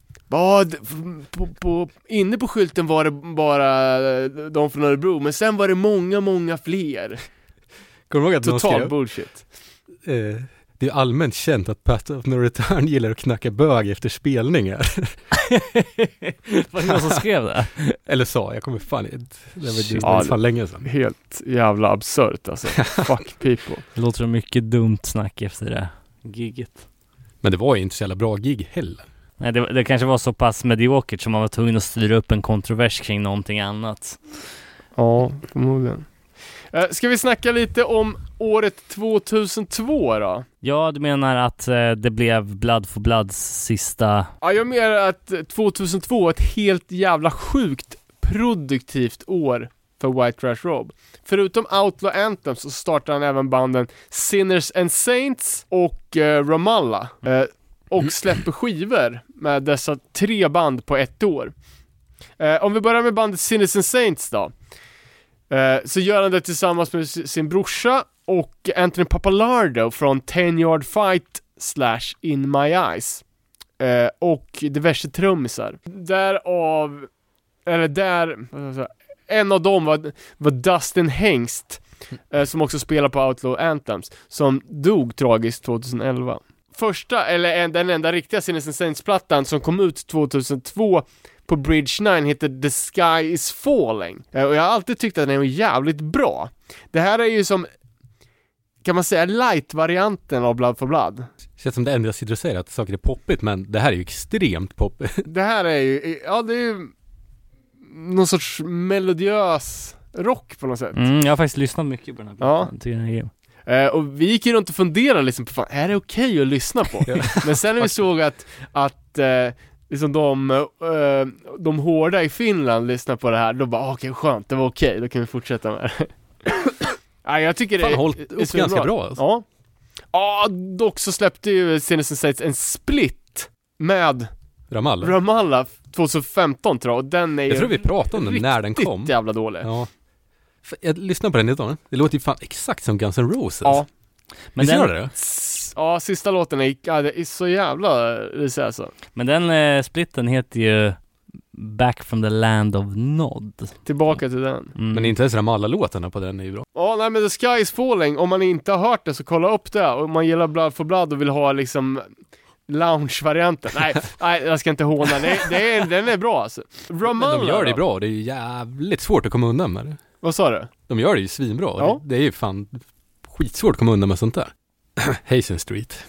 Inne på skylten var det bara de från Örebro, men sen var det många fler. Kommer du ihåg att total bullshit. Det är allmänt känt att Path of No Return gillar att knacka bög efter spelningar. Var det någon som skrev det? Eller sa, jag kommer fan det var fan länge sedan. Helt jävla absurt alltså. Fuck people. Det låter så mycket dumt snack efter det gigget. Men det var ju inte så jävla bra gig heller. Nej, det kanske var så pass mediokert som man var tvungen att styra upp en kontrovers kring någonting annat. Ja, förmodligen. Ska vi snacka lite om året 2002 då? Ja, du menar att det blev Blood for Bloods sista... Ja, jag menar att 2002 är ett helt jävla sjukt produktivt år för White Trash Rob. Förutom Outlaw Anthem så startar han även banden Sinners and Saints och Ramallah. Och släpper skivor med dessa 3 band på ett år. Om vi börjar med bandet Sinners and Saints då. Så gör han det tillsammans med sin brorsa och Anthony Papalardo från 10 Yard Fight / In My Eyes. Och diverse trummisar. En av dem var Dustin Hengst, som också spelar på Outlaw Anthems, som dog tragiskt 2011. Den enda riktiga Sinners and Saints-plattan som kom ut 2002 på Bridge 9 heter The Sky Is Falling. Och jag har alltid tyckt att den är jävligt bra. Det här är ju som, kan man säga, light-varianten av Blood for Blood. Det känns som det enda jag sitter och säger att saker är poppigt, men det här är ju extremt poppigt. Det här är ju, ja, det är ju någon sorts melodiös rock på något sätt. Jag har faktiskt lyssnat mycket på den här plattan. Ja. Och vi gick ju runt och funderade liksom på, fan, är det okej att lyssna på? Men sen när vi såg att liksom de hårda i Finland lyssnar på det här, då bara okej, skönt, det var okej, då kan vi fortsätta med det. Ja, jag tycker det är hållit upp ganska bra alltså. Ja. Ja, dock så släppte ju Sinners and Saints en split med Ramallah 2015 tror jag, och den är jag tror vi pratade om den när den kom. Riktigt jävla dålig. Ja. Jag lyssnar på den idag. Det låter ju fan exakt som Guns N' Roses. Ja. Men visst gör det? Ja, sista låten är så jävla risig alltså. Men den splitten heter ju Back from the Land of Nod. Tillbaka till den. Men inte ens Ramallah-låtarna på den är ju bra. Ja, nej, men The Sky Is Falling, om man inte har hört det så kolla upp det. Och om man gillar Blood for Blood och vill ha liksom lounge-varianten. Nej, jag ska inte håna. Den är bra alltså. Ramallah, men de gör det bra. Det är ju jävligt svårt att komma undan med det. Vad sa du? De gör det ju svinbra. Ja. Det är ju fan skitsvårt att komma undan med sånt där. Hazen Street.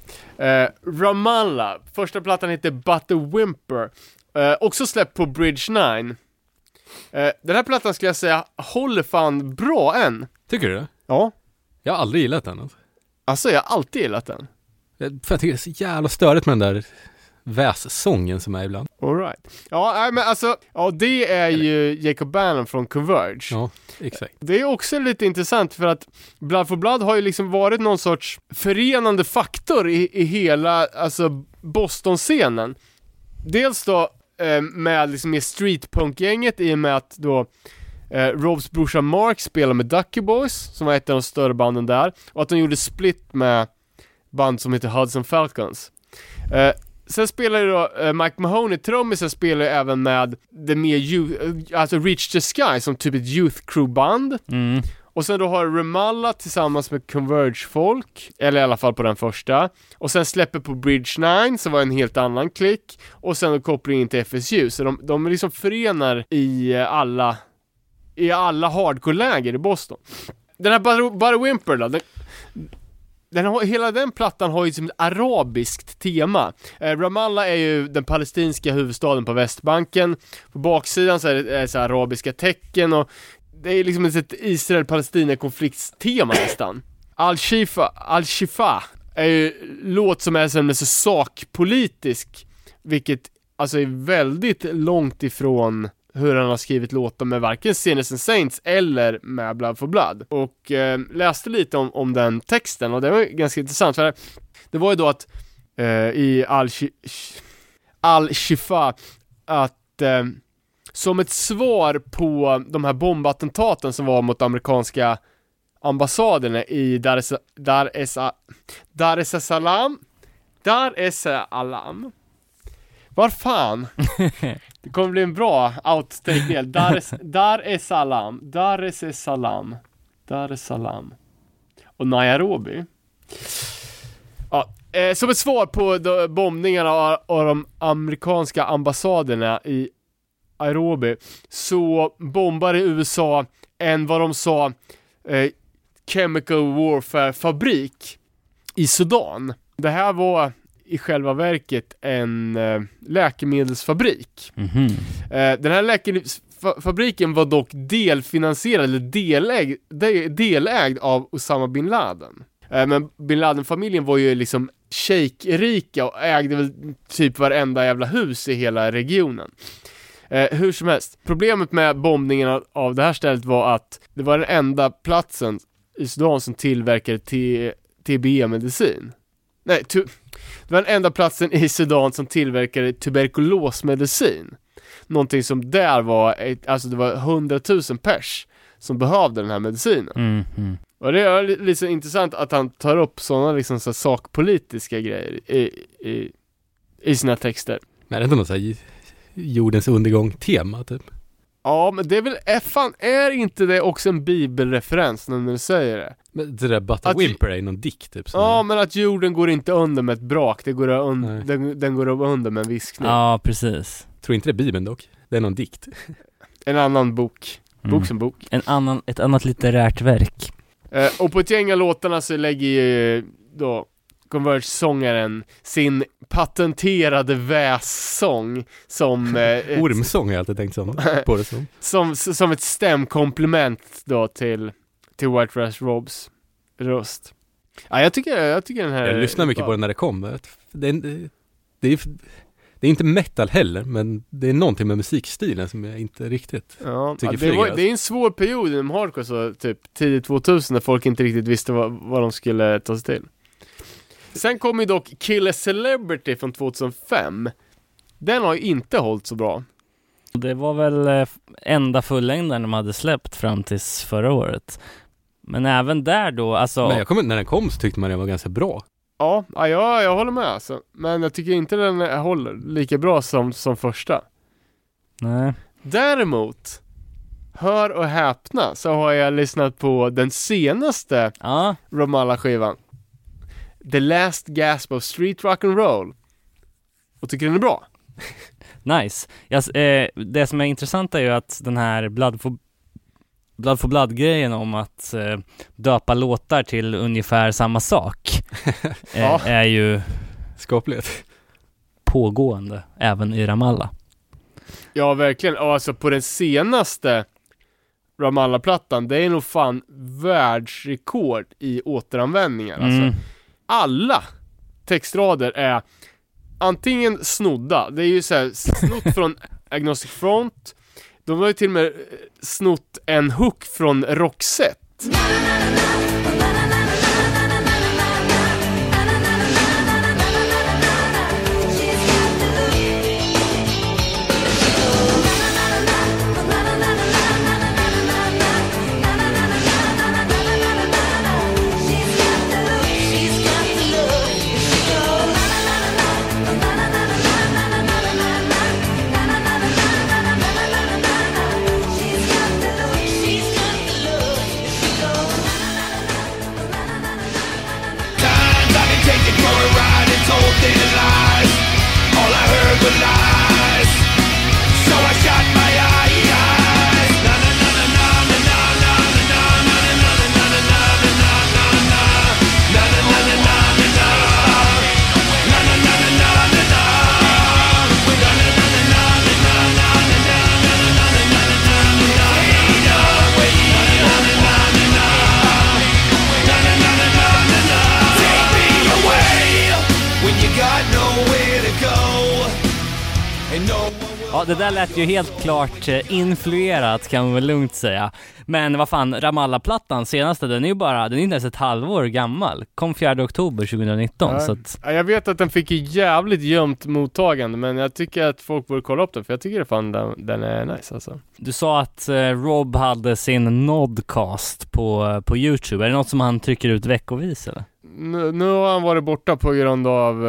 Ramallah. Första plattan heter But the Whimper. Också släppt på Bridge 9. Den här plattan skulle jag säga håller fan bra än. Tycker du det? Ja. Jag har aldrig gillat den. Alltså jag har alltid gillat den. För jag tycker det är så jävla störigt med den där vässången som är ibland. All right. Ja, men alltså, ja, det är ju Jacob Bannon från Converge. Ja, exakt. Det är också lite intressant för att Blood for Blood har ju liksom varit någon sorts förenande faktor i hela, alltså, Boston-scenen. Dels då med liksom med streetpunk-gänget, i och med att då Robs brorsa Mark spelar med Ducky Boys, som var ett av de större banden där, och att de gjorde split med band som heter Hudson Falcons. Sen spelar ju då Mike Mahoney, trummisen, spelar ju även med det mer alltså Reach the Sky, som typ ett youth crew band. Och sen då har Ramallah tillsammans med Converge-folk, eller i alla fall på den första. Och sen släpper på Bridge 9, så var en helt annan klick. Och sen då kopplingen till FSU. Så de liksom förenar i alla hardcore-läger i Boston. Den här But Whimper då, hela den plattan har ju som ett arabiskt tema. Ramallah är ju den palestinska huvudstaden på Västbanken. På baksidan så är det så arabiska tecken, och det är liksom ett Israel-Palestina-konfliktstema nästan. Al-Shifa är ju låt som är så sakpolitisk, vilket alltså är väldigt långt ifrån hur han har skrivit låtar med varken Sinners and Saints eller med Blood for Blood. Och läste lite om den texten, och det var ganska intressant, för det var ju då att i Al-Shifa att som ett svar på de här bombattentaten som var mot amerikanska ambassaderna i Dar es Salaam. Var fan? Det kommer bli en bra outtake-del. Dar es Salaam. Och Nairobi. Ja, som ett svar på bombningarna av de amerikanska ambassaderna i Nairobi, så bombade USA en, vad de sa, chemical warfare-fabrik i Sudan. Det här var i själva verket en läkemedelsfabrik. Den här läkemedelsfabriken var dock delfinansierad eller delägd av Osama bin Laden. Men bin Laden-familjen var ju liksom shejkrika och ägde väl typ varenda jävla hus i hela regionen. Hur som helst, problemet med bombningen av det här stället var att det var den enda platsen i Sudan som tillverkade TB-medicin. Nej, det var den enda platsen i Sudan som tillverkade tuberkulosmedicin. Någonting som där var, alltså det var 100 000 pers som behövde den här medicinen. Och det är lite så intressant att han tar upp sådana liksom så sakpolitiska grejer i sina texter. Men är det inte något så här jordens undergång-tema typ? Ja, men det är väl, är inte det också en bibelreferens när du säger det? Men det där But a Whimper är någon dikt typ. Ja, men att jorden går inte under med ett brak, den går under med en viskning. Ja, precis. Tror inte det är Bibeln dock. Det är någon dikt. En annan bok. Bok som bok. Ett annat litterärt verk. Och på ett gäng av låtarna så lägger ju då Converge-sångaren sin patenterade vässång som ormsång har jag alltid tänkt på det som ett stämkomplement då till White Trash Robs röst. Ja, jag tycker den här... Jag lyssnar mycket på den när det kommer. Det är inte metal heller, men det är någonting med musikstilen som jag inte riktigt tycker det är en svår period inom hardcore, så typ tidigt 2000 när folk inte riktigt visste vad de skulle ta sig till. Sen kom ju dock Kill a Celebrity från 2005. Den har ju inte hållit så bra. Det var väl enda fullängden de hade släppt fram tills förra året. Men även där då, alltså... Men när den kom så tyckte man den var ganska bra. Ja, jag håller med alltså. Men jag tycker inte den håller lika bra som första. Nej. Däremot, hör och häpna, så har jag lyssnat på den senaste Ramallah-skivan. The Last Gasp of Street Rock and Roll. Och tycker den är bra. Nice. Det som är intressant är ju att den här Blood for Blood-grejen om att döpa låtar till ungefär samma sak är ju skapligt pågående även i Ramallah. Ja, verkligen. Alltså på den senaste Ramallah-plattan, det är nog fan världsrekord i återanvändningar. Alltså, alla textrader är antingen snodda. Det är ju så här, snott från Agnostic Front. De har ju till och med snott en hook från Roxette. Ja, det där lät ju helt klart influerat, kan man väl lugnt säga. Men vad fan, Ramallah-plattan senaste, den är inte ens ett halvår gammal. Kom 4 oktober 2019. Ja. Så att... Jag vet att den fick jävligt gömt mottagande, men jag tycker att folk borde kolla upp den, för jag tycker fan den är nice alltså. Du sa att Rob hade sin Nodcast på YouTube. Är det något som han trycker ut veckovis eller? Nu har han varit borta på grund av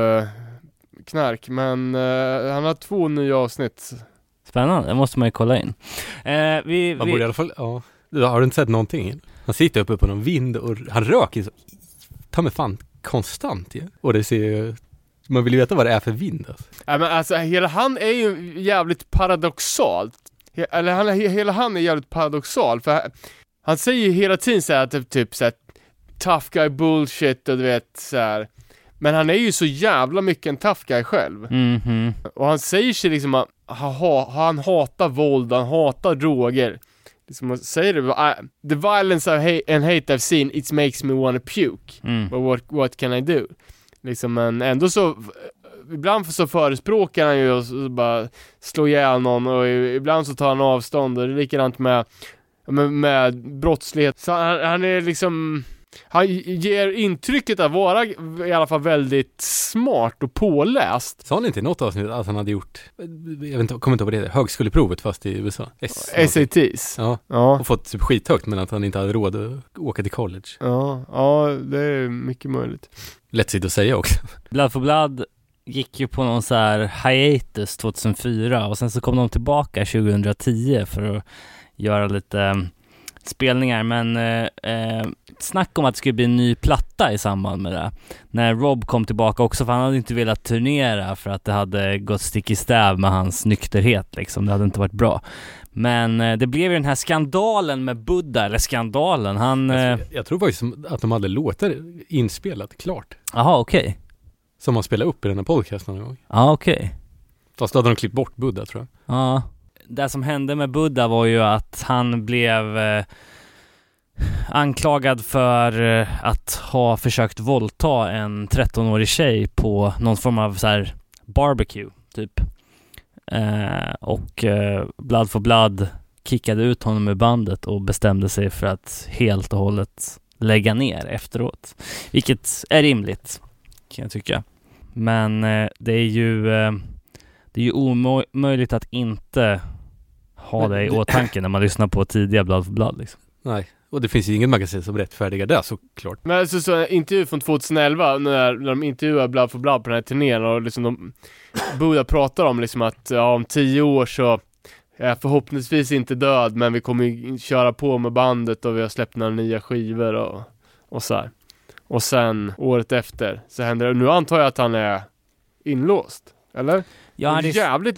knark, men han har 2 nya avsnitt. Spännande, det måste man ju kolla in. Man borde i alla fall, ja. Har du inte sett någonting? Han sitter uppe på någon vind och han röker så ta mig fan konstant ju. Och det ser ju, man vill ju veta vad det är för vind alltså. Ja, men alltså hela han är ju jävligt paradoxalt. Hela han är jävligt paradoxal, för han säger ju hela tiden så här typ så här tough guy bullshit och du vet så här. Men han är ju så jävla mycket en tough guy själv. Och han säger sig liksom att han hatar våld, han hatar droger. Liksom han säger det, the violence and hate I've seen, it makes me wanna puke. But what can I do? Liksom, men ändå så ibland så förespråkar han ju och bara slå ihjäl någon, och ibland så tar han avstånd, och det är likadant med brottslighet. Så han är liksom, han ger intrycket att vara i alla fall väldigt smart och påläst. Sa han inte i något avsnitt att han hade gjort, jag vet inte, kommer inte ihåg vad det är, högskoleprovet fast i USA? SATs. Ja. Och fått typ skithögt, men att han inte hade råd att åka till college. Ja, det är mycket möjligt. Lätt att säga också. Blood for Blood gick ju på någon så här hiatus 2004, och sen så kom de tillbaka 2010 för att göra lite spelningar, men snack om att det skulle bli en ny platta i samband med det. När Rob kom tillbaka också, för han hade inte velat turnera för att det hade gått stick i stäv med hans nykterhet liksom. Det hade inte varit bra. Men det blev ju den här skandalen med Buddha, eller skandalen. Jag tror faktiskt att de hade låtar inspelat klart. Jaha, okej. Som man spelar upp i den här podcasten någon gång. Ja, okej. Fast då hade de klippt bort Buddha, tror jag. Ja. Det som hände med Buddha var ju att han blev anklagad för att ha försökt våldta en 13-årig tjej på någon form av så här barbecue typ. Och Blood for Blood kickade ut honom ur bandet och bestämde sig för att helt och hållet lägga ner efteråt. Vilket är rimligt, kan jag tycka. Men det är ju omöjligt att inte ha det i åtanke när man lyssnar på tidiga Blood for Blood liksom. Nej, och det finns ju ingen magasin som rättfärdigar det, såklart. Men alltså, så intervju från 2011 när de intervjuar Blood for Blood på den här turnén, och liksom Buddha pratar om liksom att om 10 år så är jag förhoppningsvis inte död, men vi kommer ju köra på med bandet och vi har släppt några nya skivor och så här. Och sen året efter så händer det. Nu antar jag att han är inlåst, eller? Ja, det är jävligt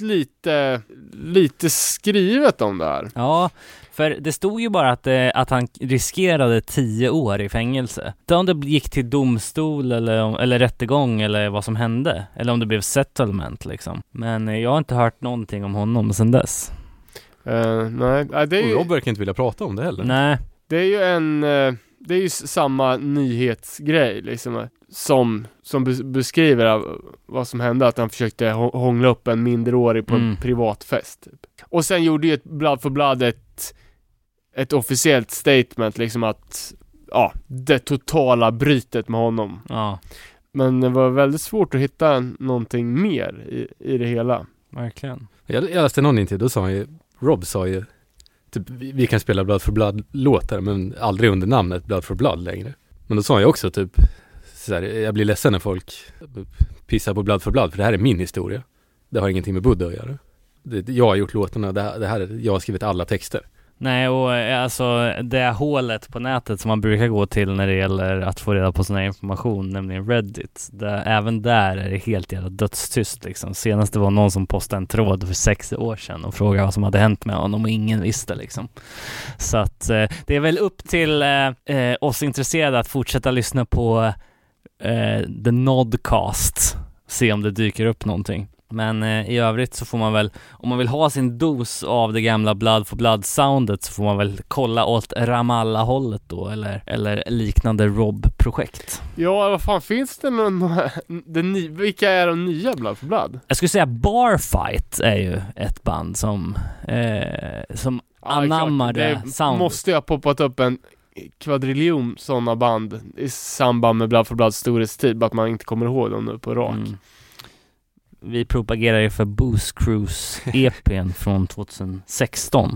lite skrivet om det här. Ja, för det stod ju bara att han riskerade 10 år i fängelse. Inte om det gick till domstol eller rättegång eller vad som hände. Eller om det blev settlement liksom. Men jag har inte hört någonting om honom sedan dess. Nej, det är ju... Och jag verkar inte vilja prata om det heller. Nej. Det är ju det är ju samma nyhetsgrej liksom, som beskriver vad som hände, att han försökte hångla upp en minderårig på en privatfest typ. Och sen gjorde ju ett Blood for Blood ett officiellt statement liksom, att det totala brytet med honom. Ja. Men det var väldigt svårt att hitta någonting mer i det hela. Verkligen. Jag läste någon intervju, då sa Rob sa ju typ, vi kan spela Blood for Blood-låtar, men aldrig under namnet Blood for Blood längre. Men då sa jag också typ så här, jag blir ledsen när folk pissar på Blood for Blood, för det här är min historia. Det har ingenting med Buddha att göra. Jag har gjort låtarna, det här, jag har skrivit alla texter. Nej, och alltså det hålet på nätet som man brukar gå till när det gäller att få reda på sån här information, nämligen Reddit, även där är det helt jävla dödstyst liksom. Senast det var någon som postade en tråd för 6 år sedan och frågade vad som hade hänt med honom, och ingen visste liksom. Så att det är väl upp till oss intresserade att fortsätta lyssna på The Nodcast, se om det dyker upp någonting. Men i övrigt så får man väl, om man vill ha sin dos av det gamla Blood for Blood-soundet, så får man väl kolla åt Ramallah-hållet då, eller liknande Rob-projekt. Ja, vad fan, finns det vilka är de nya Blood for Blood? Jag skulle säga Barfight är ju ett band som anammar det soundet. Måste jag ha poppat upp en kvadriljon sådana band i samband med Blood for Bloods storhetstid, att man inte kommer ihåg dem nu på rak. Vi propagerar ju för Booze Cruise EP:n från 2016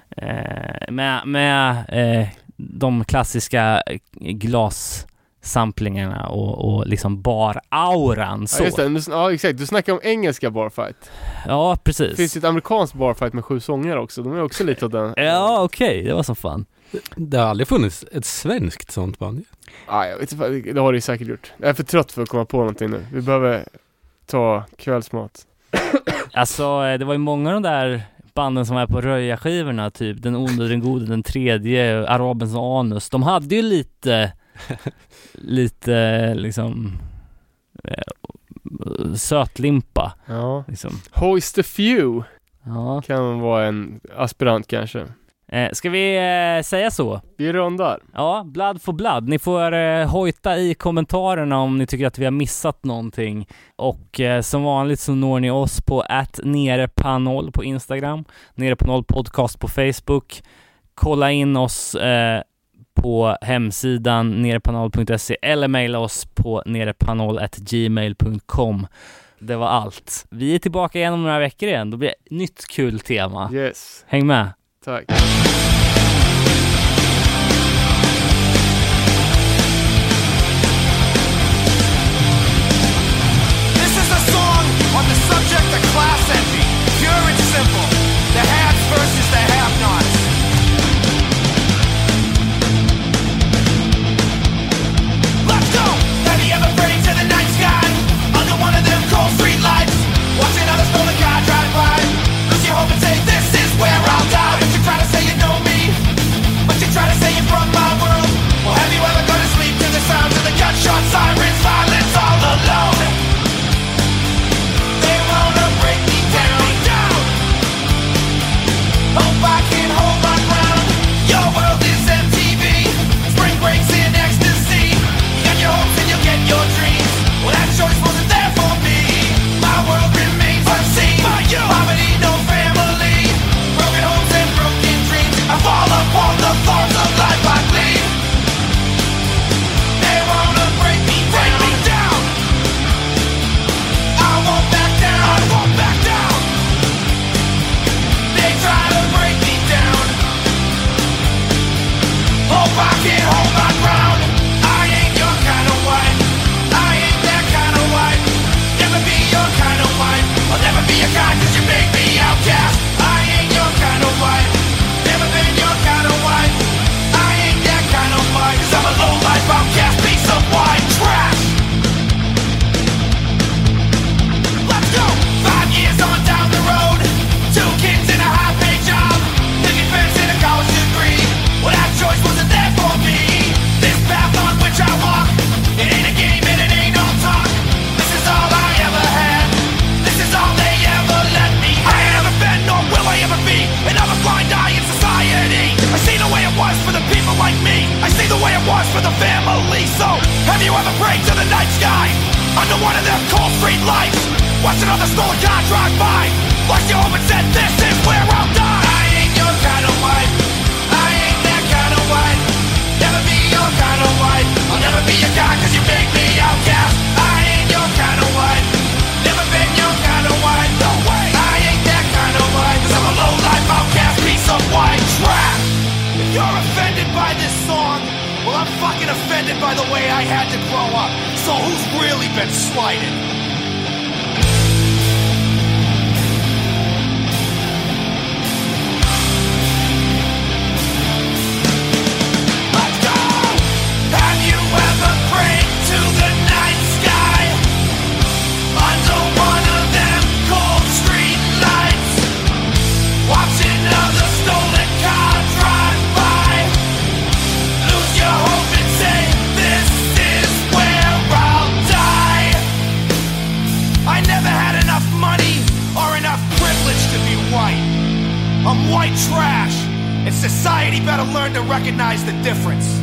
med de klassiska glassamplingarna och liksom bar-auran så. Ja, just det. Ja, exakt. Du snackar om engelska Barfight. Ja, precis. Det finns ju ett amerikanskt Barfight med 7 sånger också. De är också lite av den. Ja, okej. Det var som fan. Det har aldrig funnits ett svenskt sånt band. Ja, jag vet inte, det har det ju säkert gjort. Jag är för trött för att komma på någonting nu. Vi behöver ta kvällsmat. Alltså, det var ju många av de där banden som är på röja-skivorna, typ Den onde, den gode, den tredje, Arabens anus. De hade ju lite liksom sötlimpa. Ja. Liksom. Hoist a few Ja. kan vara en aspirant kanske. Ska vi säga så? Vi rundar. Ja, Blood for Blood. Ni får hojta i kommentarerna om ni tycker att vi har missat någonting. Och som vanligt så når ni oss på @nerepanoll på Instagram, Nerepanoll podcast på Facebook. Kolla in oss på hemsidan nerepanoll.se eller mejla oss på nerepanoll@gmail.com. Det var allt. Vi är tillbaka igen om några veckor igen. Då blir det ett nytt kul tema. Yes. Häng med. Tack. This is a song on the subject of class envy. Pure and simple. The haves versus the have-nots. Let's go! Have you ever prayed to the night sky under one of them cold street lights? Watching other stolen car drive by. Lose your hope and say, this is where I'll die. But you try to say you know me, but you try to say you're from my world. Well, have you ever gone to sleep to the sounds of the gunshot sirens, violence all alone? They wanna break me down. Hope I can hold my ground. Your world is MTV. Spring breaks in ecstasy. You got your hopes and you'll get your dreams. Well, that choice wasn't there for me. My world remains unseen. Poverty, no family. Broken homes and broken dreams. I fall upon the thorns of life I bleed. They wanna break me down. I won't back down. They try to break me down. Hope I can hold my ground. I ain't your kind of wife. I ain't that kind of wife. Never be your kind of wife. I'll never be your kind 'cause you make me outcast. I ain't your kind of wife. Never been your kind of wife. I ain't that kind of wife 'cause I'm a low-life outcast piece of white trash. Let's go! 5 years on down the road. 2 kids in a high-paid job. Picking fence in a college degree. Well, that choice wasn't there for me. This path on which I walk, it ain't a game and it ain't all talk. This is all I ever had. This is all they ever let me have. I ain't ever been, nor will I ever be another blind eye in society. I see the way it was for the people like me. I see the way it was for the family. So, have you ever prayed to the night sky under one of them cold street lights? Watching other stolen car drive by. Lost your home and said, this is where I'll die. I ain't your kind of wife. I ain't that kind of wife. Never be your kind of wife. I'll never be your guy 'cause you make me outcast. I ain't your kind of wife. Never been your kind of wife. No way. I ain't that kind of wife 'cause I'm a low-life outcast piece of white trash. If you're offended by this song, well, I'm fucking offended by the way I had to grow up. So who's really been slighted? Let's go! Have you ever prayed to the night sky under one of them cold street lights? Watching other stolen car drive by. Lose your hope and say, this is where I'll die. I never had enough money or enough privilege to be white. I'm white trash, and society better learn to recognize the difference.